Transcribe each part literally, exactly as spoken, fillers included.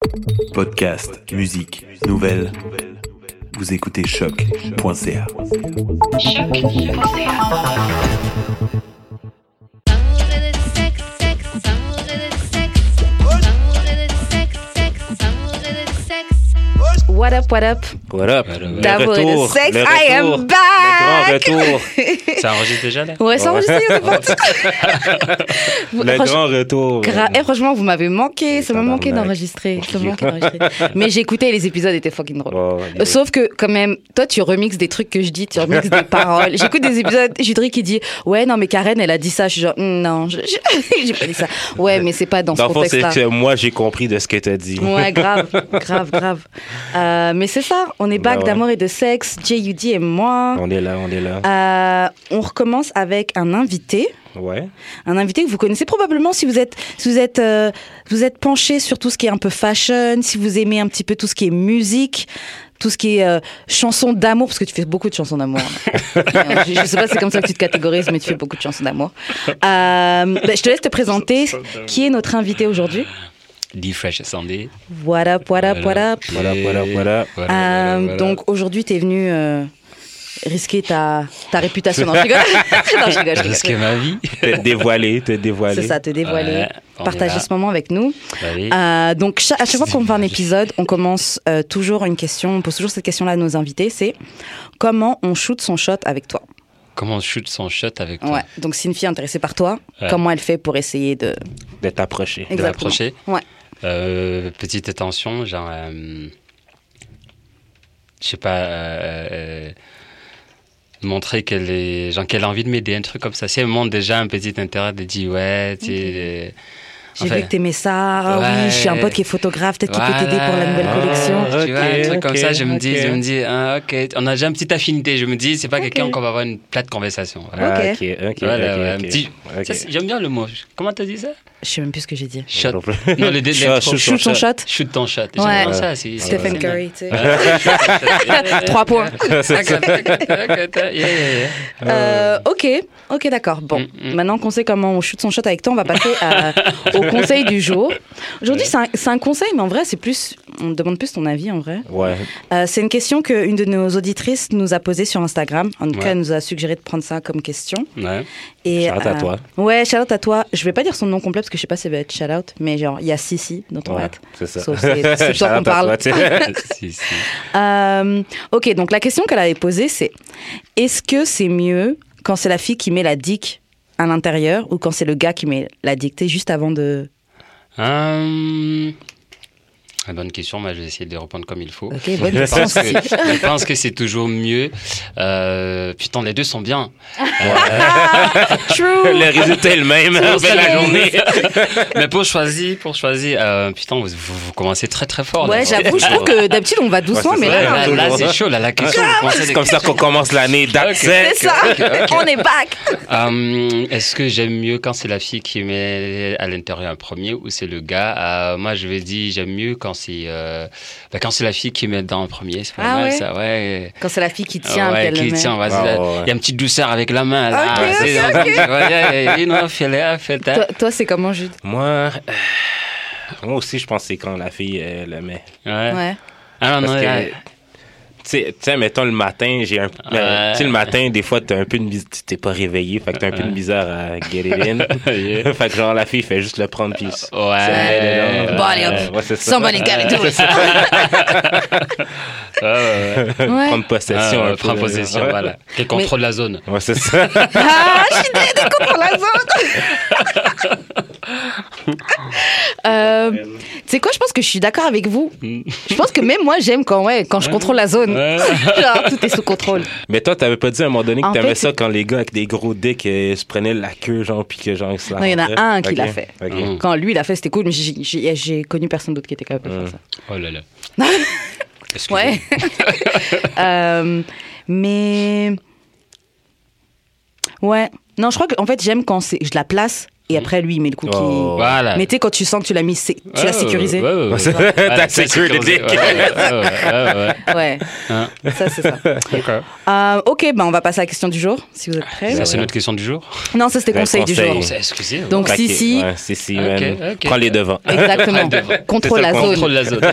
Podcast, musique, nouvelles. Vous écoutez choc point c a. choc point c a. What up, what up? What up? Le retour, le sex, le retour, I am back! Le grand retour. Ça enregistre déjà là? Ouais, ça enregistre, c'est parti. Le grand retour. Gra- eh, franchement, vous m'avez manqué. Ça m'a manqué d'enregistrer. Ça m'a manqué d'enregistrer. Mais j'ai écouté, les épisodes étaient fucking drôles. Oh, yeah. Sauf que, quand même, toi, tu remixes des trucs que je dis, tu remixes des paroles. J'écoute des épisodes, Judry qui dit ouais, non, mais Karen, elle a dit ça. Je suis genre, non, je, je, j'ai pas dit ça. Ouais, mais c'est pas dans, dans ce contexte-là. Dans le fond, c'est que moi, j'ai compris de ce que t'as dit. Ouais, grave, grave, grave. Euh, mais c'est ça, on est back bah ouais. d'amour et de sexe, J U D et moi. On est là, on est là. Euh, on recommence avec un invité. Ouais. Un invité que vous connaissez probablement si vous êtes, si vous êtes, euh, vous êtes penché sur tout ce qui est un peu fashion, si vous aimez un petit peu tout ce qui est musique, tout ce qui est euh, chansons d'amour, parce que tu fais beaucoup de chansons d'amour. je, je sais pas si c'est comme ça que tu te catégorises, mais tu fais beaucoup de chansons d'amour. Euh, bah, je te laisse te présenter. Qui est notre invité aujourd'hui? Lee Fresh Sunday. What up, what up, what up? What up, what up, what up? Euh, donc aujourd'hui, tu es venu euh, risquer ta, ta réputation. Non, je rigole. non, je rigole, je rigole. Risquer ma vie. Te dévoiler, te dévoiler. C'est ça, te dévoiler. Ouais, partager ce moment avec nous. Allez. Euh, donc chaque, à chaque fois qu'on fait un épisode, on commence euh, toujours une question, on pose toujours cette question-là à nos invités, c'est comment on shoot son shot avec toi? Comment on shoot son shot avec toi? Ouais. Donc si une fille est intéressée par toi, ouais. comment elle fait pour essayer de... De t'approcher. Exactement. De l'approcher? Ouais. Euh, petite attention, genre, euh, je sais pas, euh, euh, montrer qu'elle est, genre qu'elle a envie de m'aider, un truc comme ça. Si elle montre déjà un petit intérêt, de dire ouais, tu sais. J'ai enfin, vu que t'aimais ça. Ouais, oui, je suis un pote qui est photographe, peut-être voilà, qu'il peut t'aider pour la nouvelle ah, collection. Okay, tu vois, un truc okay, comme ça, je me dis, okay. je me dis, ah, ok, on a déjà une petite affinité. Je me dis, c'est pas okay. quelqu'un qu'on va avoir une plate conversation. Voilà. Ah, ok, ok, voilà, okay, ouais, okay. Petit, okay. Ça, j'aime bien le mot. Comment t'as dit ça? Je sais même plus ce que j'ai dit. Shot. Non, le dé- shoot, shoot, shoot ton shot. Shoot ton shot. Ouais. J'aime ça. C'est, Stephen c'est Curry, tu sais. Trois points. euh, ok, ok, d'accord. Bon, mm-hmm. Maintenant qu'on sait comment on shoot son shot avec toi, on va passer à, au conseil du jour. Aujourd'hui, c'est un, c'est un conseil, mais en vrai, c'est plus. On demande plus ton avis, en vrai. Ouais. Euh, c'est une question qu'une de nos auditrices nous a posée sur Instagram. En tout ouais. cas, elle nous a suggéré de prendre ça comme question. Ouais. Et, shout-out euh, à toi. Ouais, shout-out à toi. Je vais pas dire son nom complet parce que je sais pas si ça va être shout-out, mais genre, il y a Sissi dans ton ouais, hâte. C'est ça. So, c'est, c'est toi qu'on parle. Toi, si, si. Euh, ok, donc la question qu'elle avait posée, c'est est-ce que c'est mieux quand c'est la fille qui met la dick à l'intérieur ou quand c'est le gars qui met la dick, tu sais, juste avant de... Um... Bonne question, moi je vais essayer de répondre comme il faut. Ok, bonne je, question pense que, je pense que c'est toujours mieux. Euh, putain, les deux sont bien. Euh... True. Le résultat est le même en fait la journée. Mais pour choisir, pour choisir, euh, putain, vous, vous, vous commencez très très fort. Ouais, là, j'avoue, je trouve que d'habitude on va doucement, ouais, mais ouais, là, là, là, là c'est chaud. Là, la question. C'est comme ça qu'on commence l'année. Okay. C'est ça. Okay, okay. On est back. Um, est-ce que j'aime mieux quand c'est la fille qui met à l'intérieur un premier ou c'est le gars? euh, Moi, je vais dire j'aime mieux quand c'est euh, bah, quand c'est la fille qui met dans le premier. C'est pas ah mal ouais. ça, ouais. Quand c'est la fille qui tient, ouais, qu'elle qui le met. tient, vas-y. Ah, Il ouais. y a une petite douceur avec la main. Là. Okay, Ah, okay, okay. Ouais, non, fais-le, fais-le. Toi, toi, c'est comment, Jude? Moi, euh, moi aussi, je pense que c'est quand la fille euh, le met. Ouais. Ouais. Ah non, Parce non. que, Là... Tu sais, mettons le matin, j'ai un. Ouais. Euh, tu sais, le matin, des fois, t'as un peu une. T'es pas réveillé, fait que t'as un peu de misère à get it in. Yeah. Fait que genre, la fille fait juste le prendre, puis. Ouais. Bon, allez hop. Euh, ouais, c'est ça. Somebody gotta do it. Ah, ouais, ouais. Prendre possession. Ah, un peu, prendre possession, ouais. voilà. Qui contrôle Mais... la zone. Ouais, c'est ça. Ah, je suis désolée contre la zone. euh, tu sais quoi, je pense que je suis d'accord avec vous. Je pense que même moi, j'aime quand, ouais, quand je contrôle la zone. Ouais. Genre, tout est sous contrôle. Mais toi, t'avais pas dit à un moment donné que En t'aimais fait, ça c'est... quand les gars avec des gros dicks euh, se prenaient la queue, genre, puis que genre, ils se la Non, il y en a rentraient. un qui okay. l'a fait. Okay. Mm. Quand lui l'a fait, c'était cool, mais j'ai, j'ai, j'ai connu personne d'autre qui était capable de Mm. faire ça. Oh là là. Ouais. euh, mais... Ouais. Non, je crois qu'en fait, j'aime quand c'est... je la place et après lui il met le cookie. Oh. Voilà. Mais tu sais, quand tu sens que tu l'as mis, sé- tu Ouais, l'as sécurisé. Ouais, ouais, ouais. T'as Voilà, secured the dick. Ouais, ouais, ouais, ouais, ouais. Ouais, Hein. ça c'est ça. D'accord. Euh, ok, ben on va passer à la question du jour, si vous êtes prêts. Ça, c'est notre question du jour. Non, ça c'était Ouais, conseil du conseil. jour. C'est excusez. Donc Fait si, que- si, ouais, si, si, Ok, man. ok. Prends les devants. exactement. Contrôle la zone. Contrôle la zone.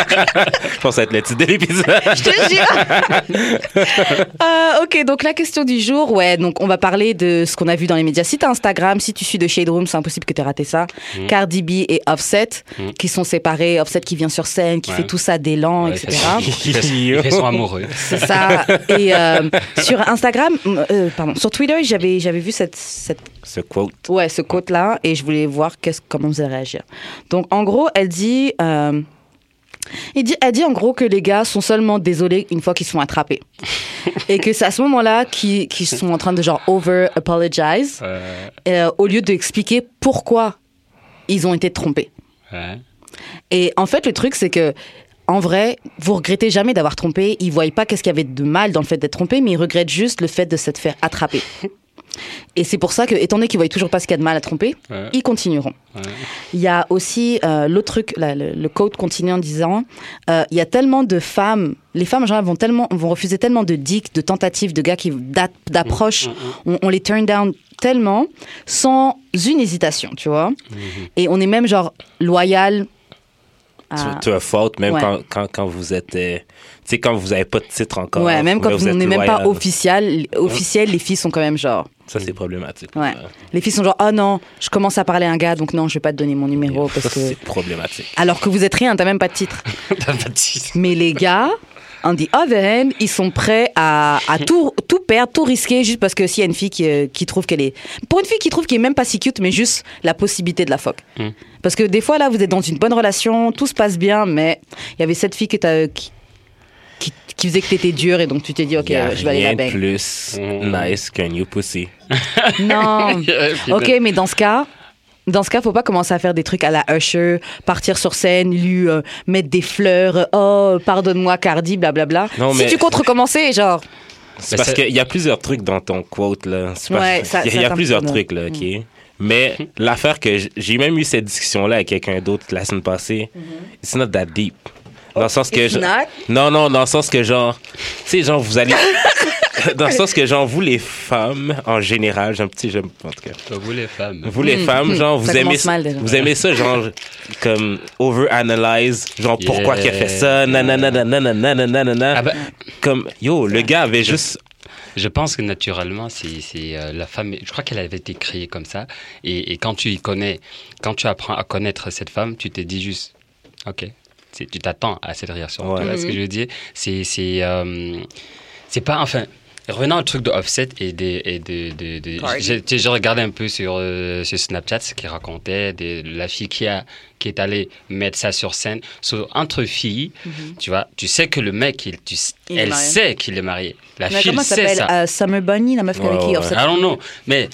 Je pense que ça va être le titre de l'épisode. Je te jure. Euh, ok, donc la question du jour, ouais, donc on va parler de ce qu'on a vu dans les médias. Si t'as Instagram, si tu suis de Shade Room, c'est impossible que t'aies raté ça. Mm. Cardi B et Offset, Mm. qui sont séparés. Offset qui vient sur scène, qui Ouais. fait tout ça d'élan, Ouais, il fait et cetera. son- Il fait, il fait son amoureux. C'est ça. Et euh, sur Instagram, euh, pardon, sur Twitter, j'avais j'avais vu cette, cette Ce quote. ouais, ce quote-là, et je voulais voir qu'est-ce, comment vous allez réagir. Donc, en gros, elle dit, euh, elle dit, elle dit en gros que les gars sont seulement désolés une fois qu'ils sont attrapés. Et que c'est à ce moment-là qu'ils, qu'ils sont en train de genre over-apologize, Euh, euh, au lieu d'expliquer pourquoi ils ont été trompés. ouais. Et en fait, le truc, c'est que, en vrai, vous regrettez jamais d'avoir trompé. Ils voient pas qu'est-ce qu'il y avait de mal dans le fait d'être trompé, mais ils regrettent juste le fait de s'être fait attraper. Et c'est pour ça que, étant donné qu'ils voient toujours pas ce qu'il y a de mal à tromper, Ouais. ils continueront. Ouais. Il y a aussi euh, l'autre truc, là, le, le quote continue en disant, euh, il y a tellement de femmes, les femmes en général vont tellement, vont refuser tellement de dicks, de tentatives, de gars qui d'a- d'approches, on, on les turn down tellement, sans une hésitation, tu vois. Et on est même genre loyal. à- To a fault, même Ouais. quand, quand, quand vous êtes. euh, tu sais, quand vous n'avez pas de titre encore. Ouais, même quand mais on êtes n'est même pas loyal. officiel, officiel, les filles sont quand même genre. Ça, c'est problématique. Ouais. Les filles sont genre, oh non, je commence à parler à un gars, donc non, je vais pas te donner mon numéro Ça, parce que. c'est problématique. Alors que vous êtes rien, t'as même pas de titre. T'as pas de titre. Mais les gars, on the other hand, ils sont prêts à, à tout, tout perdre, tout risquer, juste parce que s'il y a une fille qui, euh, qui trouve qu'elle est. Pour une fille qui trouve qu'elle est même pas si cute, mais juste la possibilité de la fuck. Mm. Parce que des fois, là, vous êtes dans une bonne relation, tout se passe bien, mais il y avait cette fille que t'as, qui, qui, qui faisait que t'étais dur, et donc tu t'es dit, ok, Il y a euh, je vais aller la rien de bang. plus Mm. nice qu'un new pussy. Non. Puis Ok, là- mais dans ce cas, dans ce cas, faut pas commencer à faire des trucs à la Usher, partir sur scène, lui euh, mettre des fleurs, euh, oh pardonne-moi Cardi, blablabla. Non, Si mais- tu comptes recommencer, genre, C'est Mais parce c'est- qu'il y a plusieurs trucs dans ton quote, là. C'est pas- Ouais, ça- il y a, ça il y a t'en- plusieurs non. trucs, là, OK? Mais l'affaire que j- j'ai même eu cette discussion-là avec quelqu'un d'autre la semaine passée, it's not that deep. Dans le sens que... it's je- not? Non, non, dans le sens que, genre... Tu sais, genre, vous allez... dans le sens que, genre, vous, les femmes, en général, j'ai un petit... j'aime- En tout cas... Vous les femmes. Vous, les femmes, genre, vous Ça aimez commence mal, déjà. vous aimez ça, genre, comme over-analyse, genre, pourquoi Yeah. qu'il a fait ça, nanana, nanana, nanana, nanana. Ah bah, Comme, yo, le gars avait juste... je pense que naturellement, c'est c'est, euh, la femme. Je crois qu'elle avait été créée comme ça. Et, et quand tu y connais, quand tu apprends à connaître cette femme, tu te dis juste, ok, c'est- tu t'attends à cette réaction. Ouais. Tu vois ce que je veux dire? C'est c'est euh, c'est pas enfin. Revenons au truc de Offset et de... Et de, de, de Cardi. j'ai, tu sais, j'ai regardé un peu sur, euh, sur Snapchat ce qu'il racontait, de la fille qui, a, qui est allée mettre ça sur scène. So, entre filles, tu vois, tu sais que le mec, il, tu, Il est elle marié. sait qu'il est marié. La Mais fille comment sait s'appelle ça. euh, Summer Bunny, la meuf Ouais, avec qui ouais. Offset. I don't know. Mais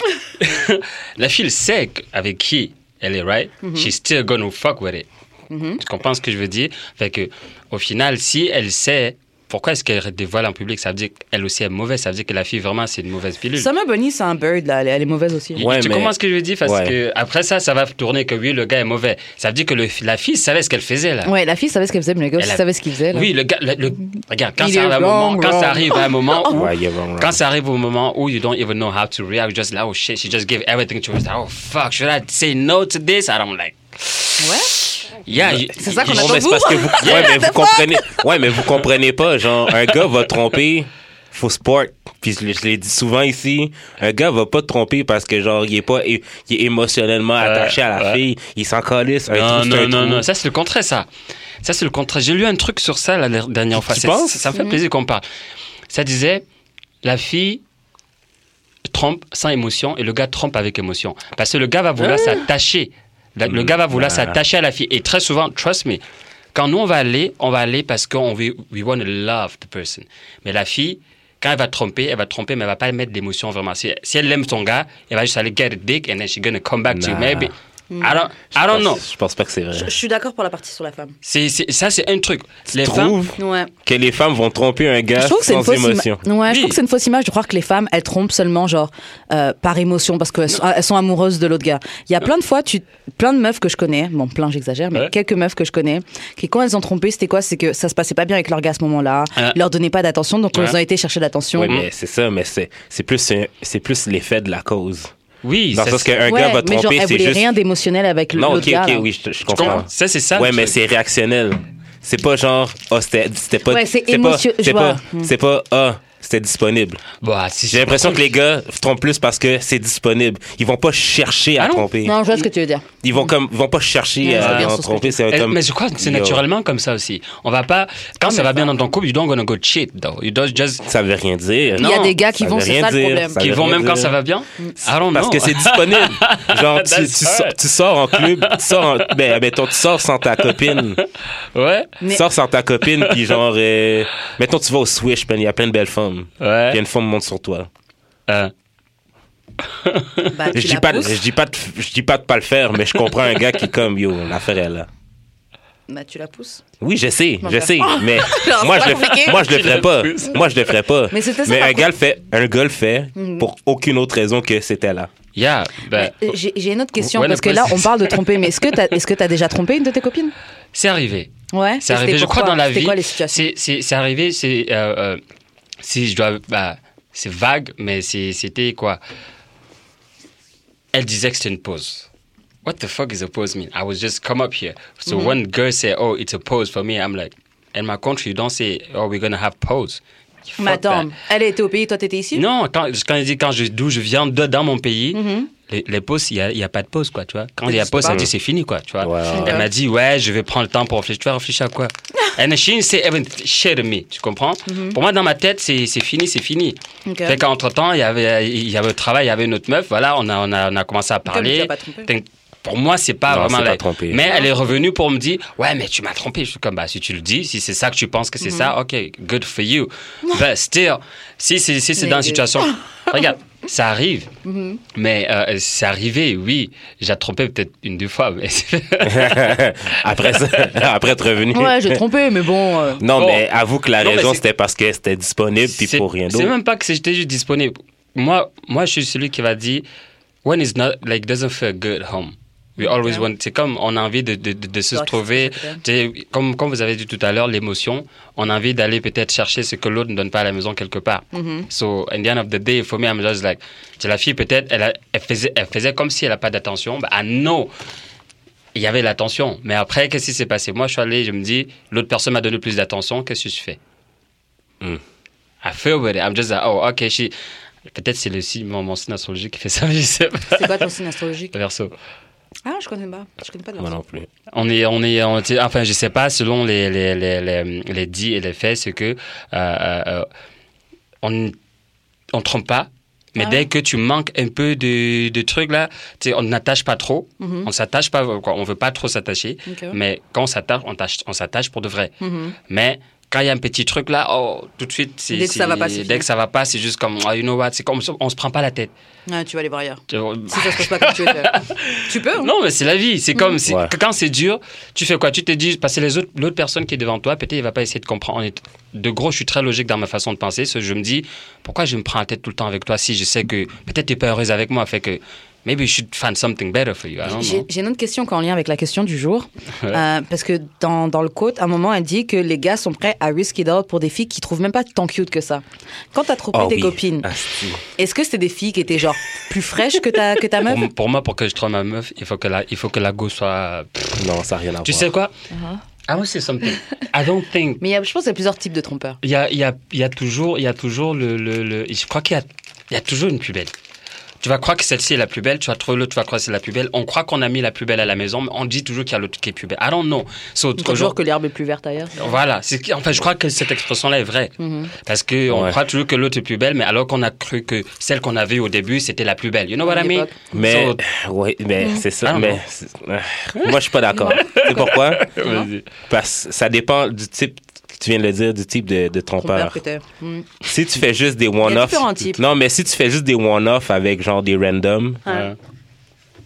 la fille sait avec qui elle est, right? She's still gonna fuck with it. Tu comprends ce que je veux dire? Fait que, au final, si elle sait, pourquoi est-ce qu'elle dévoile en public? Ça veut dire qu'elle aussi est mauvaise. Ça veut dire que la fille, vraiment, c'est une mauvaise pilule. Summer Bunny, c'est un bird, là, elle, elle est mauvaise aussi. Ouais, tu mais- comprends ce que je veux dire? Parce Ouais. que après ça, ça va tourner que oui, le gars est mauvais. Ça veut dire que le- la fille savait ce qu'elle faisait, là. Ouais, la fille savait ce qu'elle faisait, mais le gars Elle aussi a- savait ce qu'il faisait. Là. Oui, le gars, le, le- regarde, quand Il ça est arrive à un wrong, moment, quand wrong. ça arrive à un moment où, Ouais, il est wrong, wrong. quand ça arrive au moment où you don't even know how to react, just like, oh shit, she just gave everything to us. Oh fuck, should I say no to this? I don't like. Ouais. Yeah, you- C'est ça qu'on you- attend Non, mais de c'est parce que vous, Yeah, ouais, mais the vous comprenez, ouais, mais vous comprenez pas, genre, un gars va tromper, faut sport. Puis je, l'ai- je l'ai dit souvent ici, un gars va pas te tromper parce que, genre, il est pas, il est émotionnellement attaché à la ouais. fille, il s'en calisse, un Non, trou, c'est non, un non, trou. non, ça c'est le contraire, ça. Ça c'est le contraire. J'ai lu un truc sur ça la dernière fois. Tu C'est- penses? ça, ça me fait plaisir qu'on parle. Ça disait, la fille trompe sans émotion et le gars trompe avec émotion. Parce que le gars va vouloir s'attacher. Le, le gars va vouloir Ah. s'attacher à la fille. Et très souvent, trust me, quand nous on va aller, on va aller parce qu'on veut, we want to love the person. Mais la fille, quand elle va tromper, elle va tromper, mais elle va pas mettre d'émotion vraiment. Si, si elle aime son gars, elle va juste aller get a dick and then she's gonna come back to you. Nah. Maybe. I don't, I don't know. Je pense pas que c'est vrai. Je, je suis d'accord pour la partie sur la femme. C'est, c'est, ça, c'est un truc. Les Tu femmes, trouves Ouais. que les femmes vont tromper un gars Je trouve que c'est une sans fausse émotion? ima- Ouais, je Oui. trouve que c'est une fausse image de croire que les femmes, elles trompent seulement genre euh, par émotion parce qu'elles sont, elles sont amoureuses de l'autre gars. Il y a plein de fois, tu, plein de meufs que je connais, bon plein j'exagère, mais Ouais. quelques meufs que je connais, qui quand elles ont trompé, c'était quoi? C'est que ça se passait pas bien avec leur gars à ce moment-là, Ouais. ils leur donnaient pas d'attention, donc Ouais. elles ont été chercher l'attention. Oui, mais c'est ça, mais c'est, c'est plus, un- c'est plus l'effet de la cause. oui, Dans le ça, sens c'est- qu'un Ouais, gars va mais genre, tromper, elle c'est voulait juste. rien d'émotionnel avec Non, l'autre ok, gars. ok, là. oui, je, je tu comprends. comprends? Ça, c'est ça. Ouais, le mais truc. c'est réactionnel. C'est pas genre, oh, c'était, c'était pas. Ouais, c'est pas- émotion- je C'est vois. pas, c'est pas, ah, c'était disponible. Bah, si- J'ai l'impression que les gars trompent plus parce que c'est disponible. Ils vont pas chercher à Ah non. tromper. Non, je vois ce que tu veux dire. Ils vont comme, ils vont pas chercher Ouais, je vois à bien en sur ce que tromper. tu C'est Eh, comme. mais je crois que c'est Yo, naturellement comme ça aussi. On va pas. Quand ça mais va bien ça- dans ton couple, you don't gonna go cheat, though. You don't just. Ça veut rien dire. Il y a Non, des gars qui ça vont, veut c'est rien ça le dire. problème. Ça Qui veut vont rien même quand dire. ça va bien. I don't Parce know. que c'est disponible. Genre, tu, That's tu, sors, hard. tu sors en club, tu sors en, ben, mettons, tu sors sans ta copine. Ouais. Mais- Tu sors sans ta copine, puis genre, euh, mettons, tu vas au Swish, ben, il y a plein de belles femmes. Puis il y a Ouais. une femme monte sur toi. Euh, Bah, tu Je dis la pas, de- pousses. je dis pas, de, je dis pas de pas le faire, mais je comprends un gars qui comme, yo, l'affaire est là. Bah, tu la pousses. Oui, je sais, je Ok. sais, mais Genre, moi c'est je, pas le, compliqué. moi je le Tu ferais le pas. pousses. Moi je le ferais pas. Mais c'était ça, Mais par un contre. gars le fait, un gars le fait Mhm. pour aucune autre raison que c'était là. yeah. Ben, Euh, J'ai j'ai une autre question, Ouais, parce le que là, process. on parle de tromper, mais est-ce que t'as est-ce que t'as déjà trompé une de tes copines? c'est arrivé. Ouais. C'est Et arrivé, c'était je crois, pourquoi? dans la C'était vie. quoi les situations? C'est, c'est, c'est arrivé, c'est. Euh, euh, si je dois. Bah, c'est vague, mais c'est, c'était quoi? Elle disait que c'était une pause. What the fuck is a pause mean? I was just come up here. So Mm-hmm. when girls say, oh, it's a pause for me, I'm like, in my country, you don't say, oh, we're gonna have pause. Mais Fuck attends, that. elle était au pays, toi t'étais ici? Non, quand, quand il dit quand je, d'où je viens, de, dans mon pays, Mhm. les, les pauses, il n'y a, il y a pas de pause, quoi, tu vois. Quand Mais il y a tu pause, sais ça pas. dit c'est fini, quoi, tu vois. Ouais, ouais. Elle m'a dit, ouais, je vais prendre le temps pour réfléchir. Tu vas réfléchir à quoi? And she didn't say even shit to me, tu comprends? Pour moi, dans ma tête, c'est, c'est fini, c'est fini. Ok. Fait qu'entre-temps, il y avait, il y avait le travail, il y avait une autre meuf, voilà, on a, on a, on a commencé à Comme tu parler. as pas trompé. Donc, pour moi, c'est pas Non, vraiment c'est pas la- trompé. Mais elle est revenue pour me dire, ouais, mais tu m'as trompé. Je suis comme, bah, si tu le dis, si c'est ça que tu penses que c'est ça, ok, good for you. But still, si c'est, si c'est dans une Mais- situation, regarde, ça arrive. Mais euh, c'est arrivé, oui. J'ai trompé peut-être une, deux fois, mais Après ça, après être revenu. Ouais, j'ai trompé, mais bon. euh, Non, Bon. mais avoue que la Non, mais raison c'est- c'était parce que c'était disponible puis c'est, pour rien c'est d'autre. même pas que j'étais juste disponible. Moi, moi, je suis celui qui va dire, when it's not, like, doesn't feel good home. We always want, c'est comme on a envie de, de, de, de se Ouais, trouver, c'est tu sais, comme, comme vous avez dit tout à l'heure, l'émotion, on a envie d'aller peut-être chercher ce que l'autre ne donne pas à la maison quelque part. Mhm. So, at the end of the day, for me, I'm just like, tu sais, la fille peut-être, elle, a- elle, faisait, elle faisait comme si elle n'a pas d'attention, bah, I know, il y avait l'attention. Mais après, qu'est-ce qui s'est passé? Moi, je suis allé, je me dis, l'autre personne m'a donné plus d'attention, qu'est-ce que je fais? Mm. I feel with it. I'm just like, oh, ok, she... Peut-être c'est le signe, mon, mon signe astrologique qui fait ça, je sais pas. C'est quoi ton signe astrologique? Verseau. Ah, je connais pas. Je connais pas de Moi Verseau. non plus. On est, on est, on, tu sais, enfin, je sais pas, selon les, les, les, les, les dits et les faits, c'est que, euh, euh, on, on trompe pas. Mais Ah dès ouais. que tu manques un peu de, de trucs là, tu sais, on n'attache pas trop. Mhm. On s'attache pas, quoi, on veut pas trop s'attacher. Ok. Mais quand on s'attache, on, tâche- on s'attache pour de vrai. Mhm. Mais quand il y a un petit truc là, oh, tout de suite, c'est, Dès que ça c'est- va pas, c'est dès fini. que ça va pas, c'est juste comme, oh, you know what, c'est comme, on se prend pas la tête. Ouais, tu vas aller voir ailleurs. Tu vois, Si ça se passe pas comme tu veux faire. Tu peux, hein? non, mais c'est la vie. C'est comme c'est- Ouais. quand c'est dur, tu fais quoi? Tu te dis, parce que les autres, l'autre personne qui est devant toi, peut-être il va pas essayer de comprendre. On est- De gros, je suis très logique dans ma façon de penser. So, je me dis, pourquoi je me prends la tête tout le temps avec toi si je sais que peut-être tu n'es pas heureuse avec moi? Fait que maybe you should find something better for you. I don't J'ai know. j'ai une autre question qui est en lien avec la question du jour. Euh, parce que dans, dans le quote, à un moment, elle dit que les gars sont prêts à risk it all pour des filles qui trouvent même pas tant cute que ça. Quand t'as trompé Oh tes oui. copines, Asti. est-ce que c'était des filles qui étaient genre plus fraîches que ta, que ta meuf? Pour, pour moi, pour que je trouve ma meuf, il faut que la, il faut que la go soit. Pff, Non, ça n'a rien à tu voir. sais quoi? Uh-huh. I will say something. I don't think. Mais il y a- je pense qu'il y a plusieurs types de trompeurs. Il y a, il y a, il y a toujours, il y a toujours le, le, le- je crois qu'il y a, il y a toujours une plus belle. Tu vas croire que celle-ci est la plus belle, tu vas trouver l'autre, tu vas croire que c'est la plus belle. On croit qu'on a mis la plus belle à la maison, mais on dit toujours qu'il y a l'autre qui est plus belle. I don't know. So, Toujours toujours- que l'herbe est plus verte ailleurs. Voilà. C'est, enfin, je crois que cette expression-là est vraie. Mhm. Parce que on Ouais. croit toujours que l'autre est plus belle, mais alors qu'on a cru que celle qu'on avait au début, c'était la plus belle. You know what À I mean? l'époque. Mais, So- ouais, mais c'est I ça. don't Mais know. c'est- euh, moi, je suis pas d'accord. C'est pourquoi? Vas-y. Parce que ça dépend du type, tu viens de le dire, du type de, de Trompeur, trompeur. peut-être. Mm. Si tu fais juste des Il y a one-off. différents types. Non, mais si tu fais juste des one-off avec genre des random, Ouais. Ouais.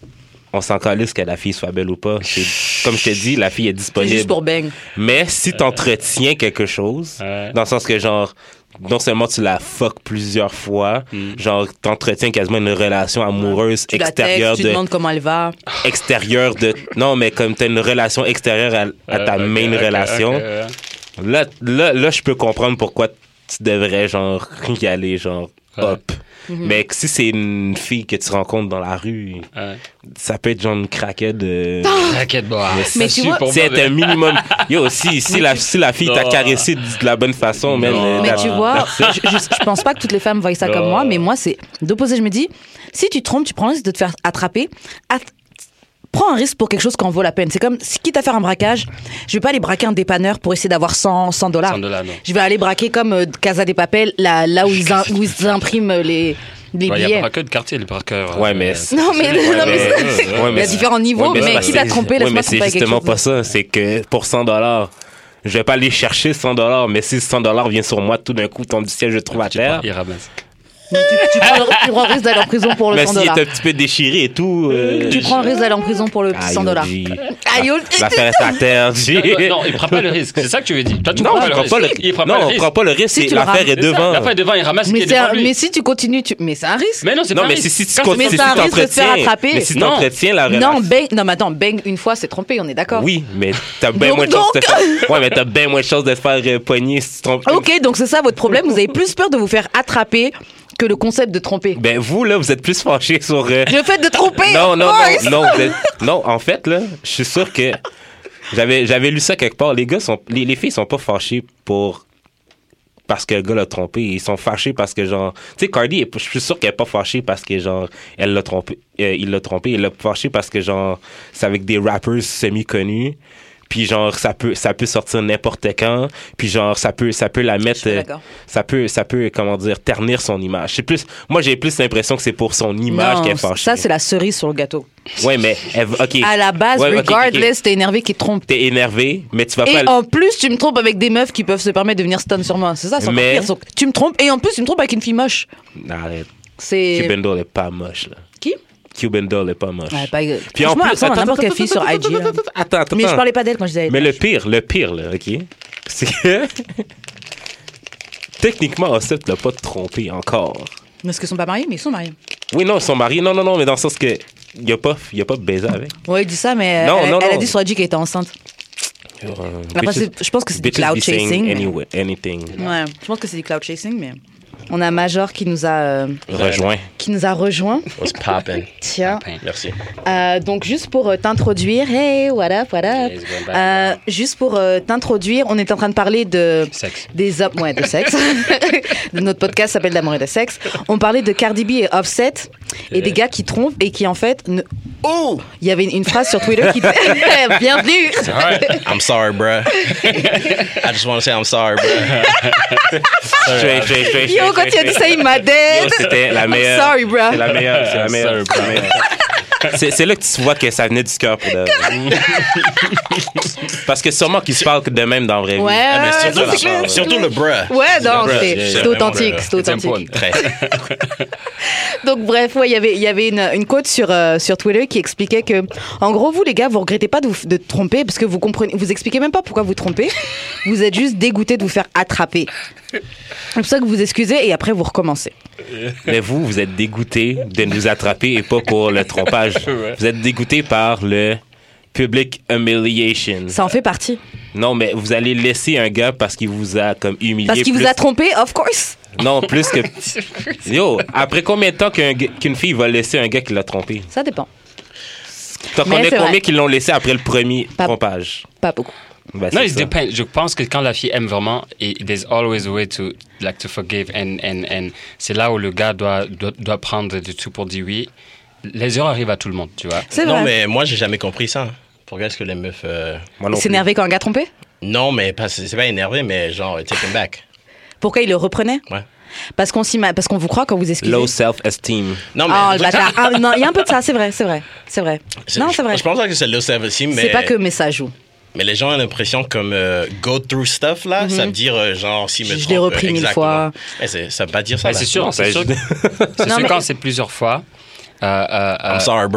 on s'en calisse que la fille soit belle ou pas. C'est, comme je t'ai dit, la fille est C'est disponible. juste pour bang. Mais si t'entretiens quelque chose, Ouais. dans le sens que genre, non seulement tu la fuck plusieurs fois, Mm. genre t'entretiens quasiment une relation amoureuse Tu la extérieure textes, tu de, demandes comment elle va. extérieure de, non mais comme t'as une relation extérieure à, à ta Euh, ok, main ok, relation, ok, ouais. là, là, là je peux comprendre pourquoi tu devrais genre y aller genre Ouais. up. Mhm. Mais si c'est une fille que tu rencontres dans la rue, Ouais. ça peut être genre une craquette de. T'inquiète, bon. Mais tu vois- C'est un minimum. Yo, si, si, la, si la fille t'a Non. caressé de de la bonne façon, même. Non. euh, Mais la- tu vois, je, je, je pense pas que toutes les femmes voient ça Non. comme moi, mais moi, c'est d'opposé. Je me dis, si tu te trompes, tu prends le risque de te faire attraper. At- Prends un risque pour quelque chose qui en vaut la peine. C'est comme, si quitte à faire un braquage, je vais pas aller braquer un dépanneur pour essayer d'avoir cent dollars. cent dollars, non. Je vais aller braquer comme euh, Casa des Papel, là, là où, ils in- où ils impriment les, les Il y a billets. pas braqueur de quartier, le braqueur. Ouais, mais. euh, Non, mais, Ouais, non, mais mais- c'est- ouais, il y mais a c'est- différents niveaux, ouais, mais, c'est quitte pas- à te tromper, ouais, laisse-moi mais tromper c'est avec quelque justement chose. pas ça. C'est que pour cent dollars, je vais pas aller chercher cent dollars, mais si cent dollars vient sur moi, tout d'un coup, ton ciel, je trouve à tu terre. prends, il ramasse. Donc, tu, tu prends, tu prends le risque d'aller en prison pour le Mais cent s'il est dollars. un petit peu déchiré et tout. euh, Tu prends le risque d'aller en prison pour le Aïe, cent dollars. G. Aïe, oh, L'affaire est à terre, G. Non, il prend pas le risque. C'est ça que tu veux dire. Toi, tu Non, prends je pas le prends risque. pas le Il prend Non, pas le on risque. prend pas le risque. Si c'est- tu le L'affaire rames. est C'est ça. devant. La fois devant, il ramasse ce qui Mais, est c'est un- devant lui. mais si tu continues, tu... mais c'est un risque. Mais non, c'est Non, pas mais un si, risque. si tu Quand continues, mais si c'est un tu risque de te faire t'entretiens. attraper. Mais si tu Non. t'entretiens la Non, relation. bang, non, mais attends, bang une fois, c'est trompé, on est d'accord. Oui, mais t'as bien Donc- moins de chances de donc- faire. Ouais, mais t'as bien moins de chances de te faire euh, pogner si tu trompes. Ok, donc c'est ça votre problème. Vous avez plus peur de vous faire attraper que le concept de tromper. Ben, vous, là, vous êtes plus fâchés sur. euh, Le fait de tromper. Non, of non, course. non, non, vous êtes- non, en fait, là, je suis sûr que j'avais, j'avais lu ça quelque part. Les gars sont, les, les filles sont pas fâchées pour, parce que le gars l'a trompé. Ils sont fâchés parce que, genre, tu sais, Cardi, je suis sûr qu'elle est pas fâchée parce que, genre, elle l'a trompé, euh, il l'a trompé. Il l'a fâché parce que, genre, c'est avec des rappers semi-connus. Puis genre ça peut ça peut sortir n'importe quand, puis genre ça peut ça peut la mettre suis euh, d'accord. ça peut ça peut comment dire ternir son image. C'est plus moi j'ai plus l'impression que c'est pour son image Non, qu'elle est fâchée. ça c'est la cerise sur le gâteau. Ouais, mais elle, OK. À la base, Ouais, ok, ok, ok. regardless, t'es énervé qui te trompe. T'es énervé, mais tu vas Et pas en plus, tu me trompes avec des meufs qui peuvent se permettre de venir stun sur moi. C'est ça, c'est encore Mais- pire. Donc, tu me trompes et en plus, tu me trompes avec une fille moche. Arrête. C'est. Cuban Doll est pas moche là. Qui Cuban Doll est pas moche. Ouais, pas... Puis en Franchement, plus, elle ressemble à attends, n'importe quelle attends, fille sur attends, I G. là. attends, attends, attends, Mais je attends. parlais pas d'elle quand je disais. Mais le pire, le pire là, OK, c'est que techniquement Offset l'a pas trompé encore. Parce qu'ils sont pas mariés, mais ils sont mariés. Oui, non, ils sont mariés. Non, non, non, mais dans le sens que il a pas il a pas baisé avec. Ouais, il dit ça, mais Non, elle, non, elle a non. dit sur I G qu'elle était enceinte. Euh, Après, bitches- c'est- je pense que c'est du bitches cloud be saying chasing. mais- anyway, anything. Ouais, je pense que c'est du cloud chasing, mais on a Major qui nous a euh, Rejoint. qui nous a rejoint. What's poppin'? Tiens, Merci. Euh, donc juste pour euh, t'introduire, hey, what up, what up. Yes, going back. Euh, juste pour euh, t'introduire, on est en train de parler de Sexe. des hommes, ouais, de sexe. Notre podcast s'appelle D'amour et de sexe. On parlait de Cardi B et Offset et des gars qui trompent et qui en fait, ne... oh, il y avait une, une phrase sur Twitter qui disait bienvenue. I'm sorry, bruh. I just want to say I'm sorry, bruh. Straight, straight, straight, Yo, quand il a dit ça, il m'a Yo, dead. c'était la meilleure. Sorry, bro. C'est la meilleure. C'est la meilleure. Sorry, c'est la meilleure. C'est, c'est là que tu vois que ça venait du cœur pour de... Parce que sûrement qu'ils se parlent de même dans la vraie vie. Ouais, Ah, mais ça, surtout, c'est clair. surtout le bruh. Ouais, non, bruh, c'était c'est c'était vraiment authentique, le- c'était C'est authentique. Très. Donc bref, ouais, il y avait il y avait une, une quote sur euh, sur Twitter qui expliquait que en gros vous les gars, vous regrettez pas de vous de tromper parce que vous comprenez vous expliquez même pas pourquoi vous trompez. Vous êtes juste dégoûté de vous faire attraper. C'est pour ça que vous excusez et après vous recommencez. Mais vous, vous êtes dégoûté de nous attraper et pas pour le trompage. Vous êtes dégoûté par le public humiliation. Ça en fait partie. Non, mais vous allez laisser un gars parce qu'il vous a comme humilié. Parce qu'il plus- vous a trompé, of course. Non, plus que... Yo, après combien de temps qu'un gars- qu'une fille va laisser un gars qui l'a trompé? Ça dépend. T'en Mais connais c'est combien vrai. qui l'ont laissé après le premier Pas- trompage? Pas beaucoup. Ben, Non, c'est it ça. depends. Je pense que quand la fille aime vraiment, it, there's always a way to like to forgive, and and and c'est là où le gars doit doit, doit prendre du tout pour dire oui. Les erreurs arrivent à tout le monde, tu vois. C'est Non, vrai. mais moi, j'ai jamais compris ça. Pourquoi est-ce que les meufs. euh, Moi non plus. S'énerver quand un gars trompé. Non, mais pas, c'est pas énervé, mais genre, taken back. Pourquoi il le reprenait? Ouais. Parce qu'on s'ima- parce qu'on vous croit quand vous excusez. Low self-esteem. Non, mais. Oh le bâtard. Ah, non, il y a un peu de ça, c'est vrai, c'est vrai, c'est vrai. Non, c'est vrai. Je pense pas que c'est low self-esteem, mais. C'est pas que mais ça joue. Mais les gens ont l'impression comme euh, go through stuff là, ça veut dire euh, genre si me Je trompe, l'ai repris euh, mille exactement. fois. Mais c'est- ça veut pas dire ça. Ouais, là. c'est sûr, Non, c'est ça, sûr. je- C'est Non, sûr mais- quand c'est plusieurs fois. Euh, euh, euh, I'm sorry, bro.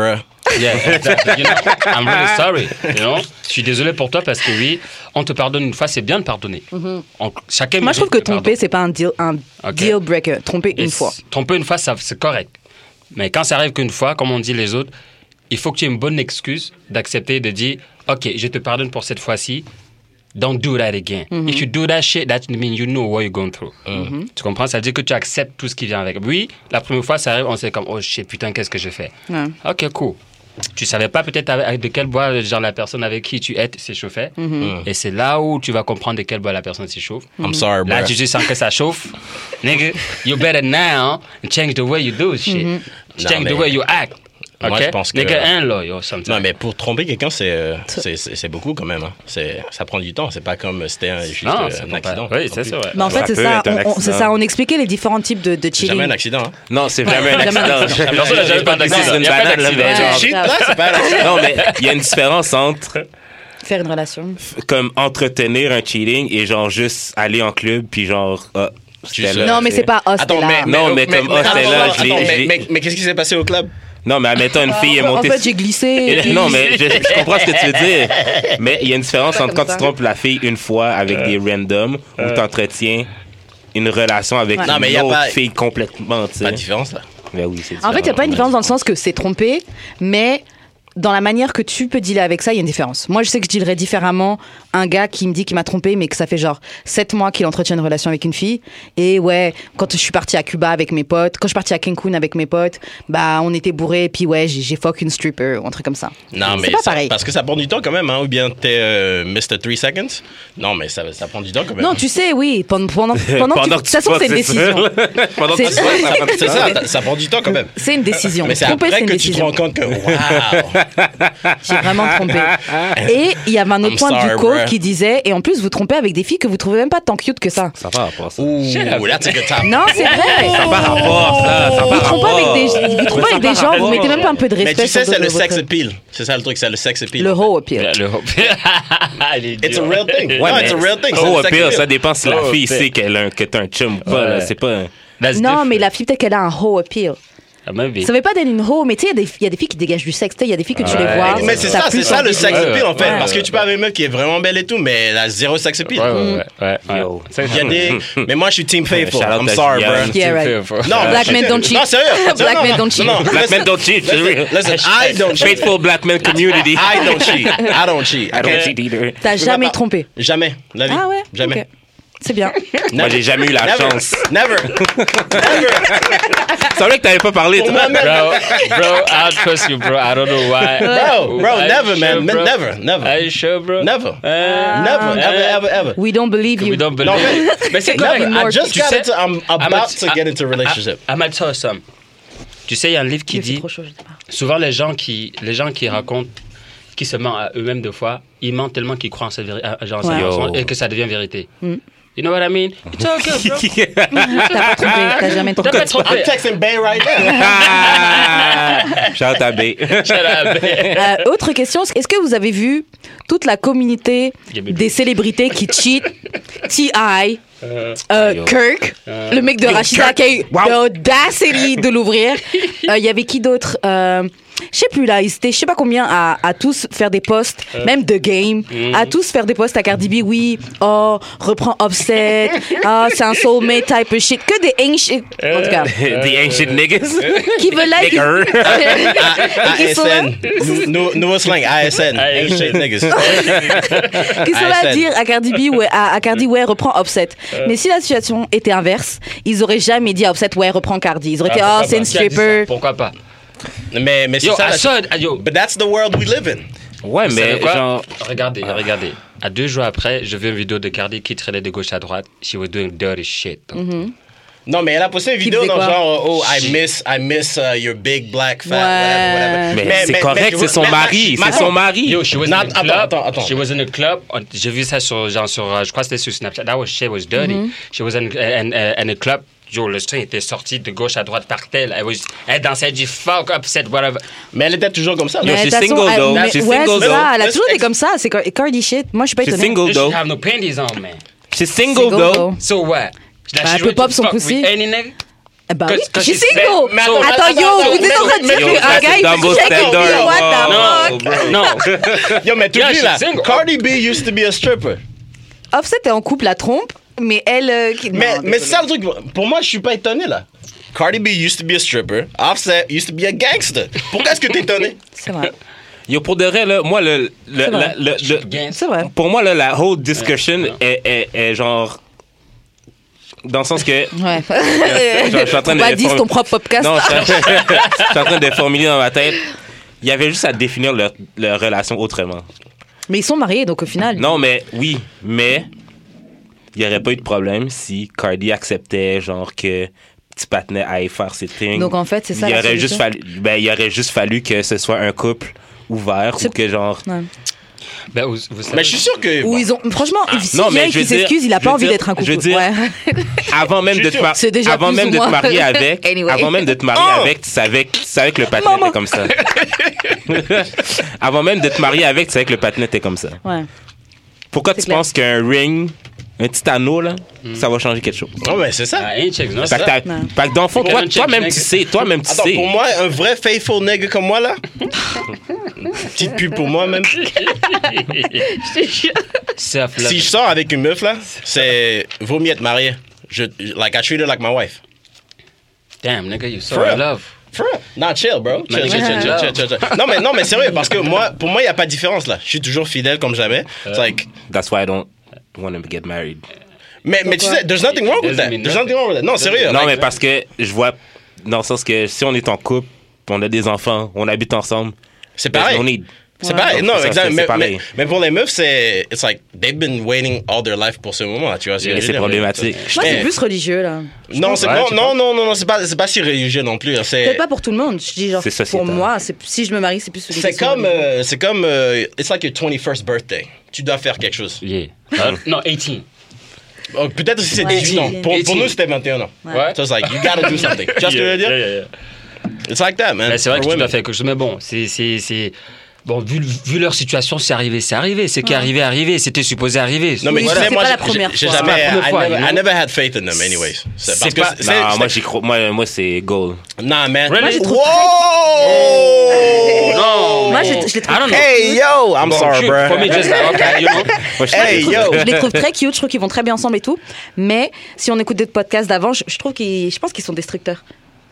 Yeah, exactly. You know, I'm really sorry. You know, je suis désolé pour toi parce que oui, on te pardonne une fois, c'est bien de pardonner. Mm-hmm. On, chacun Moi, je trouve que mérite le tromper, c'est pas un deal, un Ok. deal breaker. Tromper Et une fois. c- Tromper une fois, ça, c'est correct. Mais quand ça arrive qu'une fois, comme on dit les autres, il faut que tu aies une bonne excuse d'accepter de dire, OK, je te pardonne pour cette fois-ci. Don't do that again. If you do that shit, that means you know what you're going through. Tu comprends? Ça veut dire que tu acceptes tout ce qui vient avec. Oui, la première fois, ça arrive, on sait comme, oh shit, putain, qu'est-ce que je fais? Ouais. OK, cool. Tu savais pas peut-être avec, avec de quel bois, genre la personne avec qui tu es s'échauffait. Et c'est là où tu vas comprendre de quel bois la personne s'échauffe. I'm sorry, bro. Là, tu sens que ça chauffe. Nigga, you better now change the way you do shit. Non, Change mais- the way you act. Moi, OK? je pense que- Nigga, un là, yo, sometimes. Non, mais pour tromper quelqu'un, c'est, euh, c'est, c'est, c'est beaucoup quand même. Hein. C'est, ça prend du temps. C'est pas comme c'était un, juste Non, euh, c'est un pas- accident. Oui, non c'est plus. ça, ouais. Mais en fait, Ça c'est peut ça, être un on, on- c'est accident. ça. On expliquait les différents types de, de C'est cheating. jamais un accident. Hein. Non, c'est jamais un Jamais un accident. accident. Personne n'a jamais pas d'accident. C'est une Il y a pas banane, là, d'accident. mais genre- Ouais. Cheat, grave. là, c'est pas un accident. Non, mais il y a une différence entre Faire une relation. comme entretenir un cheating et genre juste aller en club puis genre ah, c'était là, Non, mais tu c'est sais. pas hostile. Attends, mais, Non, mais comme, oh, attends, c'était là, attends, je l'ai- attends, je mais, l'ai- mais, mais qu'est-ce qui s'est passé au club? Non, mais admettons une fille est En montée. fait, j'ai glissé. et puis- Non, mais je, je comprends ce que tu veux dire. Mais il y a une différence Pas entre comme quand ça. tu trompes la fille une fois avec des randoms ou tu entretiens une relation avec Ouais. une Non, mais y a autre pas- fille complètement, tu Pas de sais. différence, là. Ben oui, c'est En fait, il n'y a pas une différent. différence dans le sens que c'est tromper, mais dans la manière que tu peux dealer avec ça, il y a une différence. Moi, je sais que je dealerais différemment un gars qui me dit qu'il m'a trompé, mais que ça fait genre sept mois qu'il entretient une relation avec une fille. Et ouais, quand je suis partie à Cuba avec mes potes, quand je suis partie à Cancun avec mes potes, bah, on était bourrés, puis ouais, j'ai, j'ai fuck une stripper, ou un truc comme ça. Non, C'est mais pas ça- pareil. parce que ça prend du temps quand même, hein, ou bien t'es euh, mister three seconds. Non, mais ça, ça prend du temps quand même. Non, tu sais, oui, pendant, pendant, pendant, que tu- de toute façon, c'est une décision. Pendant que C'est- tu fuck, ça prend du C'est temps. ça, ça, ça prend du temps quand même. C'est une décision. Mais c'est Tromper, après c'est une que tu te décision. rends compte que, waouh, J'ai vraiment trompé. Et il y avait un autre I'm point sorry, du code bruh. qui disait, et en plus, vous trompez avec des filles que vous trouvez même pas tant cute que ça. Ça va rapport ça. ouh, that's a good time. Non, c'est vrai. Ça va rapport ça. Ça Vous va trompez rapport. avec des, vous trompez Ça avec des va gens, vous rapport. mettez même pas un peu de Mais respect. tu sais, sur c'est le votre- sex appeal. C'est ça le truc, c'est le sex appeal. Le en fait. hoe appeal. Le hope. Il est It's a dur. real thing. Ouais, no, mais it's a real thing. Oh, C'est le sex pire, appeal. ça dépend si la Oh, fille pire. sait qu'elle a un- que t'es un chum ou pas. là. Ouais. C'est pas. un- That's Non, different. mais la fille, peut-être qu'elle a un hoe appeal. Ah, maybe. Ça veut pas d'elle une hoe, mais tu sais, il y a des- il y a des filles qui dégagent du sexe. Tu sais, il y a des filles que tu les Ouais. vois. Mais c'est ça, c'est pue ça sur le des sex yeux. appeal en fait. Ouais. Parce que tu peux avoir une meuf qui est vraiment belle et tout, mais elle a zéro sex appeal. Ouais, ouais, ouais, ouais. Yo. Ça, Il y a des. Mais moi, je suis team faithful. Shout out I'm à sorry, Julien. bro. Yeah, right. Non, Black je- men don't cheat. Non, sérieux. Black Non, men non, don't cheat. non, non, Black listen, men don't cheat. Listen, listen, I don't cheat. Faithful black men community. I don't cheat. I don't cheat. I don't okay? cheat either. T'as jamais trompé. Jamais. La vie. Ah ouais? Jamais. Ok. C'est bien. Moi, j'ai jamais eu la Never. chance. Never. Never. C'est vrai que t'avais pas parlé, toi. Bro, bro, I trust you, bro. I don't know why. Bro, bro, Are you never, man. sure, Man, bro? never, never. Are you sure, bro? Never. Uh, Never, ever, ever, ever. We don't believe you. We don't believe. Non, mais- Mais c'est Never. correct. I just Tu got sais- into, I'm I'm about a- to get into a relationship. I'm gonna tell you something. Tu sais, il y a un livre qui Il fait dit trop chaud, je sais pas. souvent les gens qui les gens qui racontent qui se mentent à eux-mêmes deux fois, ils mentent tellement qu'ils croient en cette vérité genre, Ouais. ça- Yo. et que ça devient vérité. You know what I mean? It's all good, bro. T'as pas trompé. T'as jamais T'as trompé. pas trompé. I'm texting Bay right now. Ah! Shout out à B. Shut up. Euh, autre question, est-ce que vous avez vu toute la communauté Yeah, baby. des célébrités qui cheat? T I, Euh, euh, yo. Kirk, le mec de Rachida qui a eu l'audacity de l'ouvrir. Euh, Il y avait qui d'autre? Euh, je sais plus là, ils étaient je sais pas combien à, à tous faire des posts, même de game, à tous faire des posts à Cardi B. Oui, oh, reprends Offset, ah, c'est un soulmate type of shit, que des ancient, en tout cas, The ancient niggas. qui veulent là, qui, Nigger. et qui sont là, A S N. Nou- Nouveau slang, A S N. Ain't shit niggas. qui sont là à A S N. dire à Cardi B, ouais, à, à Cardi, ouais, reprends Offset. Mais si la situation était inverse, ils auraient jamais dit à Offset, ouais, reprends Cardi. Ils auraient dit, Ah, oh, c'est une pourquoi pas? Qui a dit ça? stripper. Pourquoi pas? Mais, mais c'est Yo, ça. I la- saw it. Yo, But that's the world we live in. Ouais, Vous mais savez quoi? genre. Regardez, regardez. À deux jours après, je vis une vidéo de Cardi qui traînait de gauche à droite. She was doing dirty shit. Non, mais elle a posté une Qui vidéo faisait dans quoi? genre, oh, I Shit. miss, I miss uh, your big black fat, Ouais. whatever, Mais whatever. c'est correct, tu c'est vois- son mais- mari. mais C'est son attends. mari. Yo, she was Non, in a attends, club. attends, attends. She was in a club. On- J'ai vu ça sur, genre, sur, euh, je crois que c'était sur Snapchat. That was shit was dirty. She was in, in, in, in a club. Yo, le string était sorti de gauche à droite par terre. Elle, was, elle dansait, elle dit fuck, upset, whatever. Mais elle était toujours comme ça. Yo, Mais she's de toute façon, single, elle- though. mais- She's ouais, single, c'est ça, elle a though. toujours été comme ça. C'est Car- Cardi shit. Moi, je suis pas She's étonnée. single, She though. have no panties on, man. She's single, Single, though. though. So what? Bah, elle peut pop son pussy. Any nigga? Eh bah Quand- oui, quand je suis she's- single. Mais- mais attends, Attends, attends, yo, attends, vous êtes en train de mais- dire mais- qu'un mais- gars, il double est shaking standard, me, what wow. the fuck? Non. Yo, mais t'oublies Yeah, là, she's single. Cardi B used to be a stripper. Offset est en couple, la trompe, mais elle... euh, qui... Mais, non, mais c'est ça le truc. Pour moi, je suis pas étonné là. Cardi B used to be a stripper. Offset used to be a gangster. Pourquoi est-ce que t'es étonné? C'est vrai, Yo, pour de vrai, là, moi, le, le, C'est vrai. la- le- le- c'est vrai. pour moi, là, la whole discussion est, est, est genre. Dans le sens que. Ouais. je suis en train Faut de pas dire form- ton propre podcast. Non, je suis, je suis en train de formuler dans ma tête. Il y avait juste à définir leur, leur relation autrement. Mais ils sont mariés, donc au final... Non, mais oui, mais il n'y aurait pas eu de problème si Cardi acceptait, genre, que Petit Patinet aille faire ses things. Donc, en fait, c'est ça, Il la aurait solution? juste fallu, ben, il aurait juste fallu que ce soit un couple ouvert ou C'est- que, genre. Ouais. Ben, vous, vous savez, Mais je suis sûr que. Où ils ont... Franchement, si non, mais Jay je veux qui s'excuse, dire- il a je pas veux envie dire- d'être un couple. je veux dire- Ouais. Avant même Je de suis te mar- sûr. C'est déjà avant plus même ou de te moins. marier avec, Anyway. avant même de te marier Oh! avec, tu savais, que- tu savais que le patinet Maman. était comme ça. Avant même de te marier avec, tu savais que le patinet était comme ça. Ouais. Pourquoi C'est tu clair. penses qu'un ring, un petit anneau là, ça va changer quelque chose? Oh, mais c'est ça. Ah, ain't check, non? Fait que, t'as- Ouais. fait que dans le fond, Pour toi, un check, toi-même check. tu sais, toi-même tu Attends, sais. pour moi, un vrai faithful nigga comme moi là. Petite pub pour moi même. Self-love. Si je sors avec une meuf là, c'est. Vaut mieux être marié. Je, like, I treat her like my wife. Damn, nigga, you so For real. in love. For real. Non, chill, bro. Chill, Mais chill, nigga, chill, chill, chill. chill, chill, chill. Non, mais, non, mais sérieux, parce que moi, pour moi, il n'y a pas de différence là. Je suis toujours fidèle comme jamais. It's like. That's why I don't want to get married. Mais, mais tu sais, there's nothing wrong with that. There's nothing wrong with that. Non, sérieux. Non, like- mais parce que je vois, dans le sens que si on est en couple, on a des enfants, on habite ensemble, C'est there's pareil. no need. C'est pareil. Non, Ça, c'est- exact. c'est Mais, pareil. mais, mais pour les meufs, c'est. It's like, they've been waiting all their life pour ce moment là, tu vois. ce que Mais je veux c'est dire. problématique. Moi, c'est Mais- plus religieux, là. Non, c'est Ouais, non, tu non, non, non, non, c'est pas, c'est pas si religieux non plus. hein, C'est. Peut-être pas pour tout le monde. Je dis genre, C'est pour sociétal. moi, c'est- si je me marie, c'est plus sur les C'est questions comme, religieuses. euh, c'est comme, euh, it's like your twenty-first birthday. Tu dois faire quelque chose. Yeah. Uh, non, eighteen. Oh, peut-être aussi c'est Ouais, dix-huit ans. Pour, pour eighteen. nous, c'était vingt et un ans. Ouais. So it's like, you gotta do something. Tu vois ce que je veux dire? Yeah, yeah, yeah. It's like that, man. Mais c'est vrai que For tu dois women. faire quelque chose. Mais bon, c'est. c'est, c'est... Bon, vu, vu leur situation, c'est arrivé, c'est arrivé. C'est qui est arrivé, arrivé. C'était supposé arriver. Non, mais Oui, tu c'est sais, moi, pas la j'ai- première j'ai j'ai fois. jamais, C'est pas la première I fois, never, you know? I never had faith in them, anyways. C'est C'est parce pas. que c'est- Non, c'est- moi j'y crois. Moi, moi c'est goal. Nah, man. Really? Moi, j'ai trop- Whoa! Non, Moi, mais- je, je les trouve I don't know. Hey, yo! I'm Bon, sorry, shoot, bro. For me, just like, okay, you know. Moi, je- Hey, yo! je les trouve très cute, je trouve qu'ils vont très bien ensemble et tout. Mais si on écoute des podcasts d'avant, je, je trouve qu'ils, je pense qu'ils sont destructeurs.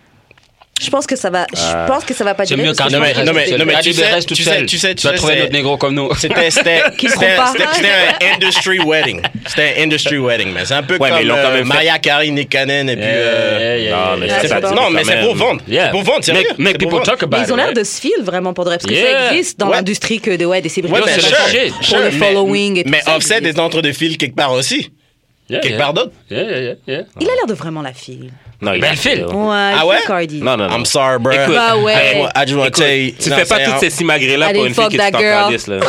Je pense que ça va, je pense que ça va pas C'est durer. mieux parce quand que Non, je mais- pense non, que- mais- non, mais Cardi tu B sais- reste toute tu sais- seule. tu sais- tu Tu vas sais, trouver c'est- notre négro comme nous. C'était, c'était, Qu'ils c'était, feront pas. c'était, c'était un industry wedding. C'était un industry wedding, mais c'est un peu Ouais, mais comme ils l'ont quand euh, même fait. Mariah Carey, Nick Cannon et puis. Yeah, euh, yeah, yeah, Non, yeah, mais yeah. c'est c'est- pas- non, mais quand c'est pour même. vendre. Yeah. C'est pour vendre, sérieux. Make, make C'est pour people vendre. talk about Mais ils ont it, l'air right? de se feel vraiment pour de vrai, parce que Yeah. ça existe dans Ouais. l'industrie que de, ouais, des célébrités. Ouais, mais c'est sure, la shit. Pour sure, le mais- following et tout Mais ça, Offset il- est entre de fil quelque part aussi. Yeah, Quelque yeah. part d'autre. Yeah, yeah, yeah, yeah. Il a l'air de vraiment la fille. Non, il Ben, file. Ouais, Ah il ouais? fait Cardi. Non, non, non. I'm sorry, bro. Écoute, Bah ouais. I just want- I just want to tell you. Tu non, fais pas c'est toutes un- ces simagrées-là Allez, pour une fille fuck qui that t'en girl. calisse, là.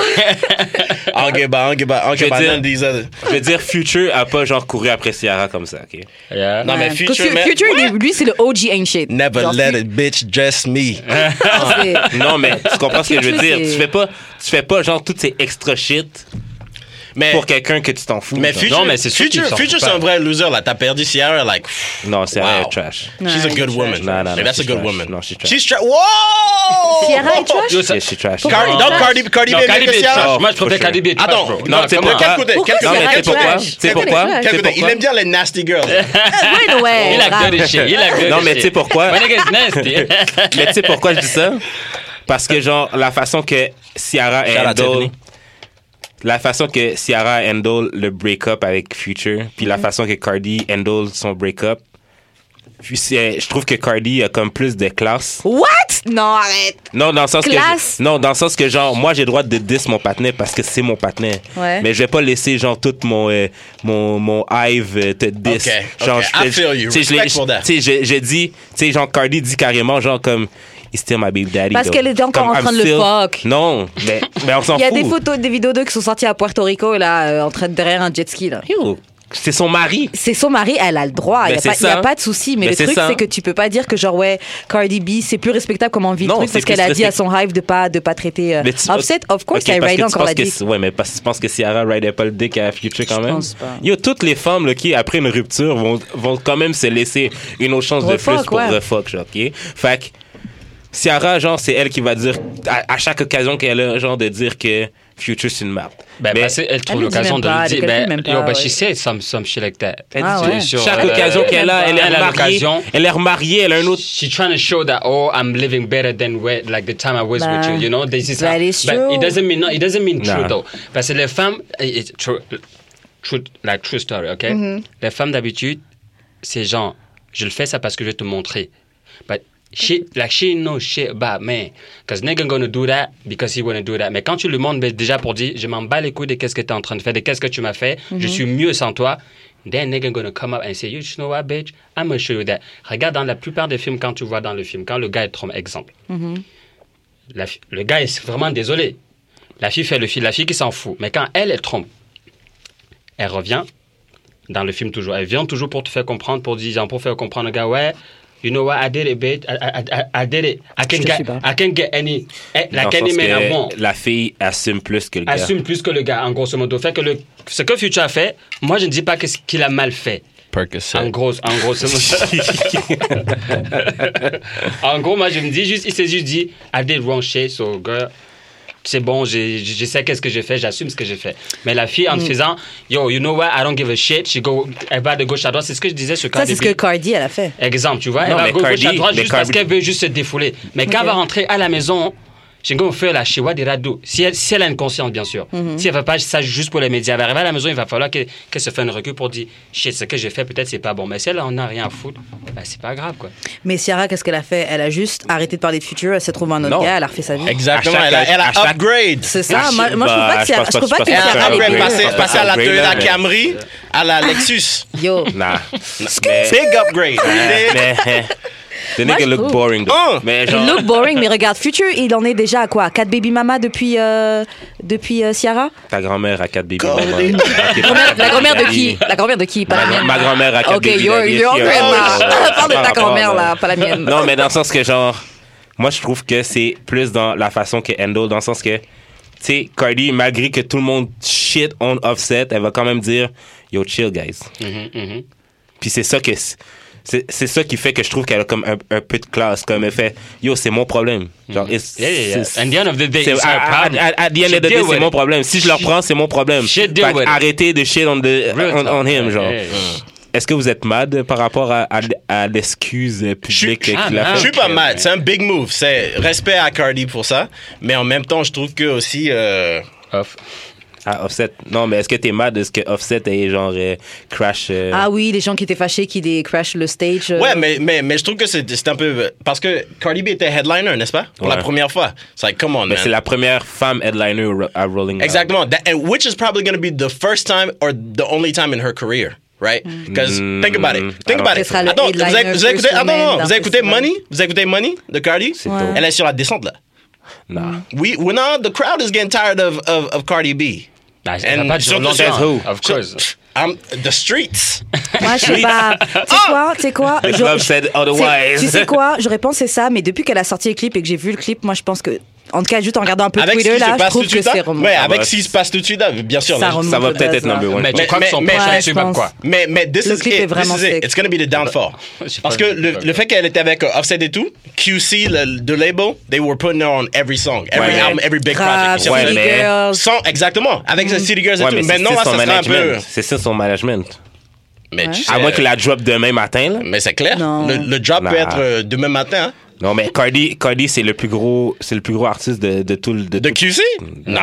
I'll get by, I'll get by, I'll Je get veux by dire- none of these other. Je veux dire, Future a pas genre couru après Ciara comme ça, ok? Yeah. Non, mais Ouais. Future, Parce que man- Future, il est- lui, c'est le O G ain't shit. Never Genre, let Fu- a bitch dress me. c'est- Non, mais tu comprends ce que je veux Future, dire? c'est- Tu fais pas, tu fais pas genre toutes ces extra shit Mais, pour quelqu'un que tu t'en fous. mais genre. Future, Non, mais c'est sûr Future, qu'il s'en Future, fout c'est pas. un vrai loser, là. T'as perdu Ciara, like, Non, c'est Wow. un trash. she's a Ouais, good woman. Non, non, non, Like, that's a she's good trash. woman. Non, she's trash. She's trash. Whoa! Ciara est trash? Yo, ça- Yes, she's trash. Car- Non, donc, trash. Cardi, Cardi B Non, est Cardi mieux B que est Ciara? trash. Moi, je préfère For Cardi B est trash, Attends, bro. non, Non, tu sais de pourquoi? quel côté? Pourquoi Quel Non, côté? mais Ciara tu sais est pourquoi? trash? Tu sais Quel pourquoi? côté? Tu sais Quel côté? Il pourquoi? aime bien les nasty girls. Ouais, ouais. Il a grave. good as shit. Il a good Non, as mais tu sais shit. pourquoi? My nigga's nasty. Mais tu sais pourquoi je dis ça? Parce que, genre, la façon que Ciara Shout out handle... Tiffany. La façon que Ciara handle le break-up avec Future, puis la façon que Cardi handle son break-up, puis c'est- je trouve que Cardi a comme plus de classe. What? Non, arrête. Non, dans le sens Classe. que... Non, dans le sens que, genre, moi, j'ai le droit de diss mon partenaire parce que c'est mon partenaire. Ouais. Mais je vais pas laisser, genre, tout mon... euh, mon, mon hive euh, te diss. Ok, Genre, ok, je- I feel you. tu sais, je l'ai- Respect for that. Tu sais, j'ai- j'ai dit... Tu sais, genre, Cardi dit carrément, genre, comme... He's still my baby daddy. Parce though. qu'elle était encore Comme, en train I'm de le still- fuck. Non, mais, mais on s'en Il y fout. a des photos, des vidéos d'eux qui sont sorties à Puerto Rico, là, euh, en train de derrière un jet ski, là. Yo, c'est son mari. C'est son mari, elle a le droit. Il Ben, n'y a, c'est pas- y a ça. pas de souci. Mais Ben, le c'est truc, ça. c'est que tu peux pas dire que, genre, ouais, Cardi B, c'est plus respectable comment on vit le Non, truc c'est parce qu'elle plus a dit à respect- son hive de pas, de pas traiter euh, Mais tu- Offset. Of course, Ok, elle parce ride que tu encore la penses que dit. c'est- Ouais, mais parce que tu penses que Ciara ridait pas le dick à Future quand Je même? pense pas. Yo, toutes les femmes là, qui, après une rupture, vont, vont quand même se laisser une autre chance de Refuck, plus pour ouais. refuck, genre, ok? Fait que Ciara, genre, c'est elle qui va dire, à, à chaque occasion qu'elle a, genre, de dire que Future, c'est une merde. Ben, Mais parce qu'elle trouve Elle le dit l'occasion même de pas, le elle dire. le calcule Ben, même pas, yo, but ouais. she said some, some shit like that. Elle Ah dit- ouais. sur, chaque euh, occasion qu'elle a, elle est elle a remariée. l'occasion. Elle est remariée, elle a un autre. She's trying to show that, oh, I'm living better than where, like the time I was Bah, with you. You know, this is that how, is but true. it doesn't mean no, it doesn't mean Nah. true though. Parce que les femmes, it's true, true, like true story, okay? Mm-hmm. Les femmes d'habitude, c'est genre, je le fais ça parce que je vais te montrer. But she, like she knows shit about me, because nigga gonna do that because he wanna do that. Mais quand tu lui montres ben, déjà pour dire, je m'en bats les couilles de qu'est-ce que t'es en train de faire, de qu'est-ce que tu m'as fait, je suis mieux sans toi. Then nigga gonna come up and say, you know what, bitch, I'm gonna show you that. Regarde dans la plupart des films, quand tu vois dans le film, quand le gars est trompe, exemple. La fi- le gars est vraiment désolé. La fille fait le film, la fille qui s'en fout. Mais quand elle, elle trompe, elle revient dans le film toujours. Elle vient toujours pour te faire comprendre, pour dire, genre, pour faire comprendre au gars, ouais, you know what, I did it, bitch. I, I, I, I did it. I Je can te get, suis pas. I can get any, eh, Dans like le any sens man I que want. la fille assume plus que le gars. Assume plus que le gars, en grosso modo. Fait que le, ce que Future a fait, moi, je ne dis pas que ce qu'il a mal fait. Percocet. En gros, en gros, c'est en gros, moi, je me dis juste, il s'est juste dit, I did wrong shit, so girl, c'est bon, j'ai- je sais qu'est-ce que j'ai fait, j'assume ce que j'ai fait. Mais la fille, en Mm. faisant, yo, you know what, I don't give a shit, she go, elle va de gauche à droite, c'est ce que je disais sur Ça, Cardi c'est ce que B. Cardi, elle a fait. Exemple, tu vois, Non, elle va mais de gauche Cardi- à droite mais juste parce Cardi- qu'elle veut juste se défouler. Mais quand Ok. elle va rentrer à la maison, she go faire la shit, what did I do? Si elle, si elle a une conscience, bien sûr. Mm-hmm. Si elle ne fait pas ça juste pour les médias, elle va arriver à la maison, il va falloir qu'elle qu'elle se fasse un recul pour dire, shit, ce que j'ai fait, peut-être c'est pas bon. Mais si elle en a rien à foutre, ben, c'est pas grave, quoi. Mais Ciara, qu'est-ce qu'elle a fait? Elle a juste arrêté de parler de Future, elle s'est trouvée un autre Non. gars, elle a refait sa vie. Exactement, À chaque- elle a, elle a à chaque- upgrade. C'est ça. Ah, Moi, je- moi, je trouve bah, pas que je Ciara, pense je trouve pas- pas que je Elle pense Ciara a pas est upgrade, upgrade. mieux. passé, passé à la Upgrade, Toyota mais- Camry, à la Lexus. Yo. Nah. Big upgrade. mais, mais, the Moi, nigga je look trouve- boring, though. Oh! Mais Il genre, look boring, mais regarde, Future, il en est déjà à quoi? quatre baby mama depuis, euh, depuis euh, Ciara? ta grand-mère a quatre bébés. God. maman. Ok, Grand-mère- La grand-mère de daddy. qui? La grand-mère de qui? Pas la Ma, mienne. ma grand-mère a quatre Ok, baby your, daddy. your She a- grandma. Oh, Parle de par ta rapport, grand-mère, là, pas la mienne. Non, mais dans le sens que, genre, moi, je trouve que c'est plus dans la façon que handle, dans le sens que, tu sais, Cardi, malgré que tout le monde shit on Offset, elle va quand même dire, yo, chill, guys. Mhm, mhm. Puis c'est ça que c'est c'est ça qui fait que je trouve qu'elle a comme un, un peu de classe, comme elle fait, yo, c'est mon problème. Genre, it's- Yeah, yeah, yeah. c'est- And the end of the day, c'est- it's à, her à, problem. à, à the end She of the day, deal c'est with mon it. problème. Si je le She- prends, c'est mon problème. she deal Fait que with it. arrêtez de shit on, the, Real on, talk. on him, genre. Yeah, yeah. Est-ce que vous êtes mad par rapport à, à, à l'excuse publique Je- qu'il a Ah, Je fait? suis pas Ok, mad, ouais. c'est un big move. C'est respect à Cardi pour ça, mais en même temps, je trouve que aussi. euh, Off. Ah, Offset. Non, mais est-ce que t'es mad de ce que Offset est genre euh, crash? euh, Ah oui, les gens qui étaient fâchés, qui des crash le stage. euh, Ouais, mais, mais, mais je trouve que c'est c'est un peu. Parce que Cardi B était headliner, n'est-ce pas? Pour Ouais. la première fois. C'est like, come on, mais man. c'est la première femme headliner ro- à Rolling Loud. Exactement. That, and which is probably going to be the first time or the only time in her career. Right? Because Mm, think about it. Think I about don't it. Ce sera le Attends, vous avez, headliner vous avez écouté, first attends, woman non, d'un vous avez écouté festival. Money? Vous avez écouté Money de Cardi? C'est Ouais. tôt. Elle est sur la descente là. Nah. We, we now the crowd is getting tired of, of, of Cardi B. Bah, ça va And pas durer surtout- longtemps. Says who? Of course. I'm, the streets. Moi, je sais pas. Tu sais quoi? Tu sais quoi? The Je- club said otherwise. Tu sais quoi? J'aurais pensé ça, mais depuis qu'elle a sorti le clip et que j'ai vu le clip, moi, je pense que, en tout cas, juste en regardant un peu Avec ce Twitter, qui se là, je passe trouve tout de que suite là. c'est remonté. Ouais, Ah avec bah, ce qui se passe tout de suite là, bien sûr. Ça là, remonte Ça va le peut-être buzz, être number là. one. Mais Mais- tu crois que son mais- prochain ouais, tube je va pense. quoi? Mais, mais this Le is clip it. est vraiment This is it. sick. It's gonna be the downfall. J'ai Parce pas que vu. le, le fait qu'elle était avec euh, Offset et tout, Q C, le, the label, they were putting her on every song, every Ouais. album, every big Grave, project. Ouais, City mais- Girls. Sans, exactement, avec Mm. the City Girls et Ouais, tout. mais c'est Maintenant, c'est là, son ça sera un peu. management. C'est ça son management. Mais tu sais, À moins euh, qu'il la drop demain matin, là. Mais c'est clair. Non. Le, le drop Nah. peut être euh, demain matin. Hein? Non, mais Cardi, Cardi c'est le plus gros, c'est le plus gros artiste de, de tout le. De De tout- Q C? Non.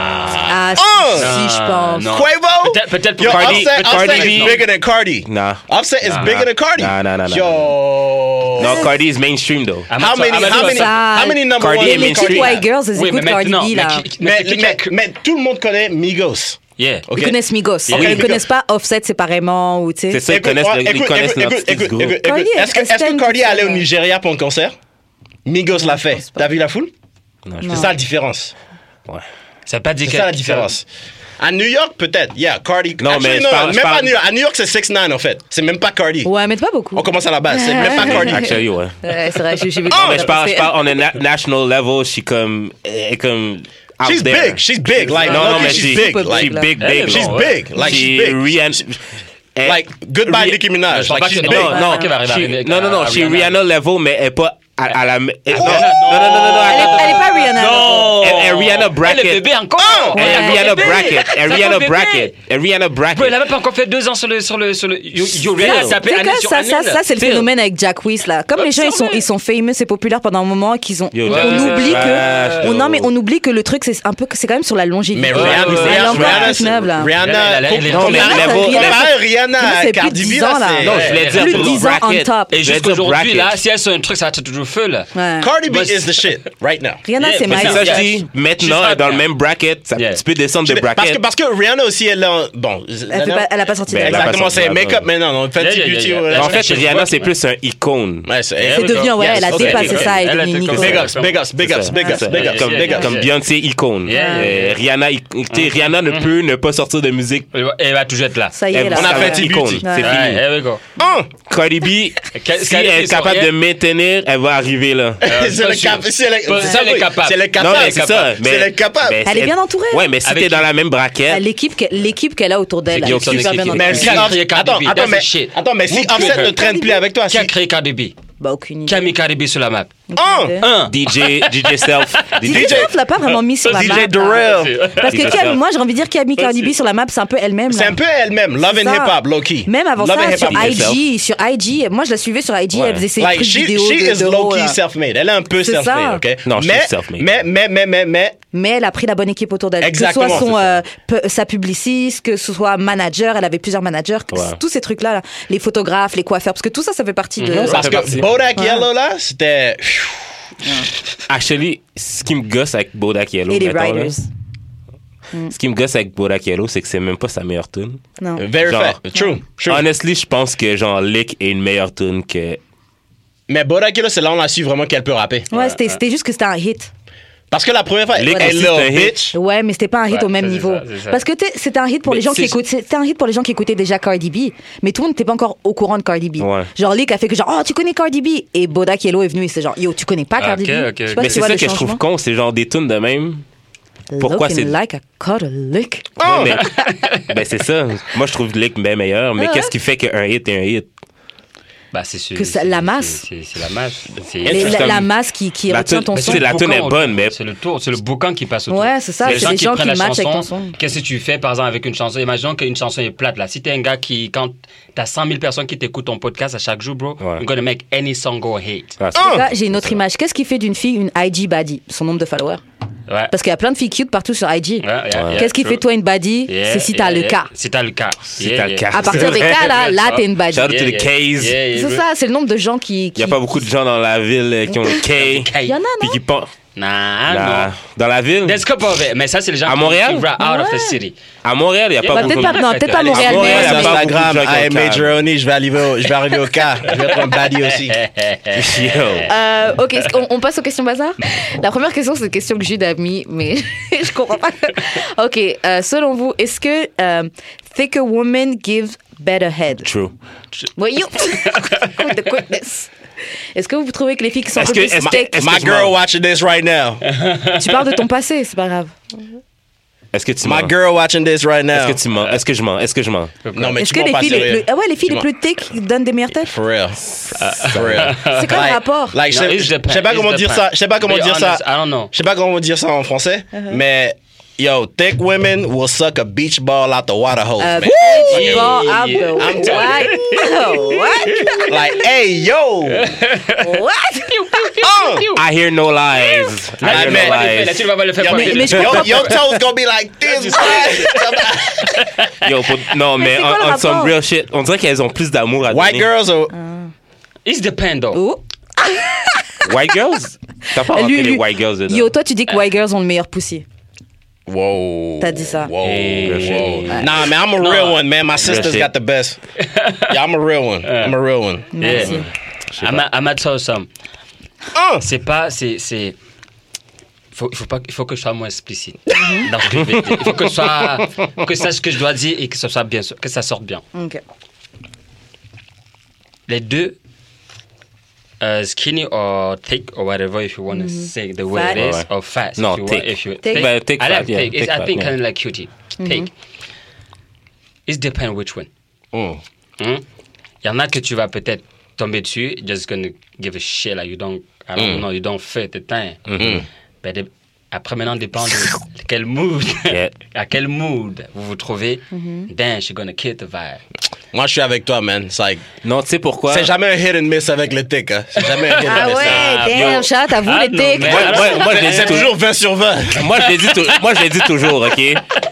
Ah, Oh! si, si, je pense. Non. Quavo? Peut-être- peut-être pour Yo, Cardi- Offset, Cardi Offset is B. bigger than Cardi. Nah. Offset is Nah. bigger than Cardi. Nah, nah, nah, nah, Yo. Non, Cardi is mainstream, though. Ah, How mais many, ça- ah, how mais many, ça- how many number Cardi one est Les mainstream. petites Cardi? white girls, elles Oui, mais écoutent Cardi maintenant, B, mais là. qui- mais Mais, c'est qui qui mais, a cru- mais tout le monde connaît Migos. Yeah. Ok. Ils connaissent Migos. Yeah. Ils Ok, connaissent pas Offset séparément ou tu C'est sais. ça, ils Écoute, connaissent, ouais, le- ils écoute, connaissent écoute, notre écoute, petit écoute, groupe. écoute, Cardi écoute. Est-ce que, est est-ce que stand Cardi est toute allé au seule. Nigeria pour un concert? Migos l'a fait. pense pas. T'as vu la foule? Non, je C'est ça la différence. Ouais. Ça veut pas dire C'est que. ça la différence. À New York, peut-être. Yeah, Cardi. Non, Actually, mais je non, parle- je même pas parle- à New York. À New York, c'est six ix en fait. C'est même pas Cardi. Ouais, mais pas beaucoup. On commence à la base. C'est même pas Cardi. Actually, ouais. Ouais, c'est vrai, j'ai j'ai vu. Non, mais je parle, je parle on a na- national level, je suis comme, elle est comme out She's there. big. She's big. Like, Non, non, lucky mais she's she- big. super Like, She big, Elle est big. she's bon, big. Like, she's She big. Rihanna. elle- Like, goodbye Ri- Nicki Minaj. Je pense Like, pas she's que big. non, Non, non, qu'elle va arriver à she- Rihanna- non, non, non, à she Rihanna. Rihanna level, mais elle est pas à, à la. Non, non, non, non, non, non, Elle est, attends, elle est pas Rihanna. Non. Elle- elle Rihanna Elle est bracket. bébé encore. Elle Ouais. Rihanna bébé. bracket. Elle Ça Rihanna fait bracket. bébé. Elle Rihanna Bro, elle bracket. a même pas encore fait deux ans sur le sur le sur le. You, you Still. Rihanna, ça Tu fait sais année quoi, sur ça, année. ça, ça, c'est le Still. phénomène avec Jack Wiss là. Comme les gens ils sont, ils sont famous et populaires pendant un moment, qu'ils ont, Yo, on Jack Wiss, oublie c'est trash, que, yo. on, non mais on oublie que le truc c'est un peu, c'est quand même sur la longévité. Mais Ouais, Rihanna, ouais, ouais. Elle est Rihanna, encore Rihanna, soutenable, là. Rihanna, Elle, elle, elle, elle est non, mais Rihanna, level- Rihanna, comparé à Rihanna Rihanna, à c'est plus Cardi de B, dix là, ans, là. c'est- Non, je l'ai dit. Plus de pour dix ans on bracket. top. Et Je vais jusqu'aujourd'hui, dire là, bracket. si elle sort un truc, ça va être toujours feu, là. Ouais. Cardi B Moi, is the shit right now. Rihanna Yeah, c'est mais C'est Mike. ça, je Yeah. dis. Maintenant, She's elle est dans hot, le yeah. même bracket. Ça- Yeah. Tu peux descendre de Parce que, bracket. parce que Rihanna aussi, elle a. Bon, Elle, fait pas- elle a pas sorti Ben, de elle a pas exactement, sorti c'est d'album. make-up maintenant. Non, Fenty Yeah, yeah, Beauty. yeah, yeah. ouais. En fait, she's Rihanna, working, c'est man. plus un icône. Ouais, c'est C'est devenu, ouais, elle a Yes, dépassé okay. ça, elle est Elle a devenue été icône. Big ups, big ups, big ups, big ups, big ups. Comme, Yeah, yeah, comme yeah. Beyoncé, icône. Yeah, yeah, Euh, yeah. Rihanna, ic- tu sais, Rihanna ne peut ne pas sortir de musique. Elle va toujours être là. Ça y est Elle- là. On a ça va fait être Fenty icône. Beauty. C'est Ouais. fini. Ouais, here we go. Hein? Cardi B, Qu'est- si qu'elle elle est est capable sur de maintenir, elle va arriver là. C'est le cap- c'est le- Pas- c'est elle est le- capable. C'est le Non, capable. mais c'est ça. mais- C'est le capable. mais Elle est c'est- bien entourée. Ouais, mais si Avec t'es dans qui? la même bracket, L'équipe que- l'équipe qu'elle a autour d'elle, C'est elle qui est a créé super bien l'équipe? entourée. Mais si, Qui a créé attends, Cardi B? attends, That's mais, the shit. attends, mais si Who Offset created ne her? traîne plus avec toi, Qui a si. créé Cardi B? Bah aucune Qui a idée. mis Cardi B sur la map? Hein? Un. D J, D J Self, D J Self l'a pas vraiment mis sur la D J map. Durrell. Parce que D J qui a- Self. moi j'ai envie de dire qui a mis Cardi B sur la map, c'est un peu elle-même. C'est là. un peu elle-même. Love C'est and ça. hip hop, low key. Même avant Love and ça, hip sur hop. I G, sur I G, moi je la suivais sur I G, Ouais. elle faisait ses Like, trucs she, vidéo she de, is de low haut, key là. self-made. Elle est un peu C'est self-made, ça. ok? Non, she's mais, self-made. mais, mais, mais, mais, mais, Mais elle a pris la bonne équipe autour d'elle. Exactement, Que ce soit son, c'est ça. euh, pe- sa publiciste, que ce soit manager, elle avait plusieurs managers, que- Ouais. tous ces trucs-là, là, les photographes, les coiffeurs, parce que tout ça, ça fait partie de. parce que partie. Bodak Ouais. Yellow, là, c'était. Actually, ce qui me gosse avec Bodak Yellow, Et les mettons, là, writers. ce qui me gosse avec Bodak Yellow, c'est que c'est même pas sa meilleure tune. Non. Very Genre- fact. True. True. Honestly, je pense que genre Lick est une meilleure tune que. Mais Bodak Yellow, c'est là où on a su vraiment qu'elle peut rapper. Ouais, c'était c'était juste que c'était un hit. Parce que la première fois, elle Lick est aussi, c'est un little hit. bitch. Ouais, mais c'était pas un hit Ouais, au même ça, c'est niveau. ça, c'est ça. Parce que t'es- c'était un hit pour Mais les gens qui c'est- écoutent. C'était un hit pour les gens qui écoutaient déjà Cardi B. Mais tout le monde n'était pas encore au courant de Cardi B. Ouais. Genre Lick a fait que genre oh tu connais Cardi B et Bodak Yellow est venu et c'est genre yo tu connais pas Cardi Ok, B. ok. Je sais pas Mais si c'est tu vois ça le que je trouve changement. con, c'est genre des tunes de même. Pourquoi Looking c'est- like a cuddle lick. Oh! Ouais, mais- ben c'est ça. Moi, je trouve Lick bien meilleur. Mais Ah ouais? qu'est-ce qui fait qu'un hit est un hit? Bah, c'est sûr. Que ça- c'est- la c'est- masse. C'est c'est la masse. C'est Les- la, comme- la masse qui, qui La retient tune- ton mais son. c'est la le tune est boucan bonne, autour. mais- C'est le tour, c'est le boucan qui passe autour. Ouais, c'est ça, Les c'est les gens prennent qui la matchent avec chanson, ton son. Qu'est-ce que tu fais, par exemple, avec une chanson? Imaginons qu'une chanson est plate, là. Si t'es un gars qui, quand t'as cent mille personnes qui t'écoutent ton podcast à chaque jour, bro, Ouais. you're gonna make any song go hate. Ah, c'est- Oh! Là, j'ai une autre image. Qu'est-ce qui fait d'une fille une I G baddie? Son nombre de followers. Ouais. Parce qu'il y a plein de filles cute partout sur I G. Ouais, yeah, yeah, Qu'est-ce qui true. fait toi une baddie? Yeah, C'est si t'as yeah, le yeah. cas. Si t'as le cas. Si t'as le cas. À partir des cas, là, là, t'es une baddie. Shout out to the K's. C'est ça, c'est le nombre de gens qui. Il n'y a pas beaucoup de gens dans la ville euh, qui ont le K. Il y en a, Puis non? qui pensent. Nah, La- non. Dans la ville? There's a couple of it, mais ça, c'est les gens À qui- Montréal? qui rap out of the Ouais. city. À Montréal, il n'y a Yeah, pas bah, beaucoup Peut-être de pas, non, peut-être pas À Montréal, Montréal, mais- il y a mais- pas Instagram, beaucoup de gens qui I ont am le Major Oni, je vais arriver au, je vais arriver au cas. Je vais être un baddie aussi. Yo. Euh, ok, est-ce qu'on- on passe aux questions bazar. La première question, c'est une question que Jude a mis, mais je comprends pas. Ok, euh, selon vous, est-ce que euh, thicker woman gives better head? True. Voyons, With the quickness. Est-ce que vous trouvez que les filles qui sont un Est-ce peu que- plus est-ce que- thick- est-ce My je girl mens? watching this right now. Tu parles de ton passé, c'est pas grave. Est-ce que tu My mens? girl watching this right now. Est-ce que tu mens? Est-ce que je mens? Est-ce que je mens? Non, mais Est-ce tu que m'en les pas filles les sérieux. plus, ah ouais, les filles Tu les plus thick donnent des meilleures têtes? For real. For real. C'est quoi le Like- rapport? Like, je No, sais- it je depends, sais pas it comment dire depends. ça. Je sais pas comment Be dire ça. honest, I don't know. Je sais pas comment dire ça en français, mais yo, thick women will suck a beach ball out the water hose, Euh, man. beach ball out the I'm telling what? What? Like, hey, yo. What? Oh. I hear no lies. I Ah, hear mais- no Là, lies. tu vas pas le faire Yo, pour mais- le- mais je yo, comprends your toes gonna be like this. Yo, pour- non, mais c'est quoi le on, on some rapport? real shit. On dirait qu'elles ont plus d'amour à White donner. girls are. It depends, though. Ouh. White girls? T'as pas Lui, rentré les lui- white girls dedans. Yo, toi, tu dis que white girls ont le meilleur poussier. Whoa. T'as dit ça. Whoa. Hey, whoa. shit. Nah, man, I'm a real one, man. My sister's shit. got the best. Yeah, I'm a real one. I'm a real one. Merci. I'm a- I'm a tell you some. Uh. C'est pas, c'est, c'est. faut, il faut pas, il faut que je sois moins explicite dans ce que je vais dire. Il faut que je sois, que je sache ce que je dois dire et que ça soit bien, que ça sorte bien. Ok. Les deux, uh, skinny or thick or whatever, if you want to say the way Fat. it is, Ouais. or fat. Non, if you thick. Want, if you, Thick. Bah, thick I fat, like yeah, thick. It's, thick I fat, think yeah. kind of like cutie. Thick. It depends which one. Mm. Hmm? Il y en a que tu vas peut-être tomber dessus, just gonna give a shit, like you don't, I don't Mm. know, you don't fit the thing. Mm. Ben, de- après, maintenant, dépend de quel mood, Yeah. à quel mood vous vous trouvez. Then she's gonna kill the vibe. Moi, je suis avec toi, man. C'est like, Non, tu sais pourquoi? c'est jamais un hit and miss avec le tic, hein. C'est jamais un hit and Ah miss. ouais, hein. damn, chat, à vous Ah les non, tics. mais- Moi, moi, moi, je l'ai dit C'est toujours. toujours vingt sur vingt. Moi, je l'ai dit, tou- moi, je l'ai dit toujours, OK?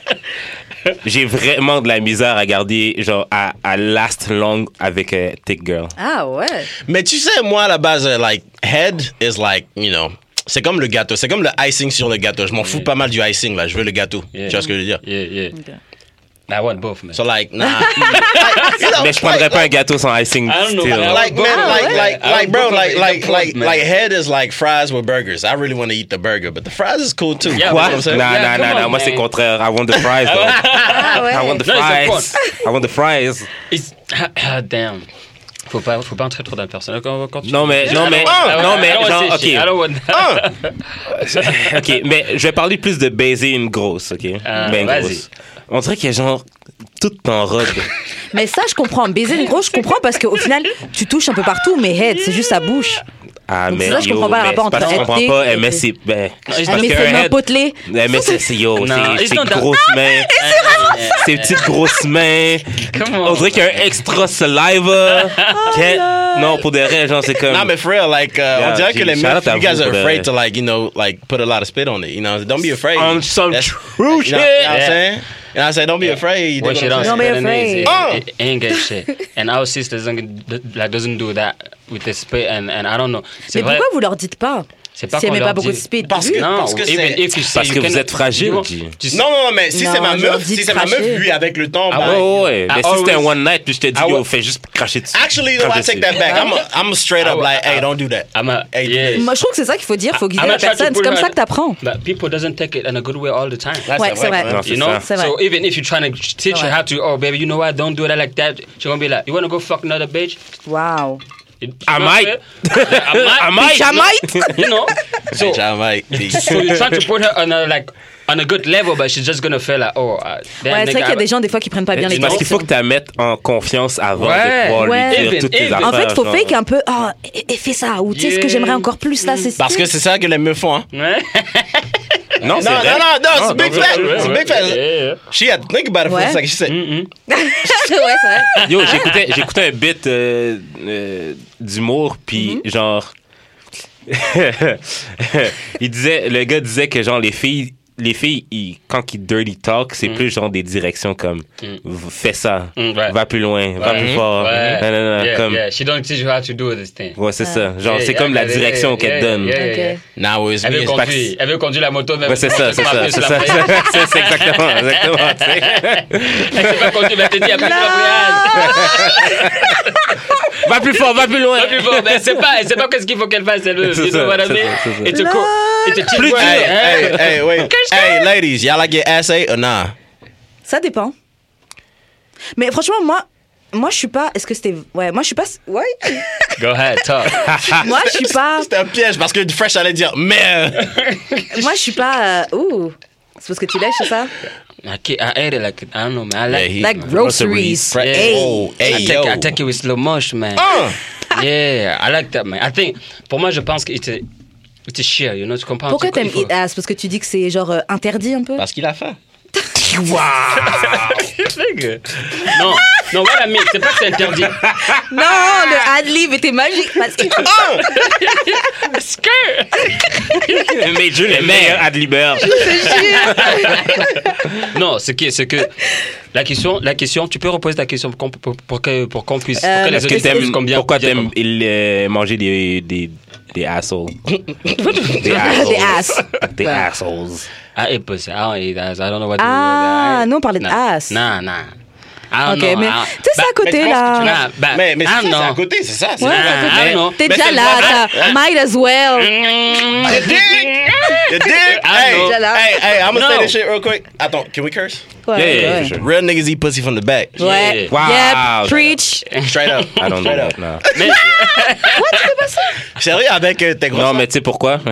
J'ai vraiment de la misère à garder, genre, à, à last long avec euh, Thick Girl. Ah ouais. Mais tu sais, moi, à la base, euh, like, head is like, you know, c'est comme le gâteau. C'est comme le icing sur le gâteau. Je m'en fous pas mal du icing, là. Je veux le gâteau. Yeah. Tu vois ce que je veux dire? Yeah, yeah. Ok. I want both, man. So, like, nah. Like, you know, Mais je prendrais like, pas un gâteau sans icing. I don't know, still. man. Like, man, Ah, like, ouais. like, I like, don't bro, know, like, it's like, a like, man. like, head is like fries with burgers. I really want to eat the burger, but the fries is cool too. Yeah, You know Quoi? what I'm Non, saying? non, Yeah, non, come non. on, Moi, c'est man. contraire. I want the fries, though. Ah ouais. I want the No, it's a fries. I want the fries. It's, ah, damn. Faut pas, faut pas entrer trop dans le personnel. Quand, quand tu- Non, mais, non, mais, I non, don't- mais, I don't genre, want to say shit. I OK. don't want- OK, mais je vais parler plus de baiser une grosse, OK? Ah, Ben vas-y. grosse. On dirait qu'il y a genre tout en robe. Mais ça, je comprends. Baiser une grosse, je comprends parce qu'au final, tu touches un peu partout, mais head, c'est juste sa bouche. Ah, Donc, mais c'est ça, je yo, comprends pas le mais rapport c'est parce entre que je comprends head pas. thick Elle met et- ses... Ben, Non, c'est elle parce met que ses un mains head- potelées. Elle met ses, c'est yo, Non, ses, it's ses not that- grosses mains. Ses petites grosses mains. Come on. On dirait qu'il y a un extra saliva. Can't- Non, pour des vrais, genre, c'est comme... Nah, but for real, like, uh, Yeah, on dirait que G, les shout meufs, out à you guys vous are pour afraid le- to, like, you know, like, put a lot of spit on it. You know, don't be afraid. On some That's- true you know, you know what I'm shit. saying? You know what I'm saying? Don't be afraid. What she don't Don't be spit in afraid. it, Oh. it, it ain't good shit. And our sister doesn't like doesn't do that with the spit and and I don't know. C'est Mais vrai. pourquoi vous leur dites pas C'est pas Si elle qu'on met leur pas beaucoup dit- de speed. Parce vu? que- Non, parce que even c'est- if you say parce you que vous can- êtes fragile, you know, G. tu- Non, non, non, mais si Non, c'est ma je leur meuf, dis si de c'est ma meuf, cracher. lui, avec le temps, Ah bah, Ouais, ouais, ouais. Mais I si c'était un always- one night, puis je te dis, I yo, will- fais juste cracher dessus. Actually, though, I Cracher take dessus. that back. I'm, a, I'm straight up I- like, hey, I- don't do that. I'm a, Hey, yeah. Moi, je trouve que c'est ça qu'il faut dire. Il faut guider I'm la not trying to personne. C'est put comme her- ça que t'apprends. But people doesn't take it in a good way all the time. Là, Ouais, c'est vrai. quand même. Non, You c'est know, ça. C'est vrai. so even if you're trying to teach Ouais. her how to, oh baby, you know what, don't do that like that. She's gonna be like, you wanna go fuck another bitch? Wow. It- I you know might. what I'm saying? Yeah, I might. I might. You know. So Jamais. so you're trying to put her on a like on a good level, but she's just gonna feel like, oh, uh, that Ouais, c'est nigga, vrai qu'il y a I- des gens, des fois, qui prennent pas bien les C'est parce qu'il faut directions. que tu la mettes en confiance avant Ouais. de pouvoir Ouais. lui dire Even, toutes tes even. affaires. En fait, il faut genre. fake un peu. Oh, et, et fais ça. Ou tu sais ce que Yeah. j'aimerais encore plus là, c'est Parce que c'est ça que les meufs font, hein. Ouais. Non, c'est Non, vrai. non, non, non, c'est Non, big non, fact. ouais, It's a ouais. big fact. Yeah, yeah. She had to think about it for Ouais. a second. She said, Mm-mm. ouais, c'est vrai. Yo, j'écoutais, j'écoutais un bit euh, euh, d'humour, puis Mm-hmm. genre. il disait, le gars disait que genre les filles, les filles, ils- quand ils dirty talk, c'est plus genre des directions comme fais ça, Mm, ouais. va plus loin, va Ouais. plus fort. Ouais. Nanana, Yeah, comme, yeah. She don't teach you how to do this thing. ouais, c'est ça. Genre, Yeah, c'est yeah, comme la yeah, direction yeah, qu'elle yeah, donne. yeah, yeah, yeah. Ok. now it's Elle veut me. conduire, elle veut conduire la moto, même Ouais, c'est ça, c'est ça, c'est ça, c'est ça, c'est ça, exactement, exactement. tu sais. Elle sait pas conduire, mais elle te dit, après, Va plus fort, va plus loin. pas plus fort, mais elle sait pas, elle sait pas qu'est-ce qu'il faut qu'elle fasse, elle veut. C'est You ça, know what I c'est mean? ça, c'est ça. It's a co- it's a teamwork. Hey, Hein? hey, hey, wait. Hey, ladies, y'all like your ass ate or nah? Ça dépend. Mais franchement, moi, moi, je suis pas. Est-ce que c'était. Ouais, moi, je suis pas. Ouais. Go ahead, talk. Moi, je suis pas. C'était un piège parce que Fresh allait dire, mais. Moi, je suis pas. euh, Ouh. C'est parce que tu lèches, c'est ça? I, can't- I ate it like, I don't know, man. I like, Yeah, he- Like groceries. Fre- Hey. Oh, hey, I, take, yo. I take it with slow motion, man. Uh, Yeah, I like that, man. I think, pour moi, je pense que it's a, it's a share, you know, tu comprends? Pourquoi Tu- t'aimes il faut- eat ass? Parce que tu dis que c'est genre euh, interdit un peu? parce qu'il a faim. Nigga. Non, non, what I mean, c'est pas que c'est interdit. Non, le ad-lib était magique. Parce que. Le Major, le meilleur ad-libeur. Non, ce qui est, c'est que la question, la question, tu peux reposer ta question pour qu'on, pour, pour que, pour qu'on puisse, Euh, pour que les Est-ce que autres puissent t'aimes, combien. pourquoi bien t'aimes comme- il, euh, manger des, des, des assholes? Des Des ass. Des Ouais. assholes. I eat pussy. I don't eat ass. I don't know what to do with Ah, that. I- non, on parlait de Nah. ass. Nah, nah. Ah, Ok, non, mais ah. tu sais, c'est à côté, mais je pense là. que tu Ah, bah, Mais, mais ah, c'est ça, c'est non. à côté, c'est ça. c'est Ouais, ça. c'est à côté. Ah, non. T'es Mais déjà c'est le là, voisin. t'as might as well. You dig? You dig? I Hey, know. Déjà là. hey, hey, I'm gonna say No. this shit real quick. Attends, can we curse? Ouais, Yeah, yeah, ouais. for sure. Real niggas eat pussy from the back. Ouais. Wow. Yep, preach. Straight up. I don't know Straight that, up. non. Mais, Sérieux, avec euh, tes grosses Non, mais tu sais pourquoi?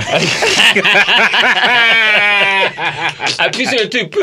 appuie sur le truc.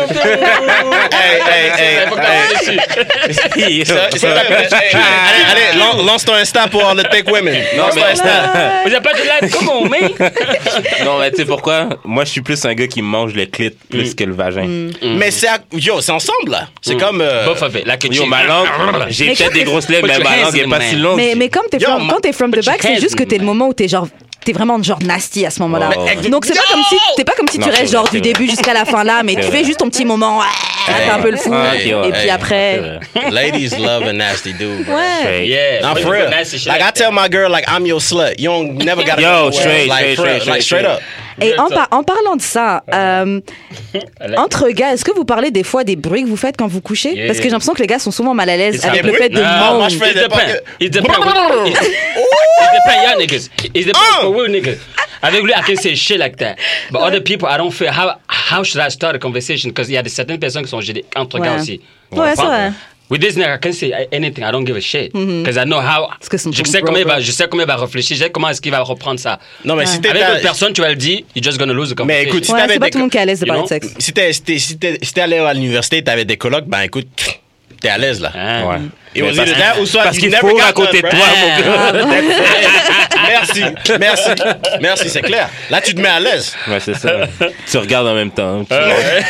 Hey, hey, hey, Faut hey. commencer dessus. C'est- c'est- hey, Allez, allez, lan- lance ton Insta pour le Tech Women. Lance ton mais- Insta. Vous n'avez pas de live, comment on met? Non, mais tu sais pourquoi? Moi, je suis plus un gars qui mange le clit plus que le vagin. Mais c'est à- yo, c'est ensemble là. C'est comme euh, Bof avec la que Yo, ma langue, j'ai peut-être des grosses lèvres, mais ma langue est pas si longue. Mais, mais comme t'es Yo, from, ma- quand t'es from the but you back, c'est can, juste que t'es le man. moment où t'es genre. T'es vraiment genre nasty à ce moment-là. Oh. Donc c'est pas comme si t'es pas comme si Non, tu c'est restes vrai, genre c'est du vrai. début jusqu'à la fin là, mais C'est tu vrai. fais juste ton petit moment, ah, t'es un peu le fou, Ah, ok, ouais. et puis Hey. après, ladies love a nasty dude. bro. ouais. Straight. Yeah. Nah, for real. Like I tell my girl, like I'm your slut. You don't never gotta Yo, go nowhere. straight, like, straight, for real, straight, like straight up. Et en, par- en parlant de ça, euh, entre gars, est-ce que vous parlez des fois des bruits que vous faites quand vous couchez? Yeah, Parce que yeah. j'ai l'impression que les gars sont souvent mal à l'aise It's avec des le bruits? fait de Non, moi, mange. je fais It des depends. pockets. It depend. It, it depend, y'all niggas. It depends Oh. for real niggas. Avec lui, I can say shit like that. But other people, I don't feel how how should I start a conversation? Because il y a des certaines personnes qui sont gênées entre Ouais. gars aussi. Ouais, c'est vrai. With this nigga, I can say anything. I don't give a shit. Because I know how. Parce que c'est Je ton sais, bro, comment il va, bro. je sais comment il va réfléchir. Je sais comment est-ce qu'il va reprendre ça. Non, mais si t'es Avec dans- d'autres personnes, tu vas le dire, you're just gonna lose the Mais conversation. écoute, si Ouais, t'avais c'est pas des tout le monde qui est à l'aise de you parler de know? sexe. si t'es si t'es si t'es si t'es allé à l'université, t'avais des colocs, ben écoute, t'es à l'aise là. Hein? Ouais. It Mais was parce- either that ou soit Parce you qu'il never faut got raconter none, de bro. toi, mon gars. Merci, merci, merci, c'est clair. Là, tu te mets à l'aise. Ouais, c'est ça. Tu regardes en même temps. Tu,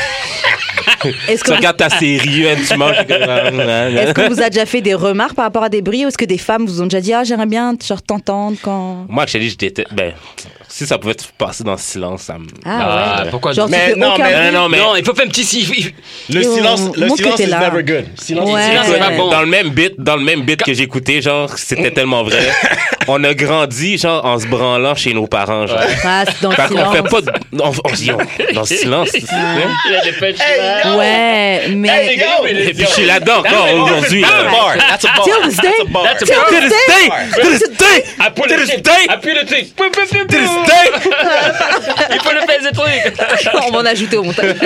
Est-ce tu que, regardes ta série, hein, tu manges. est-ce qu'on vous a déjà fait des remarques par rapport à des bruits ou est-ce que des femmes vous ont déjà dit ah j'aimerais bien genre t'entendre quand Moi, je te dis, je déteste. Ben, si ça pouvait se passer dans le silence, ça me. Ah, ouais. pourquoi Genre, tu Mais fais non, aucun mais- bruit? Non, non, mais. Non, il faut faire un petit si. Le Yo, silence, le montre que silence t'es is là. never good. Silence, Ouais. silence, c'est pas bon. Dans le même beat, dans le même beat que j'écoutais, genre, c'était tellement vrai. On a grandi, genre, en se branlant chez nos parents, genre. Ah, c'est dans le Fait qu'on silence. fait pas de. On, on se dit, on- dans le silence. c'est ça. Il a des pêches. Ouais, mais Hey, yo, Et puis je suis là-dedans encore aujourd'hui. That's a là. bar. That's a bar. Till this day. That's a bar. That's a Till bar. this day. To this day! Appuie To le this truc. day! Appuie le truc. Pou, pou, pou, To this pou. day! Il faut le faire ce truc. On m'en a ajouté au montage.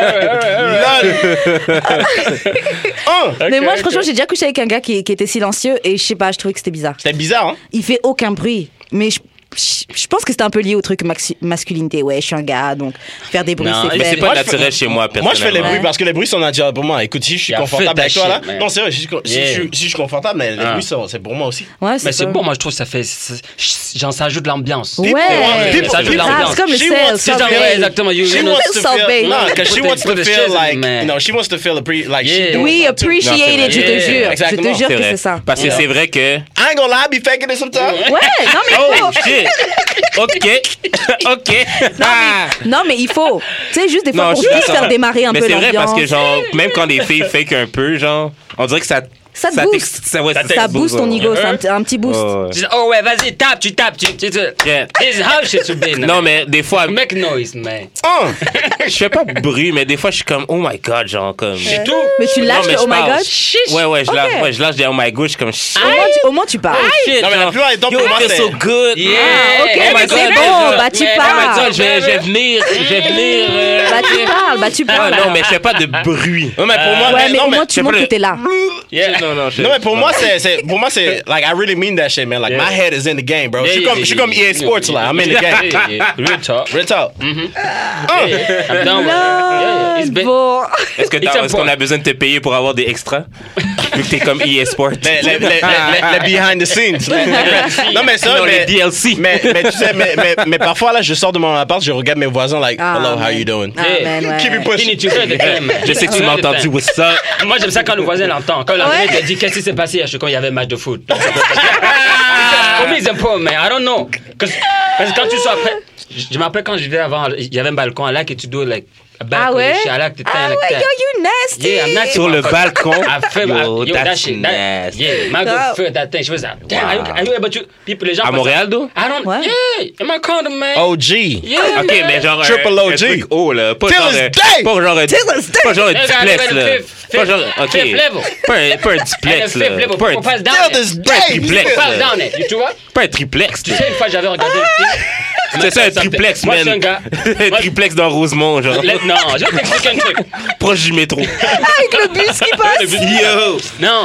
Un. Mais moi, franchement, j'ai déjà couché avec un gars qui, qui était silencieux et je sais pas, je trouvais que c'était bizarre. C'était bizarre, hein? Il fait aucun bruit, mais je, je, je pense que c'était un peu lié au truc maxi- masculinité. Ouais, je suis un gars, donc faire des bruits, Non, c'est Mais c'est faible. pas Moi, je fais- naturel chez moi, Moi, je fais les personnellement. bruits Ouais. parce que les bruits sont naturels pour moi. Écoute, si je suis Yeah, confortable fais ta avec toi là. shit, man. Non, c'est vrai, si je, si, Yeah. je, suis- si je suis confortable, mais les Ah. bruits, sont- c'est pour moi aussi. Ouais, Mais c'est ça. bon, moi je trouve que ça fait. c'est- Genre, ça ajoute de l'ambiance. Ouais, People- Ça ajoute de Ah, l'ambiance. c'est comme le She sel. wants- C'est Salt genre, Bae. ouais, exactement. You, She you know, wants to Salt feel, Bae. no, because she Put the- wants to put the feel shiz in, like, man. you know, she wants to feel appre- like Yeah. she doing Oui, something too. appreciated, je te Yeah, jure. Je exactement. te jure C'est que vrai. c'est ça. Parce que c'est vrai que. I ain't gonna lie, I be faking it sometimes. Ouais, non mais il faut. Oh shit! Ok! Ok! Ah. Non mais il faut. Tu sais, juste des fois Non, pour je suis juste d'accord. faire démarrer un Mais peu c'est vrai parce l'ambiance. que, genre, même quand les filles fake un peu, genre, on dirait que ça. Ça te t'ex- booste. Ça, ouais, Ça booste ton ego, c'est un, petit- un petit boost. Ouais, ouais. Tu dis, oh ouais, vas-y, tape, tu tapes, tu. tu, tu Yeah. This is how shit should be. Non, mais des fois, Make noise, man. Oh. je fais pas de bruit, mais des fois, je suis comme, oh my god, genre, comme. C'est tout. Mais tu lâches Non, mais le je oh my parle. god. Ouais, ouais, je Ok. lâche, ouais, je lâche des oh my god, je suis comme, shit. Au moins, tu, au moins, tu parles. shit, Non, mais la genre, plupart du temps, yo, pour moi, it feels c'est- so good. Yeah. Ah, ok, Oh my bah, c'est God, bon, man, bah tu mais- Oh my parles. god, je vais, je vais venir, je vais venir. euh, Bah tu parles, bah tu Ah, parles. non, mais je fais pas de bruit. Non, mais pour moi, Ouais, mais non, au mais moins tu c'est montres pas que t'es là. Yeah. Non, non, je- non, mais pour moi, c'est, c'est, pour moi, c'est, like, I really mean that shit, man. Like, Yeah. my head is in the game, bro. Yeah, Je suis yeah, comme, yeah, je suis comme yeah, E A Sports, yeah, là. I'm in the yeah, game. yeah, yeah. Real talk. Real talk. I'm down with it. Yeah, yeah. It's been- Bon. Est-ce que It's t'as- a est-ce qu'on point. a besoin de te payer pour avoir des extras? Vu que t'es comme E A Sports. Les, les, les, les, les behind the scenes. Non, mais ça, Non, mais, les D L C. mais, mais tu sais, mais, mais, mais parfois, là, je sors de mon appart, je regarde mes voisins, like, Ah, hello, how man. you doing? Ah, Yeah. man, ouais. Keep it He pushing. need to hear the game. Je sais que tu m'as entendu, what's up? Moi, j'aime ça quand le voisin l'entend. Quand l'entraîneur te dit qu'est-ce qui s'est passé hier, je suis quand il y avait un match de foot. Pour moi, ils aiment pas, mais I don't know. Parce parce que quand tu sois après, je je me rappelle quand je vivais avant, il y avait un balcon là que tu dois, like, back Ah with ouais? shit. I like the thing Ah like ouais, that. yo, you nasty. Yeah, I'm not Sur le balcon. I feel Yo, yo, that that's shit. That, nasty. yeah, my girl Ah. felt that thing. She was like, damn, are you, Wow. are you able to? People, les gens À pensent- Montréal, though? I don't. Ouais. Yeah, in my condom, man. O G. Yeah, Ok, man. mais genre. un- Triple O G. Un truc haut, là. Pas Till genre. this un- day. Pas genre. un- Till this day. Pas genre un Hey, guys, duplex, look at là. the fifth- Pas genre. fifth- Ok. fifth level. Pas un, pas un And the duplex, fifth là. level, Pas on un, passe down Till it. this pas un day. triplex, Pass là. down it, tu vois? Pas un triplex. Tu sais, une fois, j'avais regardé le film. C'est ça, un triplex, Moi, man. je suis un gars. Un Moi, triplex dans Rosemont, genre. Let- Non, je vais t'expliquer un truc. Proche du métro. Avec le bus qui passe. Yo! Non.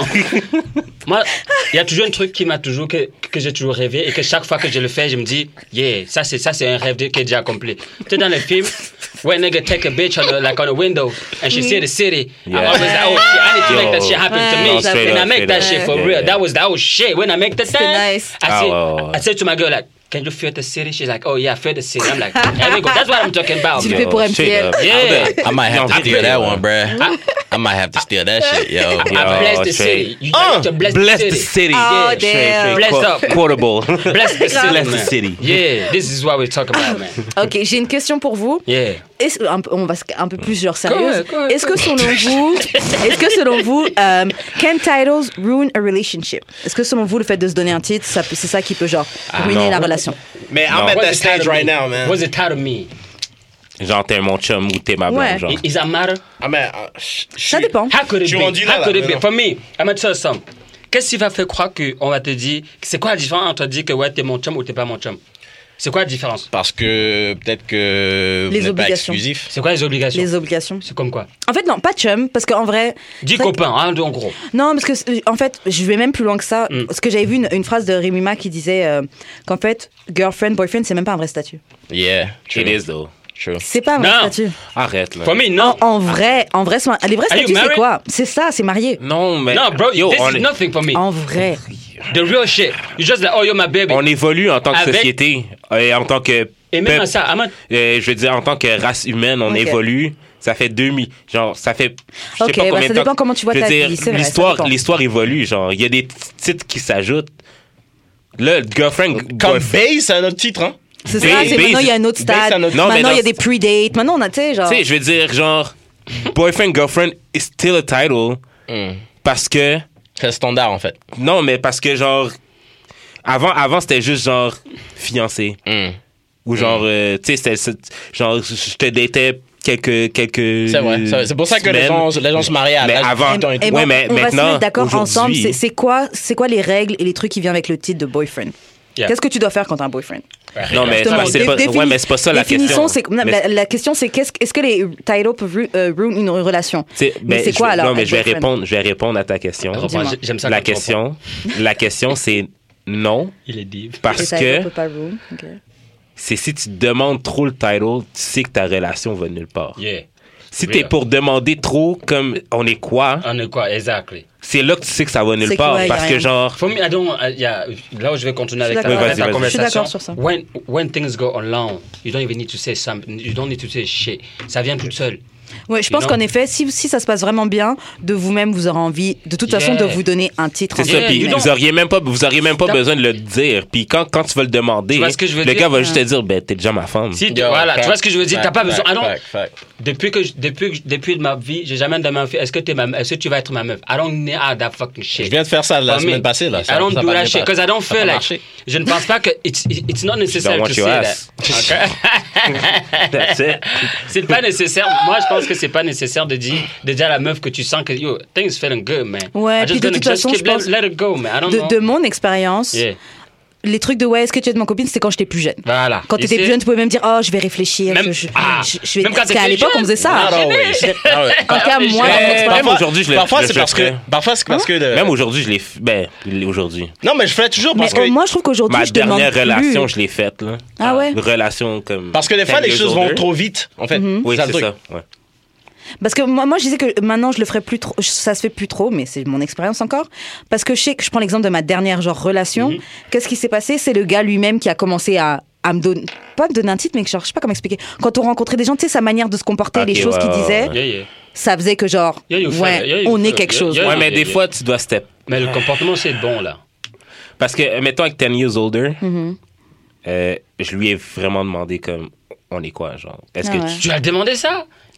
Moi, il y a toujours un truc qui m'a toujours, que, que j'ai toujours rêvé et que chaque fois que je le fais, je me dis, yeah, ça c'est, ça c'est un rêve de- qui est déjà accompli. Tu sais, dans les films, when nigga take a bitch on a, like on a window and she see the city, I'm Yeah. always like, oh shit, I need to make that shit happen to Ouais, me. non, straight And I up, make that straight shit up. for Yeah, real. yeah. That was that was shit. When I make the thing, nice. I Ah, say, ouais, ouais, ouais. I say to my girl like, can you feel the city? She's like, oh yeah, I feel the city. I'm like, there we go. That's what I'm talking about. Tu le man. fais pour M T L. Yeah. I might have to Non, steal that really, one, bruh. I might have to steal that shit, yo. Yo, I bless the straight. city. You Uh, need to bless, Bless the the city. city. Oh, Yeah. damn. Straight, straight. Bless Qu- up. Quotable. Bless the city. Bless the man. city. Yeah, this is what we talk about, man. Ok, j'ai une question pour vous. Yeah. Est-ce- un peu- on va se- un peu plus genre Go sérieuse. ahead, go ahead, Est-ce que selon vous, est-ce que selon vous, um, can titles ruin a relationship? Est-ce que selon vous, le fait de se donner un titre, ça peut- c'est ça qui peut genre ruiner non. la relation? Man, I'm No. at What's that the stage title right mean? now, man. What's the title mean? Genre, t'es mon chum ou t'es ma blonde, Ouais. genre. I- Is that matter? I'm at. Uh, sh- Ça shoot. dépend. How could it Je suis be? rendu là, How là, could it be? maintenant. For me, I'm gonna tell you something. Qu'est-ce qui va faire croire qu'on va te dire, c'est quoi la différence entre dire que ouais, t'es mon chum ou t'es pas mon chum? C'est quoi la différence? Parce que peut-être que Les vous n'êtes pas obligations. exclusif. C'est quoi les obligations? Les obligations. C'est comme quoi? En fait, non, pas chum, parce qu'en vrai. Dis c'est vrai que- copain, hein, en gros. Non, parce que, euh, en fait, je vais même plus loin que ça. Mm. Parce que j'avais vu une, une phrase de Rimima qui disait euh, qu'en fait, girlfriend, boyfriend, c'est même pas un vrai statut. Yeah, true. It is, though. True. C'est pas un vrai Non. statut. Arrête, là. For me, En, non. en vrai, en vrai, c'est un- les vrais Are you statuts, c'est married? quoi? C'est ça, c'est marié. Non, mais. Non, bro, Yo, this on, is est- nothing for me. En vrai. The real shit. You just like, oh, you're my baby. on évolue en tant que Avec- société. Et en tant que. Et même peuple, à ça, I'm a- euh, je veux dire, en tant que race humaine, on Ok. évolue. Ça fait deux mille. Genre, ça fait. Je sais Ok, pas bah, combien ça de temps- dépend comment tu vois je veux ta dire, vie, c'est vrai, ça L'histoire, dépend. l'histoire évolue. Genre, il y a des titres qui s'ajoutent. Là, le girlfriend. Comme boyf- Base, c'est un autre titre, hein? C'est Base- ça, c'est maintenant base- il y a un autre base, stade. c'est un autre- Non, mais Maintenant il y a dans- des pre-dates. Maintenant on a, tu sais, genre. Tu sais, je veux dire, genre, boyfriend, girlfriend is still a title Mm. parce que. C'est le standard, en fait. Non, mais parce que, genre. Avant, avant c'était juste, genre, fiancé. Mm. Ou genre, euh, tu sais, c'était- c'est- genre, je te datais quelques, quelques. C'est vrai. C'est c'est pour ça que les semaines. gens, les gens se marient à Mais l'âge de avant- dix-huit ans et Et tout. bon, Ouais, mais on va se maintenant, mettre d'accord aujourd'hui- ensemble. C'est c'est quoi, c'est quoi les règles et les trucs qui viennent avec le titre de boyfriend? Yeah. Qu'est-ce que tu dois faire quand t'as un boyfriend? Non, mais c'est Justement, pas, c'est dé- pas, définis- ouais, mais c'est pas ça la définissons, question. c'est- non, Mais la, la question c'est qu'est-ce, est-ce que les titles peuvent ru- euh, ruin une relation? c'est- Mais mais c'est je- quoi alors? Non, mais être je vais boyfriend? répondre, je vais répondre à ta question. Reprends, Dis-moi. J'aime ça. La quand tu question, la question, c'est non, Il est deep. Les parce titles que peuvent pas ruin. Ok. c'est si tu demandes trop le title, tu sais que ta relation va nulle part. Yeah. Si t'es Real. pour demander trop comme on est quoi, On est quoi? Exactly. c'est là que tu sais que ça va nulle C'est part. quoi, y a Parce que rien. genre, For me, I don't. uh, yeah, là où je vais continuer Je suis avec ta, d'accord. Oui, vas-y, ta vas-y. conversation. Je suis d'accord sur ça. When, when things go along, you don't even need to say something. You don't need to say shit. Ça vient tout seul. Ouais, je pense Non. qu'en effet, si, si ça se passe vraiment bien, de vous-même, vous aurez envie, de toute façon, Yeah. de vous donner un titre. c'est entre ça. Yeah, Puis you guillemets. vous auriez même pas, vous auriez même pas T'as- besoin de le dire. Puis quand, quand tu vas le demander, Tu vois ce que je veux le dire? gars va juste te dire, ben t'es déjà ma femme. Si, tu- Yo, voilà, fact, tu vois ce que je veux dire? T'as fact, pas besoin. fact, Ah non. fact, fact. Depuis que, je- depuis que, depuis de ma vie, j'ai jamais demandé à ma fille, est-ce que t'es ma, est-ce que tu vas être ma meuf? I don't need that fucking shit. Je viens de faire ça la For me, semaine passée, là. Ça- I don't ça a do pas that bien shit passé. because I don't Ça a feel pas like. marché. Je ne pense pas que it's, it's not necessary want to your say ass. that. Okay? That's it. C'est pas nécessaire. Moi, je pense que c'est pas nécessaire de dire déjà à la meuf que tu sens que yo, things feeling good, man. Ouais, I puis just de gonna toute just façon, keep je let, pense- let it go, man. I don't De, know. de mon expérience, Yeah. les trucs de ouais, est-ce que tu es de mon copine, c'était quand j'étais plus jeune. Voilà. Quand You t'étais see? plus jeune, tu pouvais même dire oh, je vais réfléchir. Même- je, je, ah, je- je vais. même quand Parce qu'à t'étais l'époque, jeune. on faisait ça. Not always. Ah ouais. En tout cas, moi, Mais- dans mon Même expérience- aujourd'hui, je le Parfois, je c'est le parce que. ferais. Parfois, c'est parce que. le- Même aujourd'hui, je l'ai fait. Ben, aujourd'hui. Non, mais je fais toujours Mais parce que. euh, moi, je trouve qu'aujourd'hui, Ma je demande dernière plus. relation, je l'ai faite, là. Ah ouais? Une relation comme. Parce que des fois, ten les years choses vont older. trop vite, en fait. Oui, le c'est truc. ça. Ouais. Parce que moi, moi, je disais que maintenant, je le ferais plus trop. Ça se fait plus trop, mais c'est mon expérience encore. Parce que je sais que je prends l'exemple de ma dernière genre relation. Mhm. Qu'est-ce qui s'est passé? C'est le gars lui-même qui a commencé à, à me donner, pas me donner un titre, mais que genre, je sais pas comment expliquer. Quand on rencontrait des gens, tu sais, sa manière de se comporter, Ok, les choses ouais, qu'il ouais, disait, ouais. Yeah, yeah. ça faisait que genre, Yeah, you feel ouais, it. Yeah, you on feel est it. quelque Yeah, chose. yeah. Ouais, mais des fois, tu dois step. Mais le comportement, c'est bon, là. Parce que, mettons, avec ten years older, Mhm. euh, je lui ai vraiment demandé comme, on est quoi, genre? Est-ce Ah que ouais. tu... Tu as demandé ça?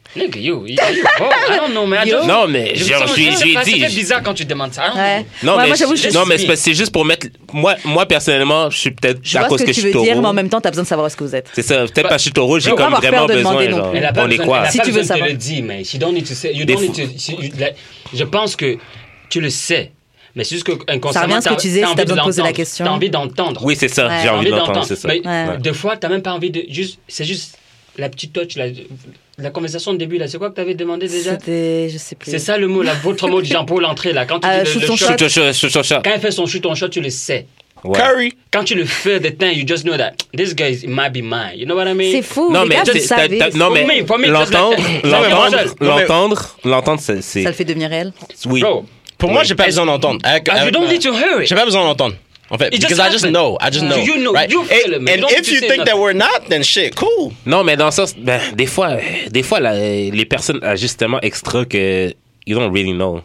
Nigga, you, you, you oh, I don't know, man. I just- Non, mais je me genre, sens- j'ai ça j'ai fait- dit. Ça fait bizarre quand tu demandes ça. I don't Ouais. know. Non, Ouais, mais, moi, j'avoue, je- non, mais je- c'est parce- c'est juste pour mettre. Moi, moi personnellement, je suis peut-être Je à vois cause ce que, que, tu je veux suis dire, taureau. mais en même temps, t'as besoin de savoir ce que vous êtes. C'est ça. Peut-être parce que je suis taureau, j'ai Faut pas comme avoir peur vraiment de besoin. demander non Genre, plus. Elle a pas on est besoin, quoi? elle a Si pas tu veux besoin de te savoir. le dire, mais she don't need to say. You Des don't need fois- to. si- you- like, je pense que tu le sais, mais c'est juste que inconsciemment, Ça revient à ce que t'as- tu disais, t'as si envie t'as besoin de poser la l'entendre. question. T'as envie d'entendre. Oui, c'est ça. Ouais. J'ai T'as envie d'entendre, d'entendre. c'est ça. Mais Ouais. des fois, t'as même pas envie de juste. C'est juste la petite touch, la, la conversation de début là. C'est quoi que t'avais demandé déjà? C'était, je sais plus. C'est ça le mot, là, votre mot de Jean-Paul l'entrée là. Quand tu Euh, dis shoot le, ton le shot. shot, Shoot, shoot, shoot, shoot, shoot. quand il fait son shoot, ton shot, tu le sais. Ouais. Curry. Quand tu le fais the thing, you just know that this guy is- might be mine. You know what I mean? C'est fou. Non, les mais gars, vous t'es- le t'as- savez. t'as- non, For mais me, for me, l'entendre, just like- Non, mais l'entendre, moi, je- l'entendre, l'entendre, c'est, c'est, Ça le fait devenir réel. oui. Bro, Pour moi, j'ai pas besoin d'entendre. Avec- ah, you avec don't ma- need to hear it. J'ai pas besoin d'entendre. En fait, It because just I just happened. know. I just Do know. you know? Right? You feel it, man. And, You don't and need if to you say think that nothing. we're not, then shit, cool. Non, mais dans le sens, ben, des fois, euh, des fois, là, euh, les personnes ont justement extra que you don't really know.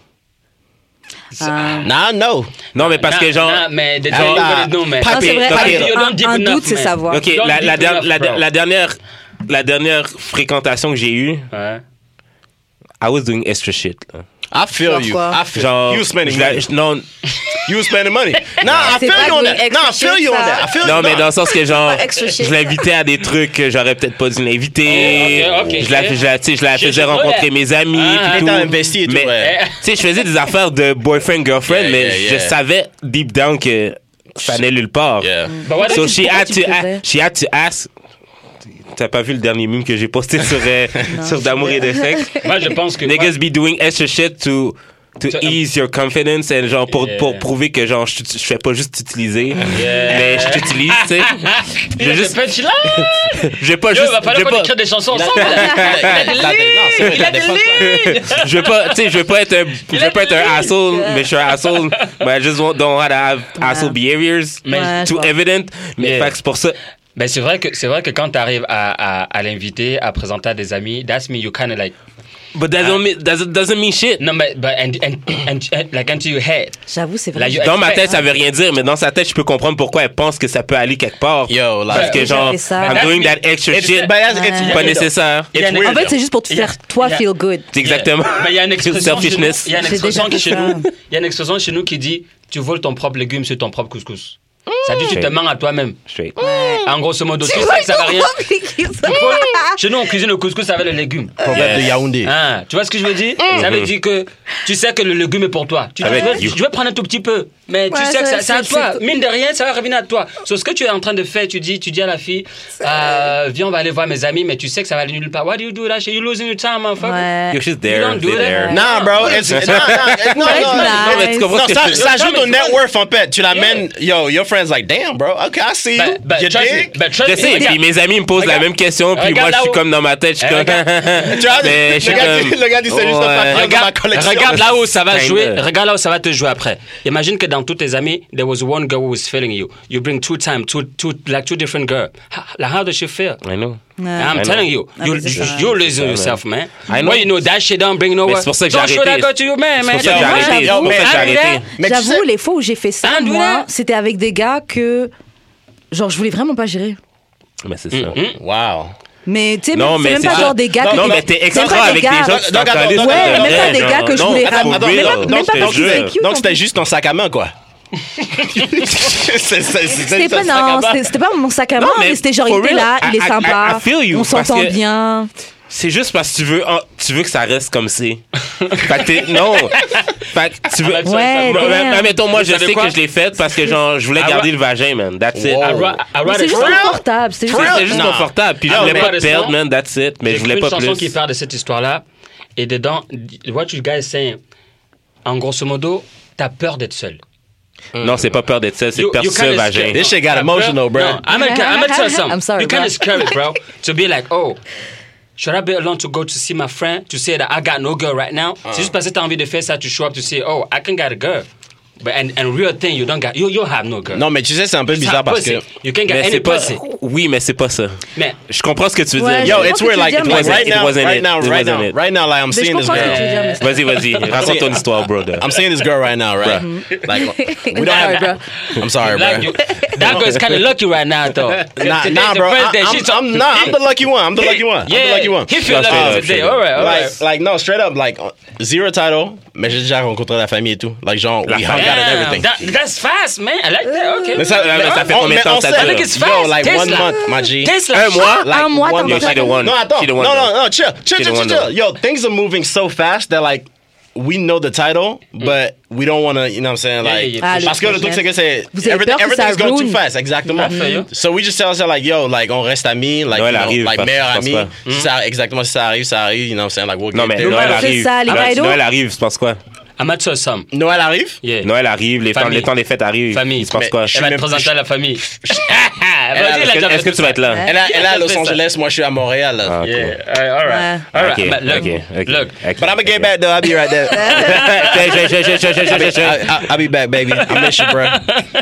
Ah. Nah, no. Non, mais parce Nah, que genre, nah, mais they Ah, don't nah. even know, man. Pas Non, c'est vrai. ok. un- You don't Un, deep un enough, doute, c'est man. savoir. ok, Don't la, la, deep der- enough, la, bro. la dernière, la dernière fréquentation que j'ai eue, Ouais. I was doing extra shit. Là. I feel Genre you. quoi? I feel Genre, you spending je la- money. je- non, You spending money. Nah, I C'est feel pas you on doing that. extra Nah, I feel shit, you on ça. that. I feel non, you. mais dans le sens que genre, Pas extra shit. je l'invitais à des trucs que j'aurais peut-être pas dû l'inviter. Oh, ok, ok, je la, ok. je la, tu sais, je la Je- faisais je- rencontrer ouais. mes amis. Ah, puis t'as tout. investi et tout, Mais, ouais. tu sais, je faisais des affaires de boyfriend girlfriend, Yeah, mais yeah, yeah. je savais deep down que ça n'allait nulle part. Yeah. But what So if- she pourquoi had tu to, le faisais? a- she had to ask. T'as pas vu le dernier meme que j'ai posté sur, euh, sur d'amour et de sexe? Moi, je pense que. Niggas be doing extra shit to to So, um, ease your confidence and genre pour Yeah. pour prouver que genre je, je fais pas juste t'utiliser, Yeah. mais je t'utilise, tu sais. Je Je juste. juste Punch là! je vais pas Yo, juste il va je falloir vais qu'on pas écrive des chansons ensemble. Il a des- non, c'est vrai, il a des punch- je vais pas tu sais je vais pas être un je vais pas être un asshole, mais je suis un asshole, but I just don't want to have asshole behaviors Mais- Ouais, je too vois. evident, mais Yeah. fait que c'est pour ça. Ben, c'est vrai que, c'est vrai que quand tu arrives à, à, à l'inviter, à présenter à des amis, that's me, you kind of like. But that don't mean, doesn't, doesn't mean shit. No, but, but and, and, and, and like into your head. J'avoue, c'est vrai. Là, you- Dans ma tête, ça veut rien dire, mais dans sa tête, je peux comprendre pourquoi elle pense que ça peut aller quelque part. Yo, Parce like. que genre, J'ai fait ça. I'm But doing that's that extra It's, shit. but that's, it's Ouais. Pas weird, nécessaire. Il y a It's une- weird. En fait, c'est juste pour te Il y a- faire toi il y a- feel good. C'est exactement. Mais il y a une expression Selfishness. chez nous, il y a une J'ai expression déjà qui fait chez ça. nous, il y a une expression chez nous qui dit tu voles ton propre légume sur ton propre couscous. Ça dit tu te Straight. mens à toi-même. Straight. En grosso modo, tu sais que ça va rien. Tu voles- Chez nous, on cuisine le couscous avec le légume. Proverbe de Yaoundé. Ah, tu vois ce que je veux dire? Ça veut dire que tu sais que le légume est pour toi. Tu dis, Avec je, vais, you. je vais prendre un tout petit peu, mais tu Ouais, sais que ça, ça- c'est à c'est- toi. c'est- Mine de rien, ça va revenir à toi. Sur ce que tu es en train de faire, tu dis, tu dis à la fille, euh, viens, on va aller voir mes amis, mais tu sais que ça va aller nulle part. Why do you do that? You're losing your time, motherfucker. Ouais. You're just there. You don't do they're that. there. Nah, bro. It's, nah, nah, no, Ouais, no, c'est no. Non, mais tu comprends Non, ce que ça, je- ça ajoute au mais net worth en fait. Tu l'amènes, yo, your friend's like, damn, bro, okay, I see you. But, but You trust me, dig? but trust Je me, sais, regarde. puis mes amis me posent la Regarde. même question, puis Regarde moi, je suis là-haut. comme dans ma tête, je suis Eh, comme... regarde. Tu vois, Mais je suis le gars, comme- dit- le gars dit, c'est juste Ouais. un papier dans ma Regarde, collection. regarde là où ça va Kinda. jouer. Regarde là où ça va te jouer après. Imagine que dans tous tes amis, there was one girl who was feeling you. You bring two times, two, two, like two different girls. How, like how does she feel? I know. I'm I telling know. you, Ah, you mais c'est ça. you're losing ça, yourself, man. I know. Well, you know that shit don't bring nowhere. Mais c'est pour ça que j'ai Don't show arrêté. that girl to your man, C'est man. pour ça que j'ai Yo, arrêté. man. C'est pour ça que j'ai And arrêté. that- Mais tu J'avoue, sais- les fois où j'ai fait ça, Ah, moi, ouais. c'était avec des gars que. Genre, je voulais vraiment pas gérer. Mais c'est ça. Mm-hmm. Wow. Mais tu sais, Non, c'est mais même c'est pas ça. genre des gars Non, que non, tu- mais t'es c'est extra pas des avec gars- des gens qui Donc, sont attends, calés sur donc, Ouais, le même pas vrai, des genre, gars que je non, voulais for ramener. real. Mais même- Non, même pas je te parce qu'ils jure. étaient cute, Donc en c'était plus. juste ton sac à main, quoi. C'est- c'est- c'est- C'était c'est pas, un sac à non, main. c'était c'était pas mon sac à main, Non, mais mais c'était genre, for il était real, là, il I- est I- sympa, I feel you, on s'entend parce que- bien. C'est juste parce que tu veux, oh, tu veux que ça reste comme c'est. Fait que t'es, non. Fait que tu veux. Ouais, Ouais, Mais- mais- damn. Mettons, moi, Vous je savez sais quoi? que je l'ai faite parce que genre, je voulais I garder ra- le vagin, man. That's it. Wow. I ra- I Mais rather- c'est juste For real? confortable, c'est juste. For real? C'était juste Non. confortable. Puis je Non, voulais mais pas pas de perdre, ça. man. That's it. Mais J'ai je voulais écrit pas une chanson plus. qui parle de cette histoire-là. Et dedans, what you guys saying, en grosso modo, t'as peur d'être seul. Non, c'est pas peur d'être seul, c'est You- peur you sur ce kinda vagin. scared. This shit got T'as emotional, peur- bro. No, I'm gonna, I'm gonna tell you something. I'm sorry, you kind bro. of scared, bro, to be like, oh, should I be alone to go to see my friend to say that I got no girl right now? C'est juste parce que t'as envie de faire ça to show up to say, oh, I can get a girl. But and, and real thing, you don't got, you, you have no girl. Non, mais tu sais, c'est un peu It's bizarre not parce pussy. que. You can get Mais any c'est pas- pussy. Oui, mais c'est pas ça. Mais Je comprends ce que tu veux Ouais, dire. Yo, je it's comprends weird. ce que Like, tu veux dire, like mais- right It now, wasn't right it. now, It right wasn't now, it. right now, like I'm Mais je seeing this comprends ce que tu veux girl. dire, mais Vas-y, vas-y. Raconte ton histoire, bro. I'm seeing this girl right now, right? Like, we don't Sorry, bro. have. I'm sorry, like, bro. you, that girl's kind of lucky right now, though. Nah, Today's nah, the bro. first I, day. I'm, She's I'm, nah, I'm the lucky one. I'm the lucky one. I'm Yeah, the lucky one. he feel Straight lucky up, today. straight All up. right, all Like, right. like, no, straight up, like, uh, zero title, mais j'ai déjà rencontré la famille et tout. Like, genre, we hung out and Damn, everything. that, that's fast, man. I like that. Okay. Mais ça, mais ça fait on- combien de mais temps on ça sait- dure? I think it's Yo, fast. like one Tesla. month, my G. Tesla. Un mois? Like Un mois, one t'as month. Yo, she the one. No, attends. She the No, one, no, though. no, chill, chill, She the chill, one, chill, though. chill. Yo, things are moving so fast that, like, we know the title, but we don't want to, you know what I'm saying? Yeah, Like, yeah, yeah. Ah, parce que le truc, c'est que c'est, Vous avez everything, peur que ça everything's going too ruine. fast, exactement. Parfait, yo. So we just tell ourselves, like, yo, like, on reste amis, like, Noël you know, arrive, like, parce- meilleurs pense amis. pas. Si ça, exactement, si ça arrive, ça arrive, you know what I'm saying? Like, we'll Non, get mais there. Noël c'est arrive. ça, les Noël- cadeaux. Noël arrive, tu penses quoi? I'm at your some. Noël arrive? Yeah. Noël arrive, les temps, Famille. les temps des fêtes arrivent. Famille. Il se passe Mais quoi? je- Elle va te même- présenter à la famille. a- Vas-y, Est-ce la que- job est-ce que tu vas être là? Elle, a- elle est à Los Elle fait ça. Angeles, moi, je suis à Montréal. là. Ah, ok. Yeah. All right. All right. All right. Ok, But look, ok, ok. look. Ok. But I'm gonna get back, though. I'll be right there. Je- je- je- je- je- je- je- je- I- I- I'll be back, baby. I miss you, bro.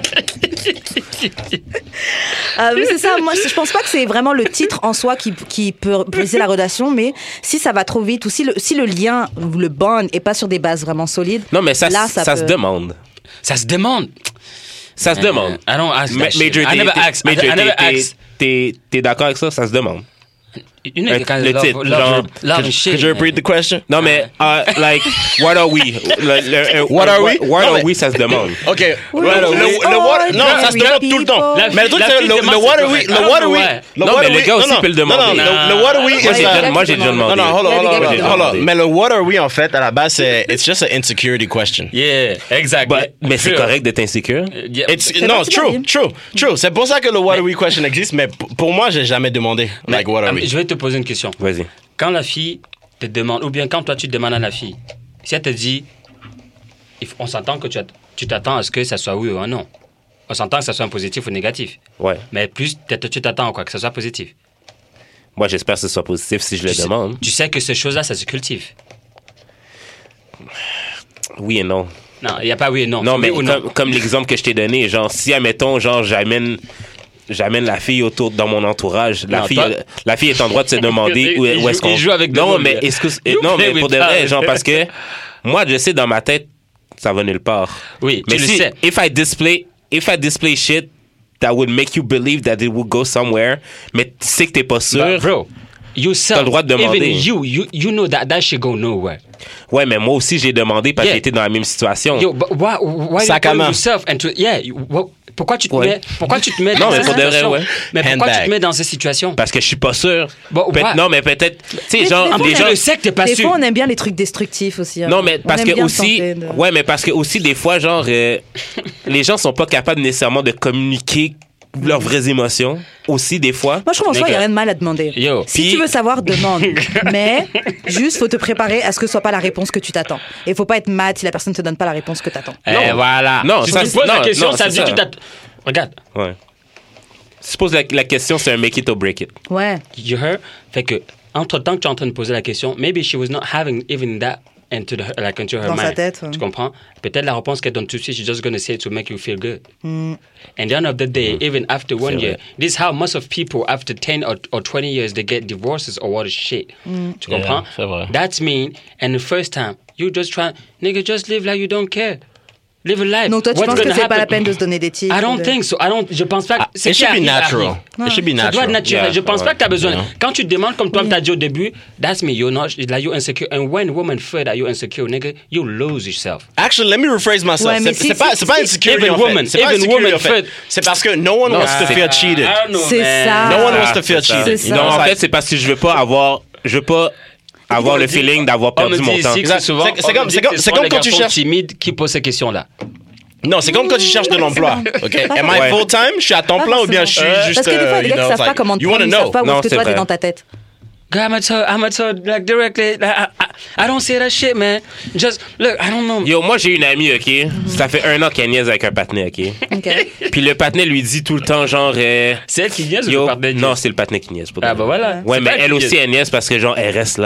Euh, mais c'est ça, moi je pense pas que c'est vraiment le titre en soi qui, qui peut briser la relation, mais si ça va trop vite ou si le, si le lien ou le bond est pas sur des bases vraiment solides, Non, mais ça, là, ça, ça se peut- demande. Ça se demande. Ça se demande. I don't ask Ma- that shit. Major, I t'es- never t'es- ask. I Major, I never t'es- t'es- ask. t'es- T'es d'accord avec ça? Ça se demande. You know, Le- the kind le of love, titre, love, genre, love and shit. Could you man. repeat the question? Non, mais, uh, like, what are we? Le- le- euh, What are we? What Non, are mais- we, ça se demande. OK. Le, We le, are le water, non, ça se demande tout le temps. people. Mais le truc, La c'est fille le, demande, le c'est water we, correct. le I don't water know we, why. le Non, water mais we, le gars aussi non, peut le non, demander. Non, non, le, le water we Moi, is j'ai a- déjà, moi, j'ai déjà demandé. Non, non, hold on, Il y a des hold on, gars hold qui on, demandent. hold on. Mais le water we, en fait, à la base, c'est, it's just an insecurity question. Yeah, exactly. But- mais c'est True. correct d'être insécure. Yeah. It's, C'est non, parti de la true, vie. true, true. C'est pour ça que le water we question existe, mais p- pour moi, j'ai jamais demandé, like, what are Ah, we? je vais te poser une question. Vas-y. Quand la fille te demande, ou bien quand toi tu demandes à la fille, si elle te dit, il faut- on s'entend que tu at- tu t'attends à ce que ça soit oui ou un non. On s'entend que ça soit un positif ou négatif. Ouais. Mais plus, peut-être tu t'attends à quoi? Que ça soit positif. Moi, j'espère que ce soit positif si je le tu sais, demande. tu sais que ces choses-là, ça se cultive. Oui et non. Non, il n'y a pas oui et non. Non, Oui mais ou non. comme, comme l'exemple que je t'ai donné, genre, si, admettons, genre, j'amène, j'amène la fille autour dans mon entourage, la Non, fille, toi- la fille est en droit de se demander Il- où, il où joue- est-ce qu'on... il joue avec de Non, l'eau, mais lui. est-ce que... You Non, play mais pour with de vrai, that. genre, parce que moi, je sais, dans ma tête, ça va nulle part. Oui, Mais tu si, le sais. if I display, if I display shit that would make you believe that it would go somewhere, mais tu sais que t'es pas sûr... But bro, yourself, T'as le droit de demander. even you, you, you know that that shit go nowhere. Ouais, mais moi aussi, j'ai demandé parce que Yeah. j'étais dans la même situation. Yo, but why, why Sac you à put main. yourself into, yeah, you- what- pourquoi tu te Ouais. mets, pourquoi tu te mets Non, dans mais ces pour de vrai, situations? ouais. Mais pourquoi Handbag. tu te mets dans ces situations? Parce que je suis pas sûr. Bon, Peut- ouais. Non, mais peut-être... Tu sais, Mais genre, des fois, les on gens... Je le sais que t'es pas des sûr. fois on aime bien les trucs destructifs aussi. hein. Non, mais On parce aime que bien aussi, tenter de- ouais, mais parce que aussi des fois, genre, euh, les gens sont pas capables nécessairement de communiquer leurs vraies émotions. Aussi, des fois. Moi, je trouve en soi, il n'y a Nigga. rien de mal à demander. Yo. Si Puis- tu veux savoir, demande. Mais juste, faut te préparer à ce que ce soit pas la réponse que tu t'attends. Et faut pas être mad si la personne te donne pas la réponse que t'attends. Eh, Non. voilà. Non, tu ça, te c'est- poses la non, question, non, ça c'est dit ça. que tu t'attends. Regarde, Ouais. Si tu poses la, la question, c'est un make it or break it. Ouais. you heard? Fait que, entre temps que tu es en train de poser la question, maybe she was not having even that into, the, like, into her Dans mind. sa tête, ouais. Tu comprends? Peut-être la réponse qu'elle donne tout de suite, she's just going to say it to make you feel good. And at the end of the day, even after one C'est year, vrai. this is how most of people, after ten or, or twenty years, they get divorces or what is shit. Tu comprends? c'est vrai. That's mean, and the first time, you just try, nigga, just live like you don't care. Live a life. Donc toi, tu What's penses que gonna c'est pas la happen? peine de se donner des tips? I don't de- think so. I don't, je pense pas que Ah, c'est it qui should be arrive, natural. arrive. It should be Ça doit natural. être naturel. Yeah, je pense ouais, pas que tu as besoin. yeah. Quand tu demandes, comme toi, tu as dit au début, that's me, you're not, like you're insecure. And when women feel that you're insecure, nigga, you lose yourself. Actually, let me rephrase myself. Ouais, mais c'est si- c'est pas, si- c'est pas si- insecurity Even en fait. women, C'est pas even insecurity women en fait. fait- C'est parce que no one wants to c'est- feel cheated. I don't know, C'est man. ça. No one Ah, wants to feel c'est ça. cheated. C'est You ça. know, Non, en it's fait, like- c'est parce que je veux pas avoir... Je veux pas avoir le feeling d'avoir On me perdu dit mon temps. ici que Exact. c'est souvent, C'est- c'est on me comme- dit c'est que comme- ce c'est sont comme les quand tu garçons cherches- timides qui posent ces questions-là. Non, c'est comme quand tu cherches de l'emploi. OK? Am I Ouais. full time? Je suis à temps Pas plein ou bien je suis forcément. juste. Parce que des fois, il y a des euh, gars you qui know, savent pas like, comment te you prendre, wanna ils savent know. pas où Non, est-ce que c'est toi, t'es vrai. dans ta tête. Girl, I'm gonna tell, I'm gonna tell, like directly, like, I, I, I don't say that shit, man. Just look, I don't know. Yo, moi, j'ai une amie, OK? Ça fait un an qu'elle niaise avec un patinet, OK? OK. Puis le patinet lui dit tout le temps, genre... euh, C'est elle qui niaise ou Yo, le partenaire? non, c'est le patinet qui niaise. pour de Ah vrai. bah voilà. Ouais, C'est mais pas elle qui aussi, niaise. elle niaise parce que, genre, elle reste là.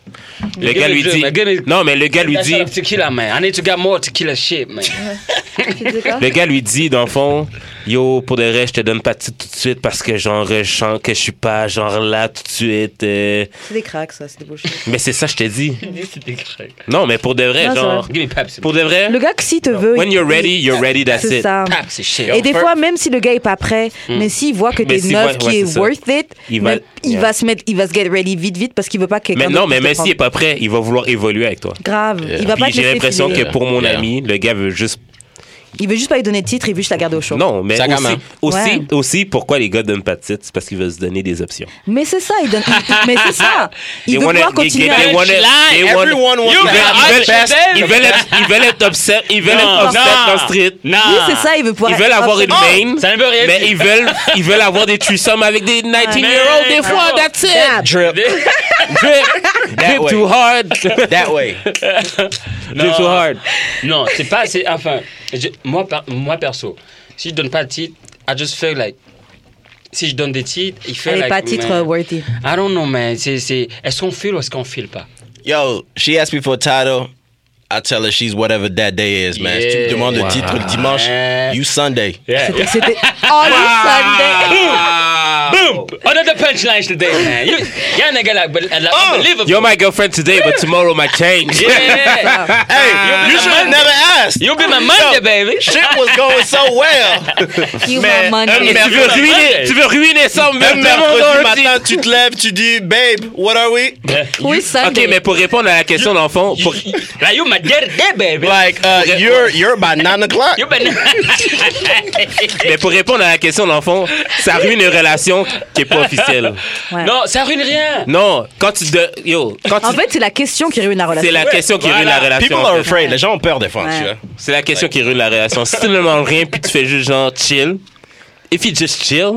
Le gars lui dit. Non, mais le gars lui dit. Tequila, man. I need to get more tequila shit, man. Le gars lui dit, dans le fond, yo, pour de vrai, je te donne pas de titre tout de suite parce que, genre, je sens que je suis pas, genre, là, tout de suite. euh. C'est des cracks, ça, c'est des bullshit. Mais c'est ça, je te dis. C'est des cracks. Non, mais pour de vrai, Non, c'est genre. vrai. Give me Pepsi. Pour de vrai, Le gars que si te veut. when il- you're ready, il- you're ready, that's C'est it. ça. Pepsi shit. Et des Yo, fois, même si le gars est pas prêt, mais s'il voit que Mais t'es s'il neuf voit- qui ouais, est c'est ça. worth it, Il va- mais il yeah. va se mettre, il va se get ready vite, vite parce qu'il veut pas que quelqu'un Mais non, d'autre mais puisse même te s'il est pas prêt, il va vouloir évoluer avec toi. prendre. Grave. Il va pas Puis te j'ai laisser l'impression filer. que pour mon Yeah. ami, le gars veut juste. Il veut juste pas lui donner de titre, il veut juste la garder au chaud. Non, mais Ça, quand aussi, même. aussi, Ouais. aussi, pourquoi les gars donnent pas de titre? C'est parce qu'ils veulent se donner des options. Mais c'est ça, il donne. il- mais c'est ça. Il They veut wanna- pouvoir they- continuer they à. wanna- they wanna- Everyone wants Ils to veulent- have ils the veulent- best. Ils veulent être, ils veulent être upset, ils veulent Non, être upset non. dans le street. Non. Oui, c'est ça, il veut pouvoir. Ils veulent avoir une main, Ça ne veut rien mais dire. ils veulent, ils veulent avoir des threesomes avec des nineteen-year-olds des fois, that's it. Dab. Drip. Drip, drip way. too hard. That way. Drip too hard. Non, c'est pas. C'est, enfin, je- moi, per- moi perso, si je donne pas de titre, I just feel like. Si je donne des titres, il fait Elle est like. pas titre man, euh, worthy. I don't know, man. C'est, c'est, est-ce qu'on file ou est-ce qu'on file pas? Yo, she asked me for a title. I tell her she's whatever that day is, man. Si tu me Yeah. demandes Wow. le titre le dimanche, Yeah. you Sunday. Yeah. C'était. c'était- Oh, le Sunday. Boom! Another punchline today, man. You, y'all nigga like, like unbelievable. You're my girlfriend today, but tomorrow might change. Yeah. Hey, you should have never asked. You'll be my Monday, baby. Shit was going so well. You Mais my un money. Et tu veux ruiner, tu veux ruiner ça, Un même mercredi matin, tu te lèves, tu dis, babe, what are we? Oui, Sunday. Ok, mais pour répondre à la question d'enfant, pour... Like, you my daddy, day, baby. Like, uh, you're you're by nine o'clock. You been. mais pour répondre à la question d'enfant, ça ruine une relation qui est pas officielle. Ouais. Non, ça ruine rien. Non, quand tu de, yo, quand tu, En fait, c'est la question qui ruine la relation. c'est la question qui ruine la relation. People en are fait. afraid. Les gens ont peur des fois, Ouais. tu vois. C'est la question qui ruine la relation. Si tu ne demandes rien puis tu fais juste genre chill, if you just chill,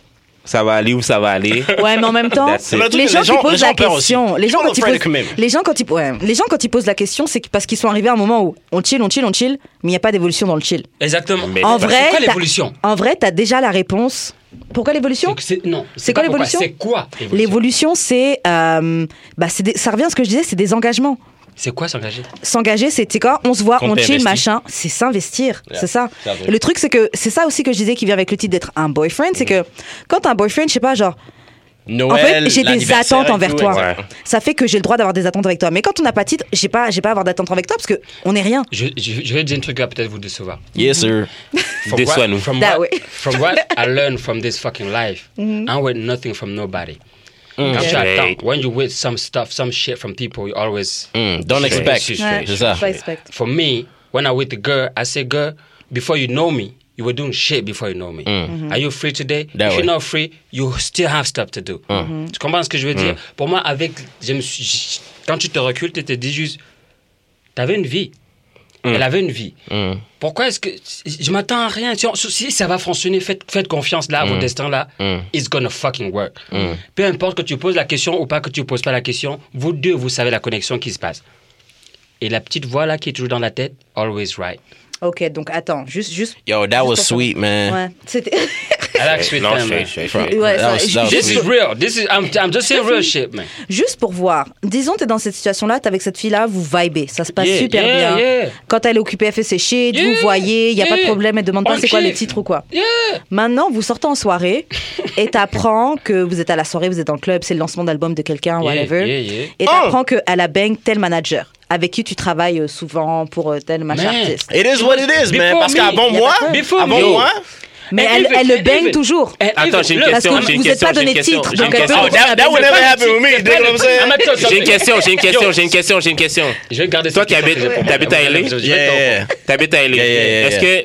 ça va aller où ça va aller. Ouais, mais en même temps, That's it. Mais le truc, les les gens qui gens- les posent gens la ont peur question, aussi. les gens People quand ils afraid of posent, commitment. les gens quand ils, ouais, les gens quand ils posent la question, c'est parce qu'ils sont arrivés à un moment où on chill, on chill, on chill, mais il n'y a pas d'évolution dans le chill. Exactement. Mais En c'est vrai, quoi t'as- l'évolution? En vrai, t'as déjà la réponse. Pourquoi l'évolution? C'est- c'est- non. C'est quoi pas pourquoi, l'évolution? C'est quoi l'évolution? L'évolution, c'est, euh, bah, c'est des- ça revient à ce que je disais, c'est des engagements. C'est quoi s'engager? S'engager, c'est, tu sais quoi, on se voit, Quand on t'es chill, investi. machin, c'est s'investir, Yeah, c'est ça. c'est vrai. Et le truc, c'est que c'est ça aussi que je disais qui vient avec le titre d'être un boyfriend, c'est que quand t'as un boyfriend, je sais pas, genre, Noël, en fait, j'ai des l'anniversaire attentes et envers tout, toi. ouais. Ça fait que j'ai le droit d'avoir des attentes avec toi. Mais quand on n'a pas de titre, j'ai pas, j'ai pas à avoir d'attentes avec toi parce que on est rien. Je, je, je vais dire un truc qui va peut-être vous décevoir. Yes, sir. From Déçois-nous. what- From That what, way. from what I learned from this fucking life, I'm with nothing from nobody. Quand tu Straight. attends, when you with some stuff, some shit from people, you always. Mm, don't Straight. expect. Straight. Ouais, C'est ça. pas expect. For me, when I'm with the girl, I say, girl, before you know me, you were doing shit before you know me. Are you free today? That If way. you're not free, you still have stuff to do. Tu comprends ce que je veux dire? Pour moi, avec, je me suis, j- quand tu te recules, tu te dis juste, t'avais une vie. Elle avait une vie. Mm. Pourquoi est-ce que je m'attends à rien? Si, on- si ça va fonctionner, faites, faites confiance là, à votre destin là. Mm. It's gonna fucking work. Peu importe que tu poses la question ou pas que tu poses pas la question, vous deux, vous savez la connexion qui se passe. Et la petite voix là qui est toujours dans la tête, always right. Ok, donc attends, juste, juste. Yo, that was sweet, man. Ouais, c'était. I like sweet Non, time, je man. fais, je fais, je From- fais. Ouais, that ça, was- ju- that was This sweet. is real. This is I'm, I'm just saying real shit, man. Juste pour voir. Disons, t'es dans cette situation-là, t'es avec cette fille-là, vous vibez, ça se passe Yeah, super yeah, bien. yeah. Quand elle est occupée, elle fait ses shit, Yeah, vous voyez, il y a pas de yeah. problème, elle demande pas On c'est quoi le kick. titre ou quoi. Yeah. Maintenant, vous sortez en soirée et t'apprends que vous êtes à la soirée, vous êtes dans le club, c'est le lancement d'album de quelqu'un, Yeah, whatever. yeah, yeah. Et t'apprends qu'elle a bang tel manager avec qui tu travailles euh, souvent pour euh, tel machin Man. artiste. It is what it is, man. Before Parce me. qu'avant Y a moi, pas de Before avant me. moi, Mais And elle, even- elle le and bang even- toujours. And Attends, even- j'ai une look, Parce question, que j'ai une vous êtes question, pas j'ai une donné de question, titre, j'ai une donc elle question. peut- Oh, that, that would never happen with me. You dig what I'm saying? I'm not J'ai une question, j'ai une question, j'ai une question, j'ai une question. Je vais garder Toi cette qui question habites- que j'ai pas- t'habites à L A? Je vais te Yeah, yeah, répondre. T'habites à L A. Yeah, yeah, yeah, Est-ce yeah. que,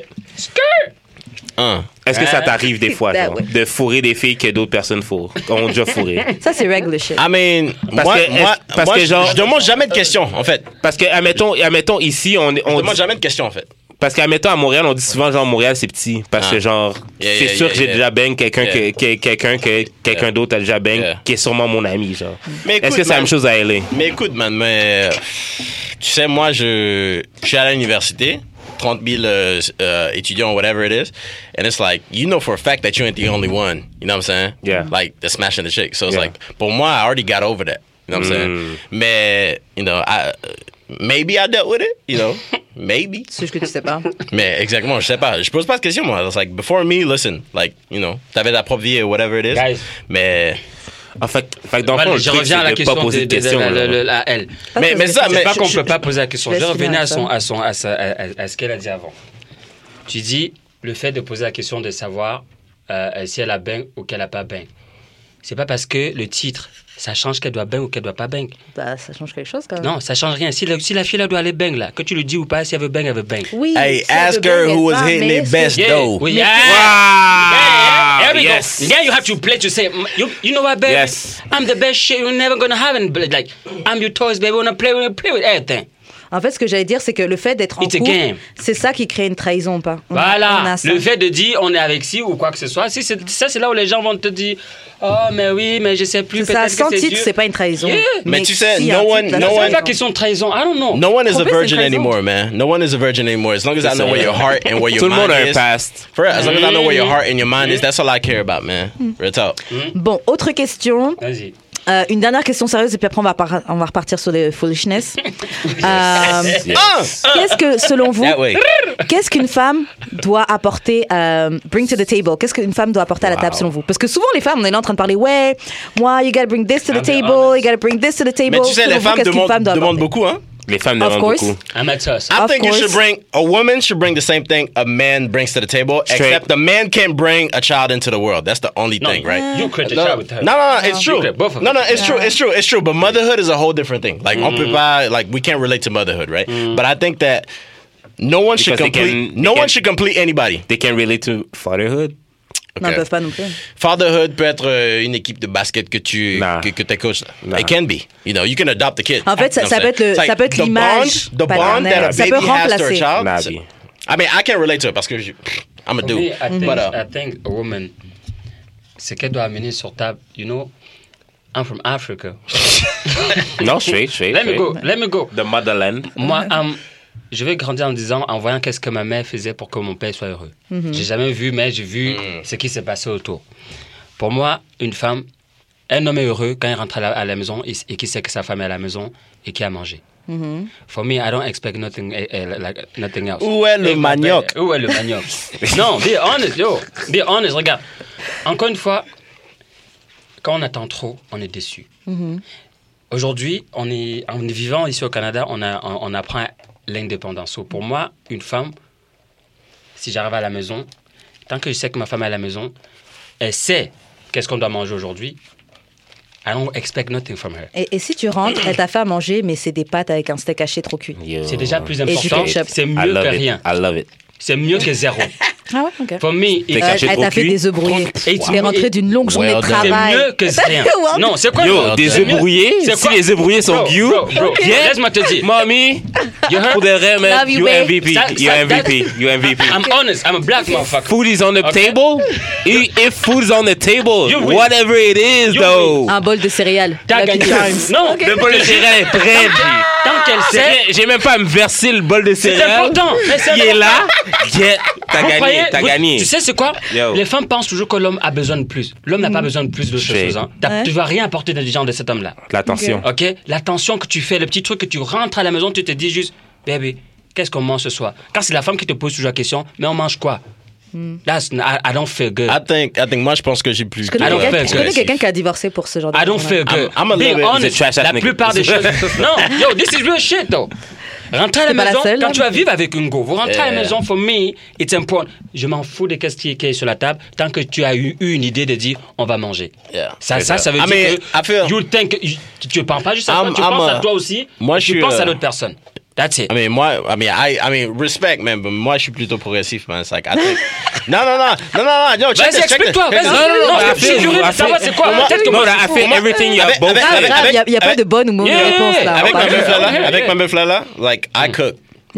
Hein. est-ce que ça t'arrive des fois, That genre, way. de fourrer des filles que d'autres personnes fourrent, ont déjà fourré? Ça, c'est regular shit. I mean, Parce moi, que- moi, parce moi, que je- genre- je demande jamais de questions, en fait. Parce que, admettons, admettons ici, on, Je on demande dit- jamais de questions, en fait. parce qu'admettons à Montréal, on dit souvent genre Montréal c'est petit, parce Ah. que genre Yeah, c'est yeah, sûr yeah, que j'ai yeah. déjà bang quelqu'un Yeah. que, que- quelqu'un que quelqu'un Yeah. d'autre a déjà bang Yeah. qui est sûrement mon ami genre. Mais Est-ce écoute, que c'est la man. même chose à L A? Mais écoute, man, mais. Tu sais, moi, je, je suis à l'université. trente mille euh, euh, étudiants, whatever it is. And it's like, you know for a fact that you ain't the only one. You know what I'm saying? Yeah. Like, the smashing the chick. So it's Yeah. like, pour moi, I already got over that. You know what I'm saying? Mm. Mais, you know, I, maybe I dealt with it, you know, maybe. C'est ce que tu sais pas. Mais exactement, je sais pas. Je pose pas de questions, moi. It's like, before me, listen, like, you know, t'avais ta propre vie, or whatever it is. Guys. Mais, En fait, fait que dans le Voilà, fond, le je truc, reviens à la c'est de question pas de, poser de de- de- questions. la- là. la- la- à elle. Pas mais, poser mais de ça, questions. mais. C'est pas qu'on je- peut pas poser la question. Laisse Je vais finir revenir à, ça. son, à, son, à, sa- à, à- à ce qu'elle a dit avant. Tu dis le fait de poser la question de savoir euh, si elle a bang ou qu'elle a pas bang. C'est pas parce que le titre, ça change qu'elle doit bang ou qu'elle doit pas bang. Bah, ça change quelque chose quand même. Non, ça change rien. Si la, si la fille là doit aller bang là, que tu le dis ou pas, si elle veut bang, elle veut bang. Oui. Hey, si elle ask veut her bang, who elle was va, hitting mais it est-ce best, que- though. Oui, Mais- yeah. Wow! There we Yes. go. Then you have to play to say, you, you know what, baby? Yes. I'm the best shit you're never gonna have. And like, I'm your toys, baby. Wanna play with, play with everything. En fait, ce que j'allais dire, c'est que le fait d'être en It's a couple, game. c'est ça qui crée une trahison ou pas. On a- on Voilà. a ça. Le fait de dire on est avec ci ou quoi que ce soit, si c'est, ça c'est là où les gens vont te dire, oh mais oui, mais je sais plus. C'est ça, peut-être sans que c'est titre, dur. c'est pas une trahison. Yeah. Mais tu sais, si no un titre, one- là, no c'est C'est one- pas question de trahison. I don't know. No one is a Tromper, c'est virgin une trahison. anymore, man. No one is a virgin anymore. As long as I know ça. where your heart and where your Tout le monde mind a un is. past. For real, as long as I know where your heart and your mind is, that's all I care about, man. Real talk. Bon, autre question. Vas-y. Euh, une dernière question sérieuse et puis après on va, par- on va repartir sur les foolishness. Euh, Yes. Qu'est-ce que, selon vous, That way. qu'est-ce qu'une femme doit apporter, euh, bring to the table? Qu'est-ce qu'une femme doit apporter à la table selon vous? Parce que souvent les femmes, on est là en train de parler, ouais, moi, you gotta bring this to the I'm table, honest. you gotta bring this to the table. Mais tu sais, Selon les vous, femmes qu'est-ce qu'une demandent, femme doit demandent apporter? beaucoup, hein? Les femmes Of demandent course. beaucoup. I'm at us. I Of think you course. should bring a woman should bring the same thing a man brings to the table, Straight. except the man can't bring a child into the world. That's the only No, thing, right? you create a No, child with her. no, no, no, it's You true. create both of No, no, them. it's true, it's true, it's true. But motherhood is a whole different thing. Like, on peut pas, like, we can't relate to motherhood, right? But I think that no one should Because they complete, can- no they one can- should complete anybody. They can relate to fatherhood. Non, ils Okay. peuvent pas non plus. Fatherhood peut être euh, une équipe de basket que tu Nah. que, que tu coaches. Nah. It can be. You know, you can adopt the kid. En fait, ça- You know ça what peut I'm être le- saying? ça peut être It's like l'image the bond, the bond paternelle. that a Ça peut baby has to a remplacer. child. Nabi. I mean, I can't relate to it parce que je, I'm a For dude. me, I think, But, uh, I think a woman, ce qu'elle doit amener sur table, you know, I'm from Africa. Non, straight, straight. Let me straight. go, let me go. The motherland. Moi, um, je vais grandir en disant, en voyant qu'est-ce que ma mère faisait pour que mon père soit heureux. J'ai jamais vu, mais j'ai vu ce qui s'est passé autour. Pour moi, une femme, un homme est heureux quand il rentre à la, à la maison et, et qui sait que sa femme est à la maison et qui a mangé. For me, I don't expect nothing, eh, eh, like, nothing else. Où est le Et mon père- manioc? Où est le manioc? Non, be honest, yo. Be honest, regarde. Encore une fois, quand on attend trop, on est déçu. Aujourd'hui, on est, en vivant ici au Canada, on, a, on, on apprend l'indépendance. So, pour moi, une femme, si j'arrive à la maison, tant que je sais que ma femme est à la maison, elle sait qu'est-ce qu'on doit manger aujourd'hui, I don't expect nothing from her. Et, et si tu rentres, elle t'a fait à manger, mais c'est des pâtes avec un steak haché trop cuit. Yo. C'est déjà plus du important. ketchup. C'est I mieux love que it. rien. I love it. C'est mieux que zéro. Ah ouais, ok. For me, T'es it's- caché Elle trop t'a fait cuit. des œufs brouillés. Et Tu es rentré d'une longue journée Well de done. c'est travail. mieux que rien. Well Non, c'est quoi Yo, le- des c'est œufs mieux- brouillés. c'est Si quoi- les œufs brouillés sont Bro, you, bro, bro, yeah. laisse-moi te dire. Mommy, You heard? pour de vrai, man, Love you, you babe. M V P. Ça- You ça- M V P. You M V P. I'm honest. I'm a black motherfucker. Food is on the Okay. table. If if food is on the table, You win. whatever it is, You though. Un bol de céréales. T'as Lucky gagné. Charms. Non, Ok. Le bol de céréales est prêt, G. tant qu'elle C'est sait, rien, j'ai même pas à me verser le bol de c'est céréales. important. Mais c'est Il est important. là. Get. T'as Vous gagné. croyez- T'as vous- gagné. Tu sais c'est quoi? Yo. Les femmes pensent toujours que l'homme a besoin de plus. L'homme n'a pas besoin de plus de Straight. choses. Hein. T'as- Ouais. Tu vas rien apporter d'intelligent de cet homme-là. L'attention. Ok? L'attention que tu fais, le petit truc que tu rentres à la maison, tu te dis juste, baby, qu'est-ce qu'on mange ce soir? Quand c'est la femme qui te pose toujours la question, mais on mange quoi? That's, I, I don't feel good. I think, I think, moi, je pense que j'ai plus. Je connais I don't quelqu'un feel je connais good. quelqu'un qui a divorcé pour ce genre de I don't raison-là. feel good. I'm- I'm a Being little bit- honest, He's a trash-ass la nigga. plupart des choses. Non, yo, this is real shit, though. Rentrer à la T'es pas la maison, seule, quand là, tu vas mais- vivre avec une go, vous rentrez à la Yeah. maison, for me, it's important. Je m'en fous de qu'est-ce qui est- qui est sur la table, tant que tu as eu, eu une idée de dire, on va manger. Yeah. Ça, C'est ça, ça. ça veut I dire mean, que I feel- you think, you- tu ne penses pas juste à toi, I'm- tu I'm penses a- à toi aussi, Moi, et je tu suis, penses à euh, l'autre personne. That's it. I mean, moi, I mean, I, I mean, respect, man, but moi, je suis plutôt progressif, man. It's like, I think. non, non, non, non, non, non, yo, check Vas-y, this, check this. explique-toi, Check vas-y. this. Non, non, non, I je suis feel- curieux I de savoir feel- c'est quoi. Moi- Peut-être que No, moi, I je suis feel fou. everything you have Avec- both avec- said. avec- Grave, il n'y a, il y a pas avec- de bonne ou mauvaise Yeah. réponse là. Avec On ma va meuf dire. là, Yeah. avec ma meuf là, là, like, I cook.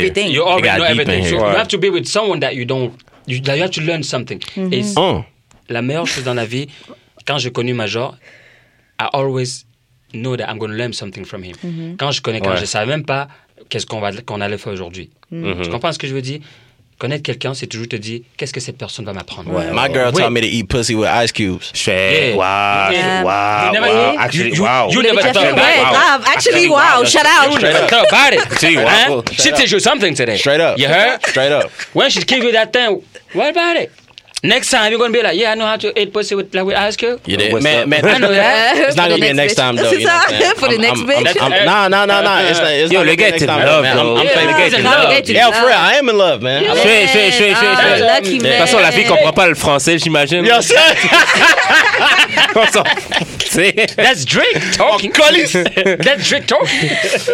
everything. You already got know deep in everything. here. So Ouais. you have to be with someone that you don't. You, that you have to learn something. Et c- Oh. la meilleure chose dans la vie, quand j'ai connu Major, I always know that I'm going to learn something from him. Quand je connais, quand Ouais. je savais même pas qu'est-ce qu'on va qu'on allait faire aujourd'hui. Mhm. Tu comprends ce que je veux dire? Connaître quelqu'un, c'est toujours te dire qu'est-ce que cette personne va m'apprendre. My girl Oui. taught me to eat pussy with ice cubes. Je fais, Yeah. wow, Yeah. wow, You never- wow, you- actually, you- wow. you Vous l'avez never déjà thought fait? about Ouais, it. grave. Actually, wow, shout You out. never thought about it. See, wow. Huh? She teach you something today. Straight up. You heard? Straight up. When she give you that thing, what about it? Next time you're gonna be like, yeah, I know how to eat pussy with like with ice cube. You did, What's man. up? Man, I know that. It's not gonna be a next time though. C'est You know ça, what I'm saying? for the I'm- next I'm- bitch. I'm- I'm- Nah, nah, nah, nah. It's not. It's Yo, not le gonna be gars a next est in time, love, man. I'm, bro. I'm Yeah, fake- le gars est in non, le love. gars est in Yeah, love. for real, I am in love, man. Je fais, je fais, je fais, je fais, Ah, je fais. lucky De man. toute façon, la fille comprend pas le français, j'imagine. Yo, son. On s'en fout, tu sais. That's Drake talking. That's Drake talking.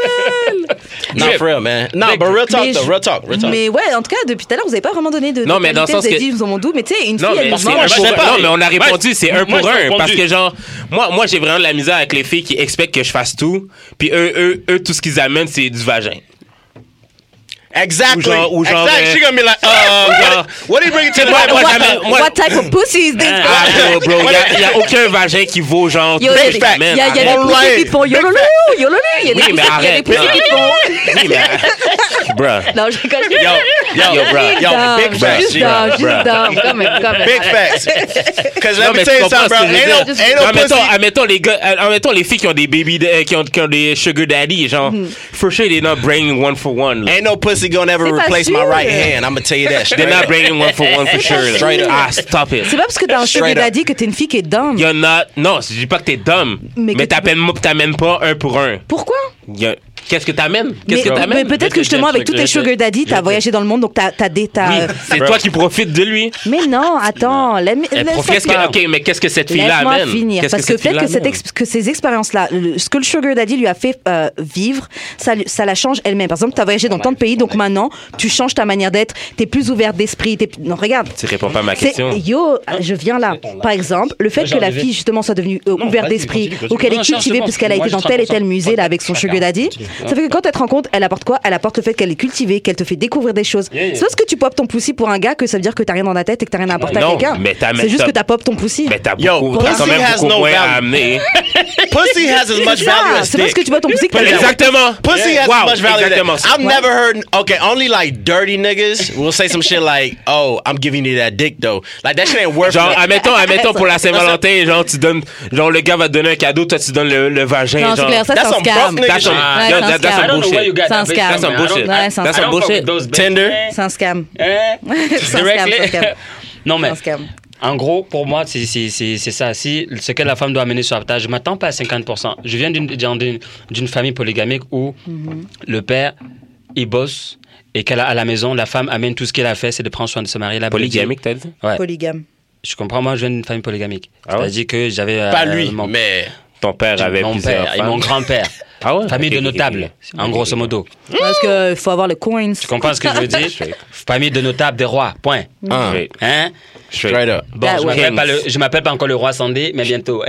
Nah, for real, man. Nah, but real talk Mais though. je- Real talk. Real talk. Mais ouais, en tout cas, depuis tout à l'heure, vous avez pas vraiment donné de. Non, de mais dans le qualité, sens vous avez que- dit, ils ont mon doux, mais tu sais, une Non, fille, mais elle c'est demande. un je pour sais un. pas. Non, mais on a répondu, c'est un moi, pour j'ai un. répondu. Parce que, genre, moi, moi, j'ai vraiment de la misère avec les filles qui expectent que je fasse tout. Puis eux, eux, eux, tout ce qu'ils amènent, c'est du vagin. Exactly. Ou genre- ou genre, exactly. euh, She gonna be like, uh, what, what do you bring it to the Moi, table? moi, What, j'amène- moi- what type of pussy is this? Ah, bro, bro, il n'y a, aucun vagin qui vaut, genre, Yo, tout il y ce a que des- j'amène. il y a- il y a des Arrête. pussy qui te font yololo, yololo. Il y a des Oui, pussy- mais il y a des arrête, pussy non. qui te font. Oui, mais... Bruh. Non, je rigole. Yo, yo, Yo, bro. yo, Dumb, big facts. Juste G. dumb, juste Bruh. dumb. Quand même, quand même. Big facts. Because let Non, me mais tell tu you comprends something, bro. ce que je veux Ain't no, dire. ain't Non, no admettons, pussy. admettons, les gars, admettons les filles qui ont des baby, euh, qui ont, qui ont des sugar daddy, genre, for sure, they're not bringing one for one. là. Ain't no pussy gonna ever C'est pas replace sûr. my right hand. I'm gonna tell you that. They're straight not up. bringing one for one for sure. là. Straight up. Ah, stop it. C'est pas parce que t'as un sugar Straight up. daddy que t'es une fille qui est dumb. You're not... Non, je dis pas que t'es dumb, Mais mais, que tu- t'amènes, t'amènes pas un pour un. Pourquoi? Y a- Qu'est-ce que t'amènes? Mais, Qu'est-ce que mais t'amènes? peut-être que Je vais te justement, dire avec un tous truc, tes je vais te- sugar daddy, je vais t'as te- voyagé dans le monde, donc t'as t'as des. t'as, Oui, euh, c'est toi qui profites de lui. Mais non, attends, laisse- Elle laisse- profite Qu'est-ce que, pas. ok, mais qu'est-ce que cette fille-là Laisse-moi amène? finir. Qu'est-ce Parce que, cette peut-être que, fille-là cette amène? ex- que ces expériences-là, le- ce que le sugar daddy lui a fait euh, vivre, ça, lui- ça la change elle-même. Par exemple, tu as voyagé dans tant de pays, donc maintenant, tu changes ta manière d'être, tu es plus ouvert d'esprit. t'es- Non, regarde. Tu réponds pas à ma C'est- question. Yo, je viens là. Par exemple, le fait Moi, j'ai que la enlevé. fille justement soit devenue euh, Non, ouverte vas-y, d'esprit continue, continue. ou qu'elle Non, est cherche, cultivée c'est bon. parce qu'elle a Moi, été dans j'ai tel et tel trente pour cent. musée là avec son sugar daddy, ça fait que quand elle te rend compte, elle apporte quoi? Elle apporte le fait qu'elle est cultivée, qu'elle te fait découvrir des choses. Yeah, yeah. C'est parce que tu popes ton poussi pour un gars que ça veut dire que t'as rien dans la tête et que t'as rien à apporter à Non, quelqu'un. mais t'as- C'est juste t'as- que t'as pop ton poussi. Mais t'as Yo, beaucoup, t'as quand pussy même has beaucoup no moins à value. amener. Pussy has as C'est much ça, value as c'est parce que dick. tu popes ton poussi que t'as Exactement. Pussy has Wow, as much value as exactement dick. ça. I've never heard. Okay, only like dirty niggas will say some shit like, "Oh, I'm giving you that dick though." Like that shit ain't worth Genre, it. admettons, admettons pour la Saint-Valentin, genre, tu donnes, genre, le gars va te donner un cadeau, toi, tu donnes le, le vagin, Non, c'est genre. clair, ça c'est That's un some scam. broke nigga That's some, Ouais, yeah, c'est un that- that's scam. some I don't know where you bullshit. got C'est un that bitch scam. from, That's some man. I don't- bullshit. Ouais, c'est un That's I some don't fuck bullshit. with those bitches, Tinder. man. C'est un scam. Eh? C'est un scam, Directly. c'est un scam. Non, mais C'est un scam. en gros, pour moi, c'est c'est- c'est- c'est ça. Si ce que la femme doit amener sur la table, je ne m'attends pas à cinquante pour cent. Je viens d'une- d'une d'une famille polygamique où le père, il bosse et qu'à la, à la maison, la femme amène tout ce qu'elle a fait, c'est de prendre soin de se marier. La Polygamique, t'as dit? Ouais. Polygame. Je comprends, moi, je viens d'une famille polygamique. Ah ouais? C'est-à-dire que j'avais. euh, Pas lui, mon, mais Ton père avait mon plusieurs père et femmes. mon grand-père. Ah ouais? Famille Ok, de ok, notables, ok. en grosso modo. Parce qu'il faut avoir le coins. Tu comprends ce que je veux dire? Famille de notables, des rois, point. uh, Straight. Hein? straight up. Bon, That je way. m'appelle pas, le- je m'appelle pas encore le roi Sandé, mais bientôt.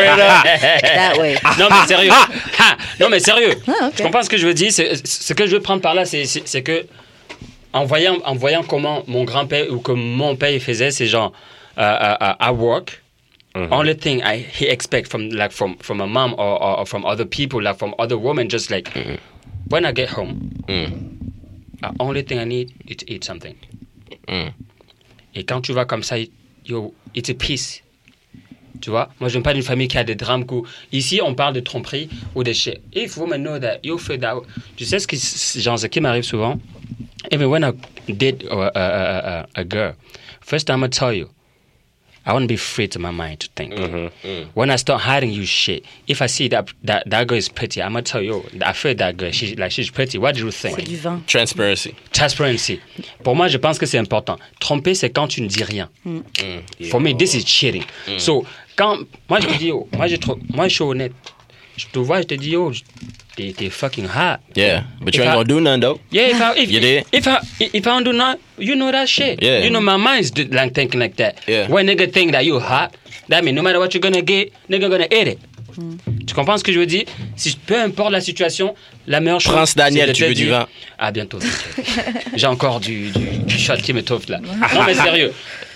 That way. Non, mais sérieux. Ah, non, mais sérieux. Ah, ok. Tu comprends ce que je veux dire? C'est- Ce que je veux prendre par là, c'est- c'est c'est que, en voyant, en voyant comment mon grand-père ou que mon père il faisait, c'est genre, uh, uh, uh, I work. Only thing I he expect from like from from a mom or, or, or from other people, like from other women, just like when I get home, Mm. the only thing I need is to eat something. Mm. Et quand tu vas comme ça, yo, it's a peace. Tu vois, moi je viens pas d'une famille qui a des drames. Où, ici, on parle de tromperie ou de shit. If women know that, you feel that. Tu sais ce qui, genre, ce qui m'arrive souvent? Even when I date a, a, a, a, a girl, first time I tell you, I want to be free to my mind to think. When I start hiding you shit, if I see that that, that girl is pretty, I'm gonna tell you, I feel that girl, she, like she's pretty. What do you think? C'est du vin. Transparency. Transparency. Pour moi, je pense que c'est important. Tromper, c'est quand tu ne dis rien. For me, this is cheating. So, quand moi je te dis, oh, moi, je, tro- moi je suis honnête. Je te vois, je te dis, oh, t'es, t'es fucking hot. Yeah, but you If ain't I- gonna do nothing though. Yeah, if I if, You did? if I if I don't do not, you know that shit. Yeah. You know my mind's d- like thinking like that. Yeah. When nigga think that you hot, that means no matter what you're gonna get, nigga gonna eat it. Tu comprends ce que je veux dire? Si peu importe la situation, la meilleure chose. Prince Daniel, c'est de tu te veux du dire- vin? À bientôt. J'ai encore du, du, du shot qui m'étouffe là. Non mais sérieux.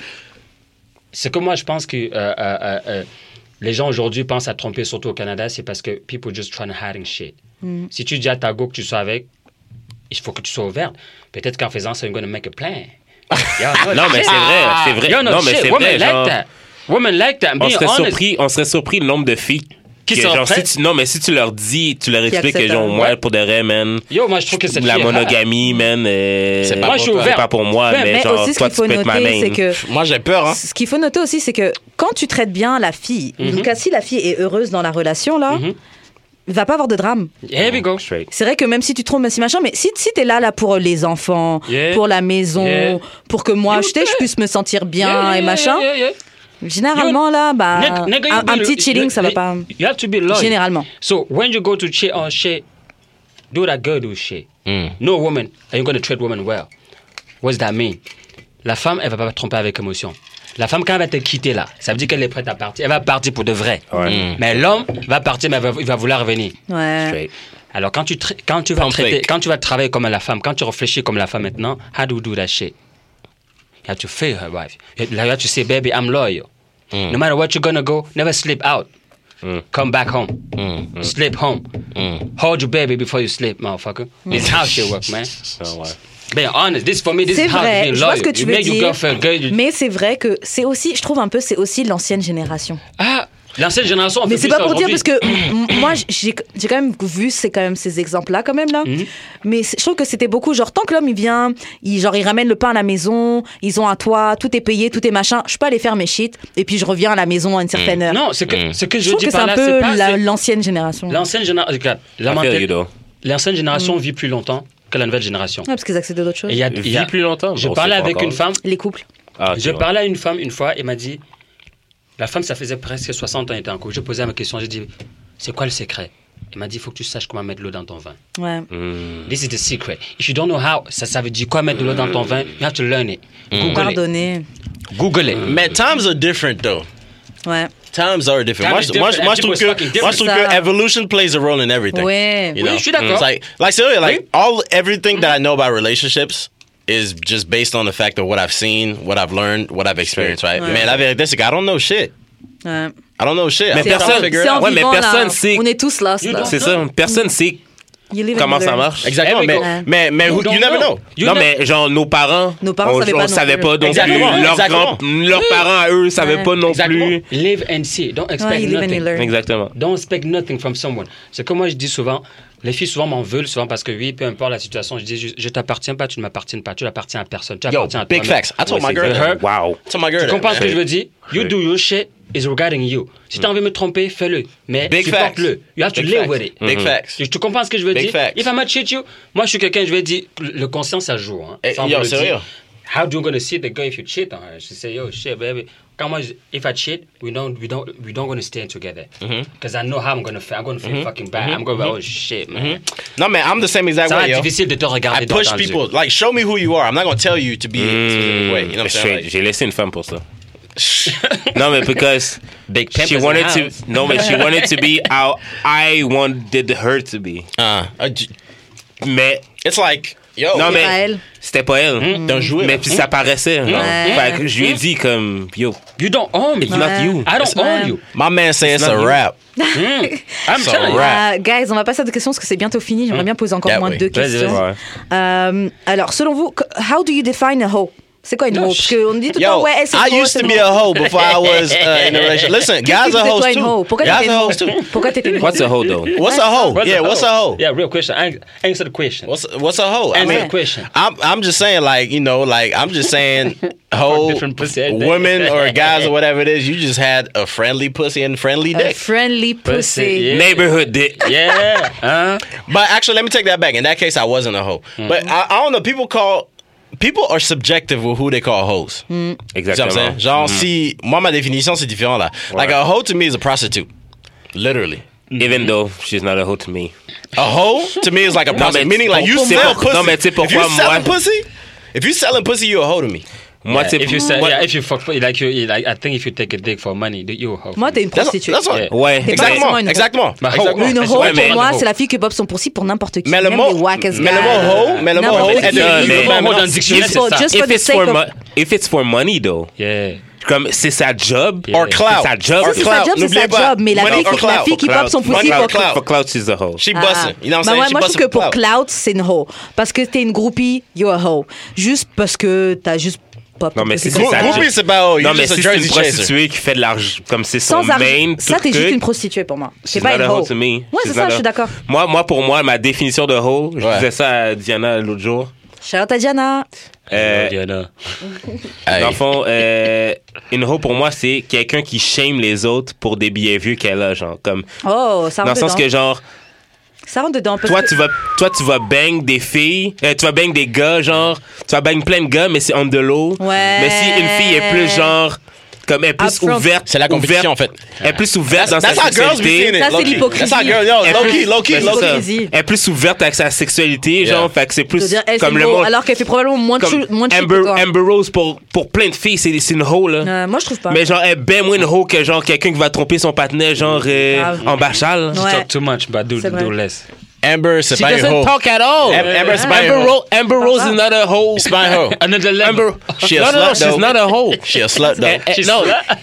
C'est que moi je pense que euh, euh, euh, euh, les gens aujourd'hui pensent à tromper, surtout au Canada, c'est parce que people just trying to hiding shit. Si tu dis à ta go que tu sois avec, il faut que tu sois ouverte. Peut-être qu'en faisant ça, you're gonna make a plan. Yo, Non, mais c'est vrai, c'est vrai. Yo, no Non, mais shit. c'est Women vrai, like genre- that. Women like that. I'm On being serait honest. surpris, on serait surpris le nombre de filles Qui que, sont genre, si prêtes. tu, non, mais si tu leur dis, tu leur expliques que acceptent, genre, hein. moi, pour de vrai, man, Yo, moi, je trouve que cette la fille est monogamie, man, euh, C'est pas Moi, je suis pour toi. ouvert. c'est pas pour moi, Ouais, mais, Mais genre, aussi, ce toi, qu'il tu faut peux être ma noter, c'est main. que Moi, j'ai peur, hein. ce qu'il faut noter aussi, c'est que quand tu traites bien la fille, Mhm. en tout cas, si la fille est heureuse dans la relation, là, Mhm. il va pas avoir de drame. Here we go. Straight. C'est vrai que même si tu trompes, si machin, mais si, si t'es là, là pour les enfants, Yeah. pour la maison, Yeah. pour que moi, You je, t'ai- je puisse me sentir bien Yeah, yeah, et yeah, machin, yeah, yeah. généralement, là, bah, Nigga- nigga, you un, un be- petit chilling, ça va you- pas. You have to be loyal. Généralement. So when you go to cheat on shit, do what that girl do shit. Mm. No woman, are you going to treat woman well? What does that mean? La femme, elle va pas te tromper avec émotion. La femme, quand elle va te quitter là, ça veut dire qu'elle est prête à partir. Elle va partir pour de vrai. Ouais. Mais l'homme va partir, mais il va, il va vouloir revenir. Ouais. Straight. Alors quand tu, tra- quand tu vas Pump traiter, fake. quand tu vas travailler comme la femme, quand tu réfléchis comme la femme maintenant, how do you do that shit? You have to feel her wife. You have to say, baby, I'm loyal. Mm. No matter what you're gonna go, never sleep out. Mm. Come back home. Mm. Sleep home. Mm. Hold your baby before you sleep, motherfucker. It's how shit work, man. Ah, ouais. Being honest, this for me, this C'est is how vrai, being je vois loyal. ce que tu you veux make your dire. girl feel good. you- Mais c'est vrai que c'est aussi, je trouve un peu, c'est aussi l'ancienne génération. Ah, l'ancienne génération, on Mais fait c'est plus pas ça pour dire aujourd'hui. parce que m- moi j'ai j'ai quand même vu c'est quand même ces exemples là quand même là. Mhm. Mais c'est- je trouve que c'était beaucoup genre tant que l'homme il vient, il genre il ramène le pain à la maison, ils ont un toit, tout est payé, tout est machin. Je peux aller faire mes shit et puis je reviens à la maison à une certaine heure. Non, c'est que, Mm. ce que je je trouve dis que c'est par un là, peu c'est pas... la- c'est- l'ancienne génération. Ouais, L'ancienne génération... regarde, la I feel mentalité- you, though. L'ancienne génération Mm. vit plus longtemps que la nouvelle génération. parce qu'ils accèdent à d'autres choses. Et il y a, il y a- Vis plus longtemps. Je Bon, parlais c'est pas avec encore. une femme, Les couples. Ah, ok, je ouais. parlais à une femme une fois, elle m'a dit, la femme, ça faisait presque soixante ans, elle était en couple. Je posais ma question, j'ai dit, c'est quoi le secret? Elle m'a dit, il faut que tu saches comment mettre de l'eau dans ton vin. Ouais. Mm. This is the secret. If you don't know how, ça, ça veut dire quoi mettre de l'eau dans ton vin, you have to learn it. Google it. Pardonner. Google it. Man, times are different, though. Ouais. Times are different. Time Moi, is je- moi, different moi, and je trouve people is que, fucking moi, je trouve que different. evolution plays a role in everything. Ouais. You Oui, know? je suis d'accord. It's like, like seriously, like all everything that I know about relationships is just based on the fact of what I've seen, what I've learned, what I've experienced, right? Ouais. Man, la vérité, c'est que I don't know shit. Ouais. I don't know shit. Mais I'm C'est trying to personne- en- figure it c'est en out. Ouais, mais vivant, là. personne sait- On est tous là. You là. don't C'est ça. Personne sait You live and comment you ça learn. marche. Exactement, Every mais, go- mais, mais You who- don't you never know. know. You non, know- mais genre, nos parents, Nos parents on, savaient pas on non savait plus. pas non Exactement, plus. Leurs, exactement. grands, leurs parents, à eux, savaient Ouais. pas non Exactement. plus. Live and see. Don't expect Ouais, you live and you nothing. learn. Exactement. Don't expect nothing from someone. C'est comme moi je dis souvent, les filles souvent m'en veulent souvent parce que oui, peu importe la situation, je dis je, je t'appartiens pas, tu ne m'appartiens pas, tu n'appartiens à personne, tu Yo, appartiens à big toi-même. facts. I told Ouais, my c'est girl her. that. Wow. To my girl, Tu that, comprends ce que man. je veux dire? You Oui. do your shit is regarding you. Si tu as envie de me tromper, fais-le. Mais Big facts. supporte-le. You have to Big live facts. with it. Big Mhm. facts. Tu, tu comprends ce que je veux Big dire? facts. If I might cheat you, moi je suis quelqu'un, je vais dire, le conscience ça joue. Hein. Eh, Ça, on yo, me le dit. sérieux? How do you gonna see the girl if you cheat on her? She say, yo, shit, baby. Quand moi, je- if I cheat, we don't, we don't, we don't gonna stay together. Because I know how I'm gonna feel. I'm gonna feel fucking bad. I'm gonna be, oh shit, man. No, man, I'm the same exact Ça va way, être yo. difficile de te regarder I dans push dans les people. yeux. Like, show me who you are. I'm not going to tell you to be a specific way. You know what I'm saying? Straight. Like, J'ai laissé une femme pour ça. No, but because Big she peppers in wanted the to. house. No, but she wanted to be how I wanted her to be. uh, uh, j- Mais it's like, yo, non, pas mais elle. c'était pas elle. d'un jouet. Mais là. puis ça paraissait. genre. Ouais. Fait que je lui ai dit comme yo, You don't own me. it's not you. I don't own you. My man say it's, It's a not you. rap. Mm. I'm So telling you. rap. Euh, guys, on va passer à deux questions parce que c'est bientôt fini. J'aimerais bien poser encore That moins way. deux Vas-y, questions. vas-y. Ouais. Euh, alors, selon vous, que- how do you define a hoe? C'est quoi une No, hoe? Parce qu'on dit tout le temps, Yo, ouais, elle, c'est I une hoe, used c'est to une be hoe. a hoe before I was uh, in a relationship. Listen, Qu'est-ce guys qui are fait de hoes toi une hoe? too. Pourquoi Guys t'étais une are hoe? hoes too. Pourquoi t'étais une hoe? What's a hoe though? What's a hoe? What's yeah, a what's hoe? a hoe? Yeah, real question. An- Answer the question. What's what's a hoe? I Answer mean, the question. I'm I'm just saying, like, you know, like I'm just saying, hoe, different pussy every day. women or guys or whatever it is. You just had a friendly pussy and friendly A dick. friendly Pussy, pussy. yeah. Neighborhood dick. Yeah. Huh? But actually, let me take that back. In that case, I wasn't a hoe. But I, I don't know. People call people are subjective with who they call hoes. You see what I'm Exactement. saying? Genre, si moi ma définition c'est différent là. Like a hoe to me is a prostitute, literally. Even though she's not a hoe to me. A hoe to me is like a prostitute, mais meaning like you pour sell moi- pussy. non, mais tu sais if you pourquoi selling moi- pussy, if you selling pussy, you a hoe to me. Moi, Yeah, tu sais, if you say, moi- yeah, if you fuck, like you, like I think if you take a dick for money, you a hoe. Moi, t'es une That's, prostituée. that's what. Yeah. Ouais. T'es pas forcément Exactement, une hoe. exactement. Bah, hoe. exactement. Une Ouais, hoe, mais- pour moi, mais- c'est la fille qui pop son pourci pour n'importe qui. Mais le Même mot, les wackest mais le guys. mot hoe, mais le mot N'importe hoe, qui. est de- Non, il mais- veut pas Mot mettre- dans le dictionnaire, Just for- c'est ça. just for if the it's sake for of- mo- if it's for money though, Yeah. comme c'est sa job. Or clout. C'est sa job. Or C'est sa job, c'est N'oubliez sa pas. job. Mais la Money fille, or qui- la clout. fille qui Clout. pop son Money pussy or pour clout. For clout, she's a hoe. She Ah. bustin'. You know what I'm Bah, saying? moi, She moi, je trouve bustin' que for pour clout. clout, c'est une hoe. Parce que t'es une groupie, you're a hoe. Juste parce que t'as juste pop. Non, ton mais pussy si comme c'est ça. ça. Groupie, c'est pas oh, Non, you're mais just a si c'est une Jersey chaser. prostituée qui fait de l'argent, comme c'est son Sans argent. main, Ça, tout t'es juste truc, une prostituée pour moi. C'est she's pas not une a hoe. hoe to me. Ouais, She's c'est ça, not je a- suis d'accord. Moi, moi, pour moi, ma définition de hoe, je Ouais. disais ça à Diana l'autre jour. Shout out à Diana. Euh, Diana. Hey. Dans le fond, euh, une hoe pour moi, c'est quelqu'un qui shame les autres pour des billets vieux qu'elle a, genre. Comme, Oh, ça dans le rentre sens dedans. que, genre, Ça rentre dedans. parce toi, que- tu vas, toi, tu vas bang des filles, euh, tu vas bang des gars, genre, tu vas bang plein de gars, mais c'est on the low. Ouais. Mais si une fille est plus, genre, comme elle est plus Upfront. ouverte. C'est la compétition, en ouverte, fait. Elle est plus ouverte dans That's sa how girls be seeing sexualité. it. Ça, c'est low-key. l'hypocrisie. That's how girls, yo, Elle est low-key, plus- low-key, mais c'est low-key. ça. L'hypocrisie. Elle est plus ouverte avec sa sexualité, genre, Yeah. fait que c'est Je plus veux dire, elle, c'est comme une le hoe, monde. alors qu'elle fait probablement moins de Comme chou- moins de shit Amber, que toi. Amber Rose pour, pour plein de filles, c'est c'est une hoe, là. Euh, moi, je trouve pas. Mais genre, elle est bien moins une hoe que genre quelqu'un qui va tromper son partenaire, genre euh, Grave. en bachal. Ouais. Talk too much, but do, C'est vrai. do less. Amber, c'est She pas une doesn't hoe. talk at all. Am- Amber, c'est pas Amber, une hoe. Ro- Amber Rose is not a hoe. C'est pas une hoe. Another level. Amber, She a no, no, no, slut, she's though. not a hoe. She a slut, though. Eh, eh, She's no,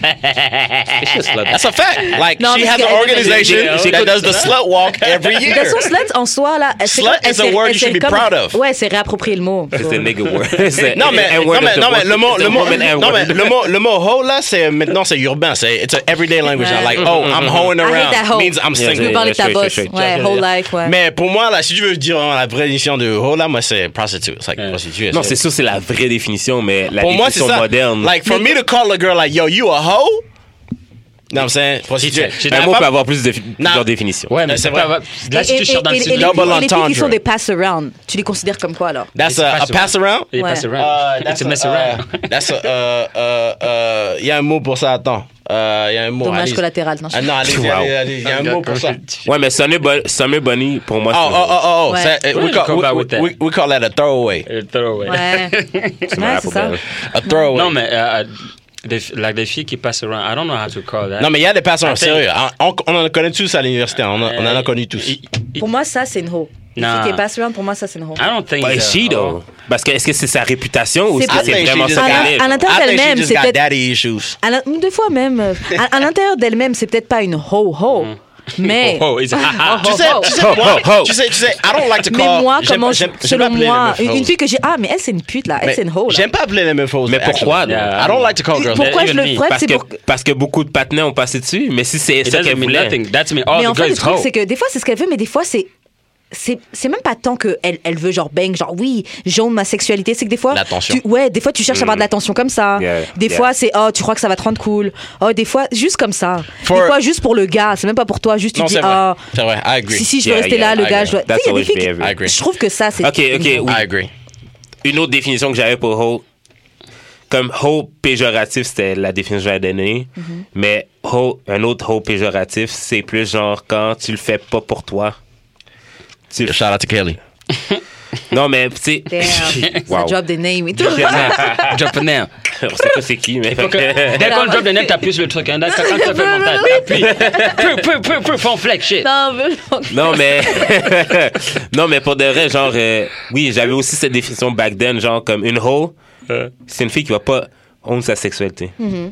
She's slut. That's a fact. Like, Non, she mais has c'est an qu'elle- organization j'ai- that does the slut walk every De year. toute façon, slut en soi, là. elle s'est- Slut elle is a s'est- word elle you should s'est be comme- proud of. Ouais, c'est réapproprier le mot. it's a nigga word. C'est- Non mais, N-word non, mais, is the non, mais word. le mot, It's le a mot, woman non, mais N-word. le mot, le mot hoe là, c'est maintenant c'est urbain, c'est it's an everyday language. Ouais. now. Like oh, I'm hoeing I hate around that hoe. means I'm Yeah, Je single. veux parler de ta straight, bosse. straight, Ouais, straight. whole life, ouais. Mais pour moi là, si tu veux dire la vraie définition de hoe là, moi c'est prostitute. C'est like Ouais. prostituée. Non, c'est sûr, c'est la vraie définition, mais la Pour moi c'est définition ça. moderne. Like for me to call a girl like yo, you a hoe. You know what I'm saying? Prostituée. She- she- un La mot femme- peut avoir plus de Non. plusieurs définitions. Ouais, mais C'est c'est vrai. pas. Là, si Et- tu et- cherches dans et- le et studio. les- Double et les filles qui entendre. font des pass around, tu les considères comme quoi alors? That's a, a pass around. Il Ouais. passe around. Uh, It's a mess a, around. uh, that's a, uh, uh, uh, il y a un mot pour ça, attends. Euh, Il y a un mot. Dommage allez-y. collatéral. Non, je- Ah non, allez-y, Wow. allez, allez, il y a un mot pour ça. Ouais, mais Summer, Bo- Summer Bunny, pour moi, Oh, c'est oh, oh, oh, oh. Ouais. ça, uh, we, Ouais, call, come back we, with that. we, we call that a throwaway. Euh, throwaway. Ouais. c'est Ouais, c'est ça. A throwaway. Non, mais euh, des, like des filles qui passent around, I don't know how to call that. Non, mais il y a des personnes, I think- sérieux. On, on en connaît tous à l'université. On, en- on en a connu tous. I- I- Pour moi, ça, c'est une hoe. Les Nah. filles qui pass around, pour moi, ça, c'est une hoe. I don't think. But is uh, she, though? oh. Parce que est-ce que c'est sa réputation ou C'est est-ce que pas- c'est I think vraiment she ça just À qu'elle la- est? à l'intérieur I think she d'elle-même, just c'est got peut-être. daddy issues. À l'in- Deux fois même. euh, À, à l'intérieur d'elle-même, c'est peut-être pas une ho-ho. Mais. Oh, it's ah, Tu sais, tu sais, Ho, moi, ho, ho. tu sais, tu sais, I don't like to Mais call. moi, j'aime- comment, j'aime- j'aime selon pas appeler moi, les une, meufs une fille que j'ai. Ah, mais elle, c'est une pute, là. Elle, Mais c'est une hoe, là. J'aime pas appeler les meufs hoes. Mais pourquoi, actually. Yeah. I don't like to call girls. Pourquoi Even je le me. ferais? Parce C'est que, pour. parce que beaucoup de partenaires ont passé dessus, mais si c'est It ça doesn't qu'elle mean voulait. nothing. That's me. All Mais en the fait, le girls truc, hoe. c'est que des fois, c'est ce qu'elle veut, mais des fois, c'est. C'est, c'est même pas tant qu'elle elle veut genre bang, genre oui, j'aime ma sexualité. C'est que des fois. L'attention. tu- ouais, des fois tu cherches à avoir de l'attention comme ça. Yeah, Des yeah. fois c'est oh, tu crois que ça va te rendre cool. Oh, des fois juste comme ça. For- Des fois juste pour le gars, c'est même pas pour toi. Juste tu Non, dis c'est vrai. ah, C'est vrai. I agree. si, si, je veux Yeah, rester yeah, là, le I gars, agree. je dois. Tu That's sais, il y a des always filles qui- behavior. I agree. Je trouve que ça, c'est. Ok, ok, oui. I agree. Une autre définition que j'avais pour hoe, comme hoe péjoratif, c'était la définition que j'avais donnée, Mm-hmm. mais hoe, un autre hoe péjoratif, c'est plus genre quand tu le fais pas pour toi. Tu- Shout out to Kelly. Non, mais tu sais. Damn, ça Wow. drop des names et tout. Drop a name. On sait pas c'est qui, mais. Faut que- Dès qu'on drop the name, t'appuies sur le truc. Hein. Quand tu fais le montage, t'appuies. Peu, peu, peu, peu, font flex shit. Non, mais- Non, mais. non, mais pour de vrai, genre. euh, oui, j'avais aussi cette définition back then, genre comme une hoe, c'est une fille qui va pas honte sa sexualité.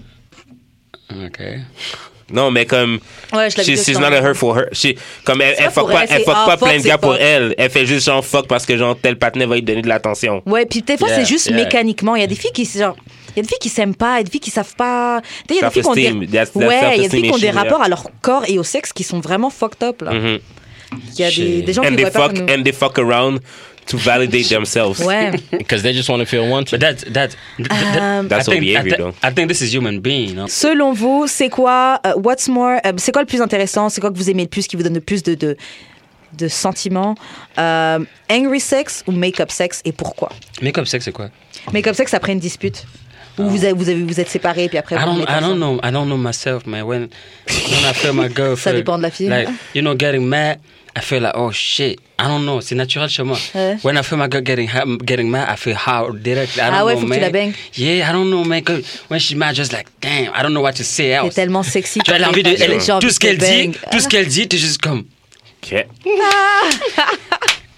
OK. Non, mais comme. Ouais, je l'avais she- dit she's aussi not dans a le- her for her. She- comme elle, C'est elle pas fuck pour pas, elle, elle c'est, fuck ah, pas fuck, plein de c'est gars pour fuck. elle. Elle fait juste genre fuck parce que genre tel partenaire va lui donner de l'attention. Ouais, puis des fois, Yeah, c'est juste yeah. mécaniquement. Il y a des filles qui, genre, il y a des filles qui s'aiment pas, il y a des filles qui savent pas. Tu sais, il y a des filles qui ont des, Self-esteem. That's- that's ouais, il y a des self-esteem filles qui ont des issues, rapports yeah. à leur corps et au sexe qui sont vraiment fucked up, là. Mhm. Il y a des, des gens And qui they voient pas fuck comme nous. and they fuck around to validate themselves. Ouais. Because they just want to feel wanted. But that's, that's, Um, That's I all think, I, behavior, thi- though. I think this is human being. No? Selon vous, c'est quoi, euh, what's more, euh, c'est quoi le plus intéressant, c'est quoi que vous aimez le plus, qui vous donne le plus de, de, de sentiments, euh, angry sex ou make-up sex et pourquoi? Make-up sex, c'est quoi? Make-up sex après une dispute. Ou vous, avez, vous, avez, vous êtes séparés puis après I vous don't, mettez I don't ensemble. know. I don't know myself, man. When, when I feel my girlfriend, dépend de la fille. Like, you know, getting mad, I feel like, oh shit. I don't know. C'est naturel chez moi. Ouais. When I feel my girl getting ha- getting mad, I feel how direct. I don't Ah ouais, know, faut que man. tu la bangs. Yeah, I don't know, man. 'Cause when she's mad, just like, damn, I don't know what to say C'est else. tellement sexy. Tu as quand envie de, j'ai elle- envie tout ce de qu'elle dit, bang. tout ce qu'elle dit, t'es juste comme. Ok.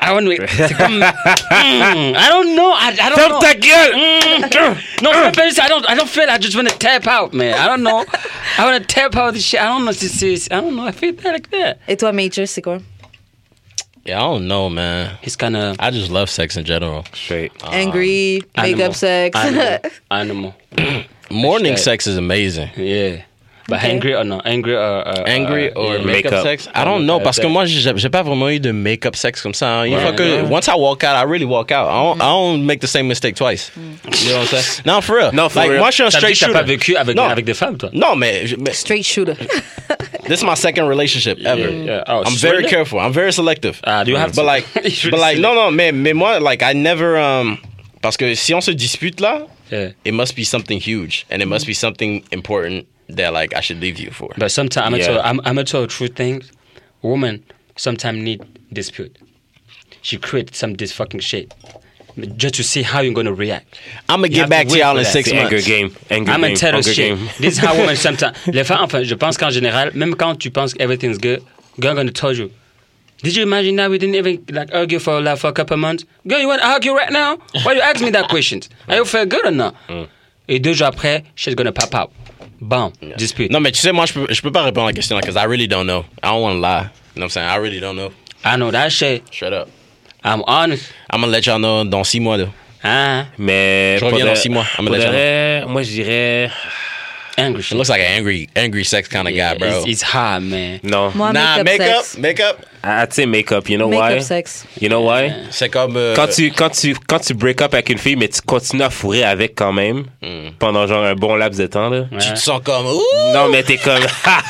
I want to, c'est comme, mm, I don't know, I, I don't Ferme know. ta gueule! Mm, no, I don't, I don't, I don't feel. I just want to tap out, man. I don't know. I want to tap out this shit. I don't know. This is, I don't know. I feel that like that. Et toi, Major, c'est quoi? Yeah, I don't know, man. It's kind of I just love sex in general. Straight. Angry, animal. make-up sex. Animal. Animal. Morning Straight. sex is amazing. Yeah. But Okay. angry or not? Angry or... Uh, Angry uh, or yeah. makeup Makeup. sex? I don't know, parce que moi, j'ai j'ai pas vraiment eu de make-up sex comme ça. Hein. Une fois que, once I walk out, I really walk out. I don't, I don't make the same mistake twice. You know what I'm saying? No, for real. No, for like, real. moi, je suis un Ça veut dire straight que t'as pas shooter. vécu avec, Non. avec des femmes, toi? Non, mais, je- mais Straight shooter. this is my second relationship ever. Yeah, yeah. Oh, I'm swear very that? careful. I'm very selective. Ah, do you have But to? like, You should but like, see no, no, mais, mais moi, like, I never, um, parce que si on se dispute là, Yeah. it must be something huge, and it must be something important that like I should leave you for. But sometimes, I'm gonna Yeah. tell, I'm, I'm gonna tell a true thing. Women sometimes need dispute. She create some this fucking shit. Just to see how you're gonna react. I'm gonna You get have back to to wait y'all for in that. six C'est months. Anger Game. Anger I'm Game. gonna tell her Hunger shit. Game. This is how women sometimes. Les femmes, enfin, je pense qu'en général, même quand tu penses everything's good, girl gonna tell you. Did you imagine that we didn't even like argue for like for a couple months? Girl, you want to argue right now? Why you ask me that question? Are you feel good or not? Et deux jours après, she's gonna pop out. Bam, dispute. Non, mais tu sais, moi, je peux, je peux pas répondre à la question because I really don't know. I don't want to lie. You know what I'm saying? I really don't know. I know that shit. Straight up. I'm honest. I'm gonna let y'all know dans six mois, là. Ah, Mais. Je pour reviens de- dans six mois. I'm Pour gonna de let you vrai, moi, je dirais. angry It shit. looks like an angry, angry sex kind of Yeah, guy, bro. It's, it's hard, man. Non. Moi, Nah, make-up makeup, sex. makeup. I'd say make-up. You know why? Make-up sex. You know why? C'est comme. euh, Quand tu, quand, tu, quand tu break up avec une fille, mais tu continues à fourrer avec quand même, pendant genre un bon laps de temps, là. Tu te sens comme. Ouh! Non, mais t'es comme,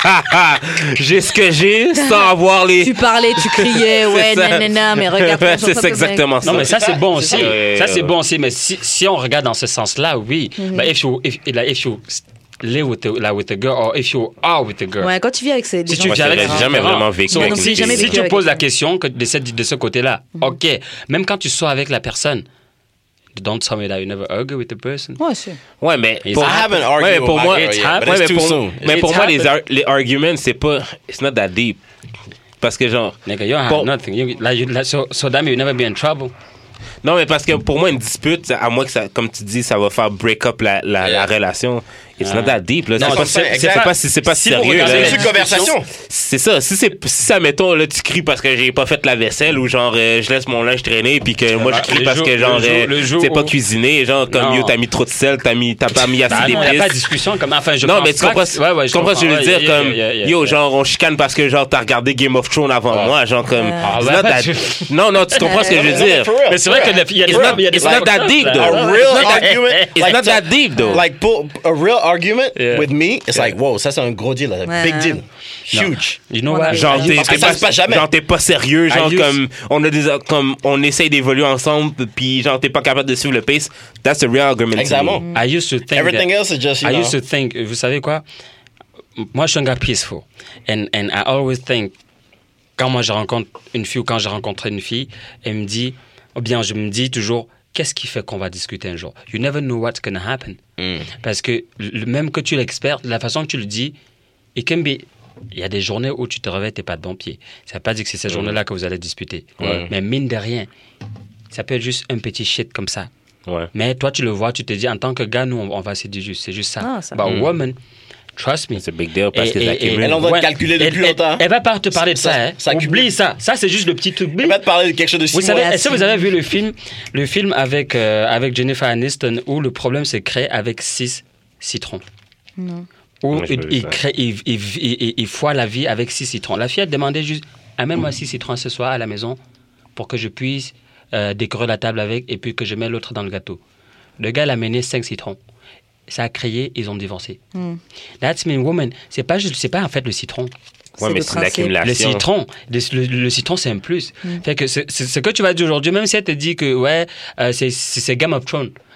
j'ai ce que j'ai sans avoir les. Tu parlais, tu criais, ouais, C'est ça. nanana, mais regarde. Ouais, ton c'est short, ça, mec. exactement ça. Non, mais ça, c'est bon aussi. Ouais, Ça, c'est ouais. bon aussi. Mais si, si on regarde dans ce sens-là, oui. But if you, if, like, if you live with the, like, with the girl or if you are with the girl. Ouais, quand tu vis avec ces des Si gens tu Moi, vis c'est avec vrai, c'est j'ai jamais différent. vraiment vécu So, avec une si, fille. Jamais si vécu tu avec poses une la question que de, cette, de ce côté-là, ok. Même quand tu sors avec la personne, don't tell me that you never argue with the person. Ouais, c'est. Ouais, mais It's pour, I haven't ouais, argued mais with pour my moi, girl it's yet, hap- but ouais, it's mais too pour, soon. mais pour It's moi, les, happened. ar- les arguments, c'est pas, it's not that deep. Parce que genre, Nigga, you don't have Bon. nothing. You, like, you, like, so, so that means you never be in trouble. non, mais parce que pour moi, une dispute, à moins que ça, comme tu dis, ça va faire break up la, la, la relation. It's not that deep, là. Non, C'est pas, c'est ça, c'est- exact. c'est pas, si- c'est pas Si vous sérieux, regardez là. C'est une conversation. C'est ça. Si c'est, si ça, mettons, là, tu cries parce que j'ai pas fait la vaisselle ou genre, euh, je laisse mon linge traîner puis que moi, je crie Le parce jour- que genre, le jour- euh, le jour c'est pas où- cuisiné, genre, comme, Non. yo, t'as mis trop de sel, t'as mis, t'as pas mis assez Bah non, il n'y a pas de d'épices. discussion. Comme, enfin, je Non, pense mais tu pas comprends, que- ouais, ouais, tu comprends ce que je veux ouais, dire, yeah, comme, yeah, yeah, yo, yeah. genre, on chicane parce que genre, t'as regardé Game of Thrones avant Ouais. moi, genre, comme, Ah, it's ouais, not bah, that- tu- non, non, tu comprends ce que je veux Non, mais dire. for real, Mais c'est vrai for que real. il y a des It's not- il y a des it's not that deep, though. A real It's not that- argument. It's like, not that deep, though. Like, pour, a real argument Yeah. with me, it's like, wow, ça c'est un gros deal, là. Ouais. Big deal. Huge. You know Ouais. what? Genre, t'es, Parce que t'es ça pas, se passe jamais. genre, t'es pas sérieux, genre, I use- comme, on a des, comme, on essaye d'évoluer ensemble, puis genre, t'es pas capable de suivre le pace. That's a real argument. to me. Exactement. I used to think Everything that, else is just, you I know. used to think, vous savez quoi? Moi, je suis un gars peaceful. And, and I always think, quand moi je rencontre une fille ou quand j'ai rencontré une fille, elle me dit, ou bien je me dis toujours, qu'est-ce qui fait qu'on va discuter un jour? You never know what's going to happen. Mm. Parce que le, même que tu l'expert, la façon que tu le dis, it can be... Il y a des journées où tu te réveilles, t'es pas de bon pied. Ça veut pas dire que c'est ces journées-là que vous allez disputer. Ouais. Mais mine de rien, ça peut être juste un petit shit comme ça. Ouais. Mais toi, tu le vois, tu te dis, en tant que gars, nous, on, on va se dire juste, c'est juste ça. Ah, ça. But Mm. woman, trust me. C'est un big deal parce que Et- ça et- accumule. et- Elle, on va te ouais, calculer depuis elle- longtemps. Elle, elle va pas te parler de ça, Ça- hein. ça accumule. Oublie ça. Ça, c'est juste le petit truc. Je vais te parler de quelque chose de six Vous savez, mois. est-ce que vous avez vu le film, le film avec, euh, avec Jennifer Aniston où le problème se crée avec six citrons? Non. Où Ouais, j'ai il, pas vu il, ça. crée, il, il, il, il- il foire la vie avec six citrons. La fille a demandé juste, amène-moi six citrons ce soir à la maison pour que je puisse euh, décorer la table avec et puis que je mette l'autre dans le gâteau. Le gars l'a amené cinq citrons. Ça a créé, ils ont divorcé. Mm. That's mean woman. C'est pas juste, c'est pas en fait le citron. Ouais, C'est mais le c'est principe. l'accumulation. Le citron, le, le- le citron, c'est un plus. Fait que c'est- c'est- ce que tu vas dire aujourd'hui, même si elle te dit que ouais, euh, c'est c'est c'est Game of Thrones,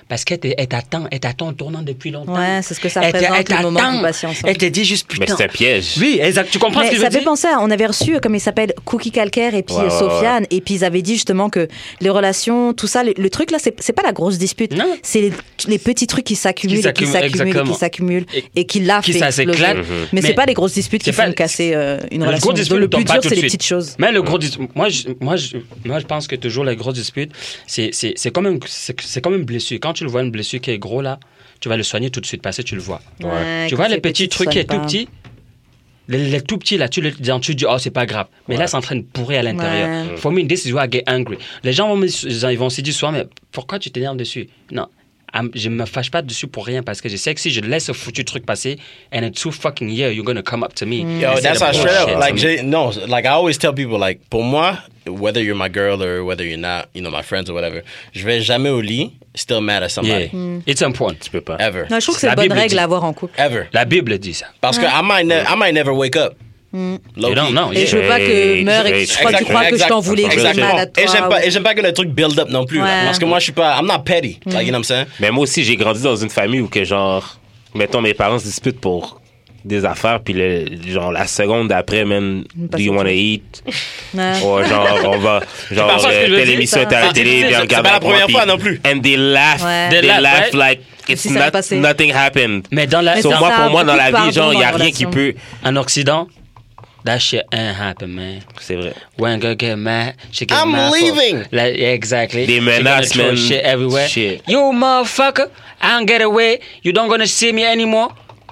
parce qu'elle te- elle t'attend, elle t'attend en tournant depuis longtemps. Ouais, c'est ce que ça Elle te- représente, elle le moment t'attend. de patience. Elle te dit juste Mais putain. c'est un piège. Oui, exact. Tu comprends Mais ce que je ça veux fait dire? penser à, on avait reçu, euh, comme il s'appelle, Cookie Calcaire et puis Ouais, euh, ouais, Sofiane, et puis ils avaient dit justement que les relations, tout ça, le, le truc là, c'est c'est pas la grosse dispute, Non. c'est les, les petits trucs qui s'accumulent, Qui et qui s'accumulent, s'accumulent, et exactement. qui s'accumulent, Et- et qui là qui fait ça exploser. s'éclate. Mais, Mais c'est pas les grosses disputes qui c'est pas- font casser euh, une Le relation. gros dispute Le ne plus tombe pas dur, tout c'est de les suite. petites choses. Mais le gros dis- moi, je, moi, je, moi, je pense que toujours les grosses disputes, c'est, c'est, c'est comme une, c'est, c'est comme une blessure. Quand tu le vois une blessure qui est gros là, tu vas le soigner tout de suite parce que tu le vois. Ouais, tu quand vois c'est les petits petit, trucs qui tu est tout soignes pas. petit, les, les tout petits là, tu les tu tu dis oh c'est pas grave. Mais là c'est en train de pourrir à l'intérieur. Ouais. For me, this is where I get angry. Les gens vont me, ils vont se dire souvent mais pourquoi tu t'énerves dessus? Non. I'm- Je me fâche pas dessus pour rien parce que je sais que si je laisse ce foutu truc passer, and in two fucking years, you're gonna come up to me. Yo, and say that's the how straight bullshit up. to Like, me. Jay, no, like I always tell people, like, pour moi, whether you're my girl or whether you're not, you know, my friends or whatever, je vais jamais au lit still mad at somebody. Yeah, it's important. Tu peux pas. Ever. Non, je trouve que c'est La une bonne Bible règle dit. à avoir en couple. Ever. La Bible dit ça. Parce que I might, ne- I might never wake up. Low You don't key. know. Et je veux pas que Hey, meure et que hey, je crois que tu crois que je t'en voulais, que j'ai Exactement. mal à toi. Et j'aime pas, ou- et j'aime pas que le truc build up non plus. là. Ouais. Parce que moi, je suis pas, I'm not petty. Like, you know what I'm saying? Mais moi aussi, j'ai grandi dans une famille où que genre, mettons, mes parents se disputent pour des affaires, puis le, genre la seconde d'après, man, Pas do you sûr. want to eat? Ouais. Ou genre, on va, genre, pas ça que euh, je veux telle dire, émission ça. est à la Ah, télé, c'est- viens c'est regarder pas la avec moi, première puis- fois non plus. And they laugh, Ouais. They they laugh, laugh right? like it's si ça va not, passer. nothing happened. Mais dans la, Mais So ça, moi, ça a pour moi, dans beaucoup la de vie, genre, il y a pardon dans rien qui la peut. en Occident, that shit ain't happen, man. C'est vrai. When girl get mad, she get I'm mad. for- leaving. Like, yeah, exactly. Des She gonna menaces, throw man. shit everywhere. Shit. You motherfucker, I don't get away. You don't gonna see me anymore.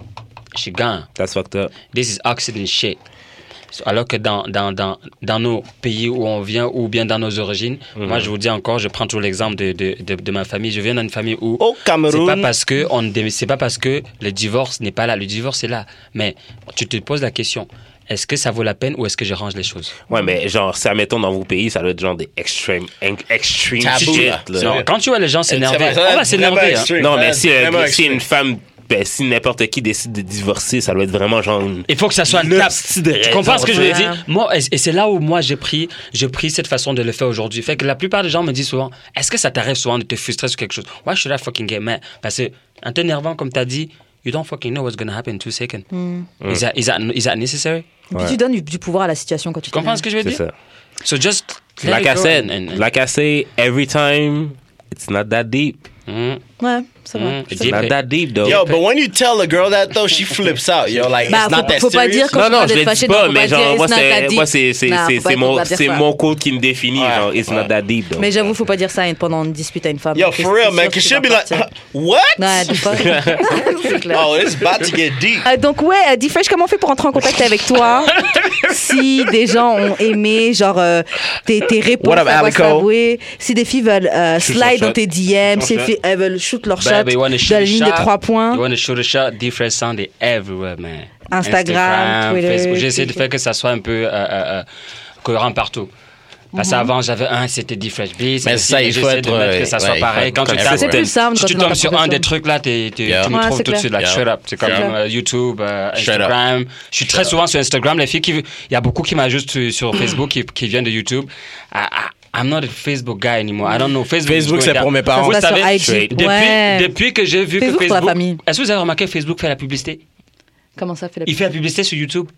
She gone. That's fucked up. This is Occident shit. So, alors que dans, dans, dans, dans nos pays où on vient ou bien dans nos origines, moi je vous dis encore, je prends toujours l'exemple de, de, de, de ma famille. Je viens d'une famille où Au c'est Cameroun. pas parce que on ne- c'est pas parce que le divorce n'est pas là. Le divorce est là, mais tu te poses la question. Est-ce que ça vaut la peine ou est-ce que je range les choses? Ouais, mais genre, ça, mettons, dans vos pays, ça doit être genre des extreme, extreme Tabou, shit, là. là. Non, quand tu vois les gens s'énerver, Ça va- ça va on va être s'énerver. vraiment hein. extreme. Non, Ça va mais être si, euh, vraiment si extreme. une femme, ben, si n'importe qui décide de divorcer, ça doit être vraiment genre une... Il faut que ça soit Le tap. style de Tu comprends ce que je veux raison, dire? Moi, et et c'est là où moi j'ai pris, j'ai pris cette façon de le faire aujourd'hui. Fait que la plupart des gens me disent souvent, est-ce que ça t'arrive souvent de te frustrer sur quelque chose? Why should I fucking get mad? Parce que en t'énervant, comme t'as dit, you don't fucking know what's gonna happen in two seconds. Is that, is that, is that necessary? Et puis tu donnes du, du pouvoir à la situation quand tu Tu comprends t'énerves. ce que je veux C'est dire? ça. So just let Like it I go said, and- and- like I say, every time, it's not that deep. Mm. Ouais, c'est vrai. Mm. C'est Deep. vrai. Not that deep, though. Yo, but when you tell a girl that though, she flips out. Yo, like Bah, it's not faut- that faut pas serious. dire quand- Non, tu non, vas je être le dis fâché, pas, non, mais faut pas genre, dire moi, it's not that c'est, deep. moi, c'est, c'est, Non, c'est, faut pas- c'est faut mon, pas dire c'est ça. mon code qui me définit, Ouais, genre, it's ouais. not that deep, though. Mais j'avoue, faut pas dire ça pendant une dispute à une femme. Yo, Parce que for c'est real, sûr man, que cause tu she'll vas be like, partir. what? Ouais, des fois. C'est clair. Oh, it's about to get deep. Euh, donc ouais, euh, D-Fresh, comment on fait pour entrer en contact avec toi? Si des gens ont aimé, genre, euh, tes, tes réponses What up, à Alico? Wastafoué, si des filles veulent euh, Shoot slide son dans shot. tes D M, Shoot si son des filles elles veulent shoot leur shot Baby, you wanna shoot dans la a ligne de shot? trois points, You want to shoot a shot? Different sound is everywhere, man. Instagram, Twitter, Facebook. J'ai essayé de TikTok. faire que ça soit un peu euh, euh, euh, cohérent partout. Parce qu'avant, j'avais un, c'était D-Fresh Beats. Mais ça, il faut être, de mettre que euh, ça ouais, soit il pareil. faut Quand être tu consistant. tapes, c'est plus simple si quand tu on a tombes ta sur un profession. des trucs là, t'es- t'es- Yeah. tu me Ouais, trouves c'est tout de clair. suite. Like, Yeah. shut up. C'est comme Yeah. euh, YouTube, euh, Straight up. Instagram. Je suis très souvent sur Instagram. Les filles qui, il y a beaucoup qui m'ajoutent sur, sur Facebook qui, qui viennent de YouTube. I, I, I'm not a Facebook guy anymore. I don't know. Facebook, is Facebook, going c'est down. pour mes Ça parents. se Vous passe savez, sur I G. straight. Depuis, Ouais. depuis que j'ai vu Facebook que pour la Facebook. famille. Est-ce que vous avez remarqué que Facebook fait la publicité? Comment ça fait la Il fait la publicité sur YouTube.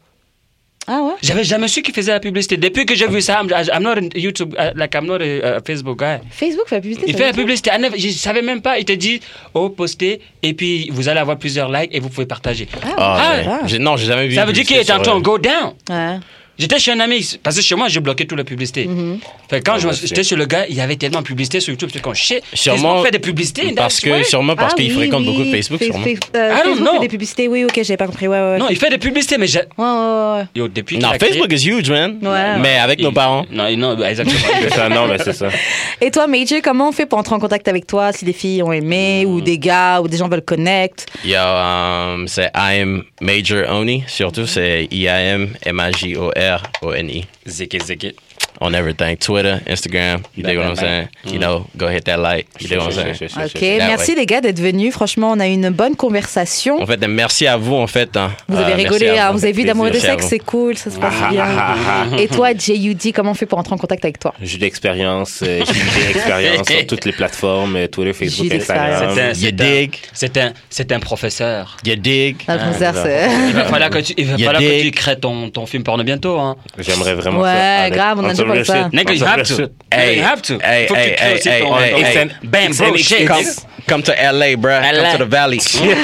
Ah ouais? J'avais jamais su qu'il faisait la publicité. Depuis que j'ai vu ça, I'm, I'm not a YouTube, uh, like I'm not a, a Facebook guy. Facebook fait la publicité. Il sur fait la YouTube? publicité. I never- Je savais même pas. Il te dit, oh, postez, et puis vous allez avoir plusieurs likes et vous pouvez partager. Ah, Ah, ouais. mais Ah. j'ai- non, j'ai jamais vu. Ça veut dire qu'il est en train de go down. Ouais. J'étais chez un ami, parce que chez moi, j'ai bloqué toute la publicité. Fait que quand Ouais, je me- moi aussi. j'étais chez le gars, il y avait tellement de publicité sur YouTube. J'étais comme, shit, Sûrement, Facebook fait des publicités. Parce that's que, why. sûrement parce Ah qu'il oui, fréquente oui. beaucoup de Facebook, Face- sûrement. face- euh, I don't Facebook know. fait des publicités, oui, ok, j'avais pas compris. Ouais, ouais, ouais. Non, il fait des publicités, mais j'ai... Ouais, ouais, ouais. Yo, depuis qu'il Non, a créé- Facebook is huge, man. Ouais. Mais avec nos il- parents. Non, non, exactement. C'est ça, non, mais c'est ça. Et toi, Major, comment on fait pour entrer en contact avec toi si des filles ont aimé ou des gars ou des gens veulent connect? Yo, um, c'est I am Major Oni. Surtout, c'est I A M M A J O R O N I. Zeke, zeke. on everything. Twitter, Instagram, you dig what I'm saying? You know, go hit that like. You dig what I'm saying? Ok, merci les gars d'être venus. Franchement, on a eu une bonne conversation. En fait, merci à vous, en fait. Hein. Vous avez Euh, rigolé, merci à hein, vous. vous avez vu D'amour et de Merci à sexe, vous. c'est cool, ça se passe bien. Et toi, J U D, comment on fait pour entrer en contact avec toi? J'ai de l'expérience, euh, j'ai eu de l'expérience sur toutes les plateformes, euh, Twitter, Facebook, J'ai d'expérience. Instagram. C'est un, You c'est un- dig? c'est un, c'est un professeur. You dig? Ah, le concert, c'est... Il va falloir que tu, il va You falloir que dig? tu crées ton, ton film porno bientôt. Hein. J'aimerais vraiment Ouais, ça. Arrête. grave, on a On déjà se parlé de ça. recherche. Nigga, you On se have to. recherche. Hey, you have to. hey, Faut que hey, tu crées aussi hey, ton, hey, ton- hey, hey. Bam, It's bro, an shit. Come, excuse. come to L A, bruh. L A. Come to the Valley.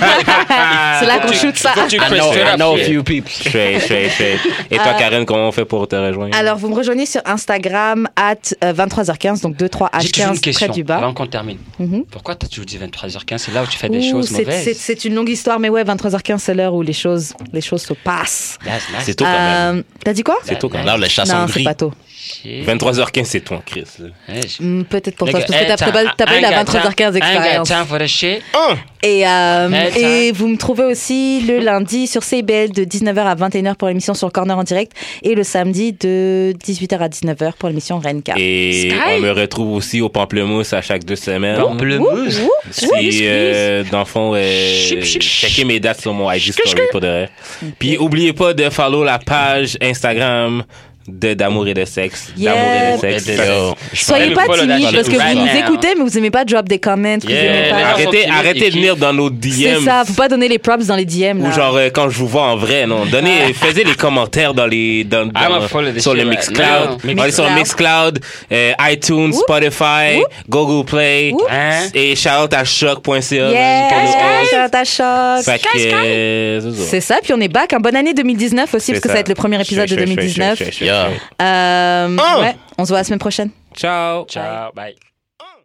C'est là qu'on shoot ça. Faut que tu I crées know, straight I up know a shit. few people. Straight, straight, straight. Et toi, Karen, comment on fait pour te rejoindre? Alors, vous me rejoignez sur Instagram, at euh, vingt-trois heures quinze, donc vingt-trois J'ai H toujours une quinze, question près du bas. avant qu'on termine. Mhm. Pourquoi t'as toujours dit vingt-trois heures quinze? C'est là où tu fais des Ouh, choses c'est- mauvaises. c'est- C'est une longue histoire, mais ouais, vingt-trois heures quinze, c'est l'heure où les choses, les choses se passent. That's nice. C'est tôt quand même. Euh, T'as dit quoi? C'est tôt quand même. Là, le chassons Non, c'est gris. pas tôt. Shit. vingt-trois heures quinze, c'est toi, Chris. là. Ouais, je- Hmm, Peut-être pour toi, Nigga, parce que hey, t'as time. pas, t'as pas eu I la ain't got vingt-trois heures quinze time- I ain't got expérience. time for the shit. Et, euh, Hey, et vous me trouvez aussi le lundi sur C I B L de dix-neuf heures à vingt et une heures pour l'émission sur Corner en direct et le samedi de dix-huit heures à dix-neuf heures pour l'émission Renka. Et Sky. on me retrouve aussi au Pamplemousse à chaque deux semaines. Pamplemousse. Ouh, ouh. Si, euh, dans le fond, euh, Chip, chip, chip. checkez mes dates sur mon I G Story pour de vrai. Puis, oubliez pas de follow la page Instagram de D'amour et de sexe. Yeah. D'amour et de sexe. Yo, Yo, Soyez le pas follow that timides shit parce que right vous nous now. écoutez, mais vous aimez pas drop des comments. Vous Yeah. aimez pas... Mais Arrêtez, Ils arrêtez de kiffent. venir dans nos D M. C'est ça, faut pas donner les props dans les D M. Ou Là. genre euh, quand je vous vois en vrai, non. Donnez, faisez les commentaires dans les dans, I'm a dans- follow this sur le shit right Mixcloud. now. On est sur Mixcloud, euh, iTunes, Spotify, Google Play, Oup. Hein? et shout out à choc point c a Yeah, pour nous hosts. shout out à Choc. Fait que, euh, c'est ça. C'est ça, puis on est back. Un bonne année deux mille dix-neuf aussi, parce que C'est ça va être le premier épisode de Chouette, deux mille chouette, dix-neuf. chouette, chouette, Yeah. chouette. Euh, Oh. ouais, on se voit la semaine prochaine. Ciao. Ciao, bye.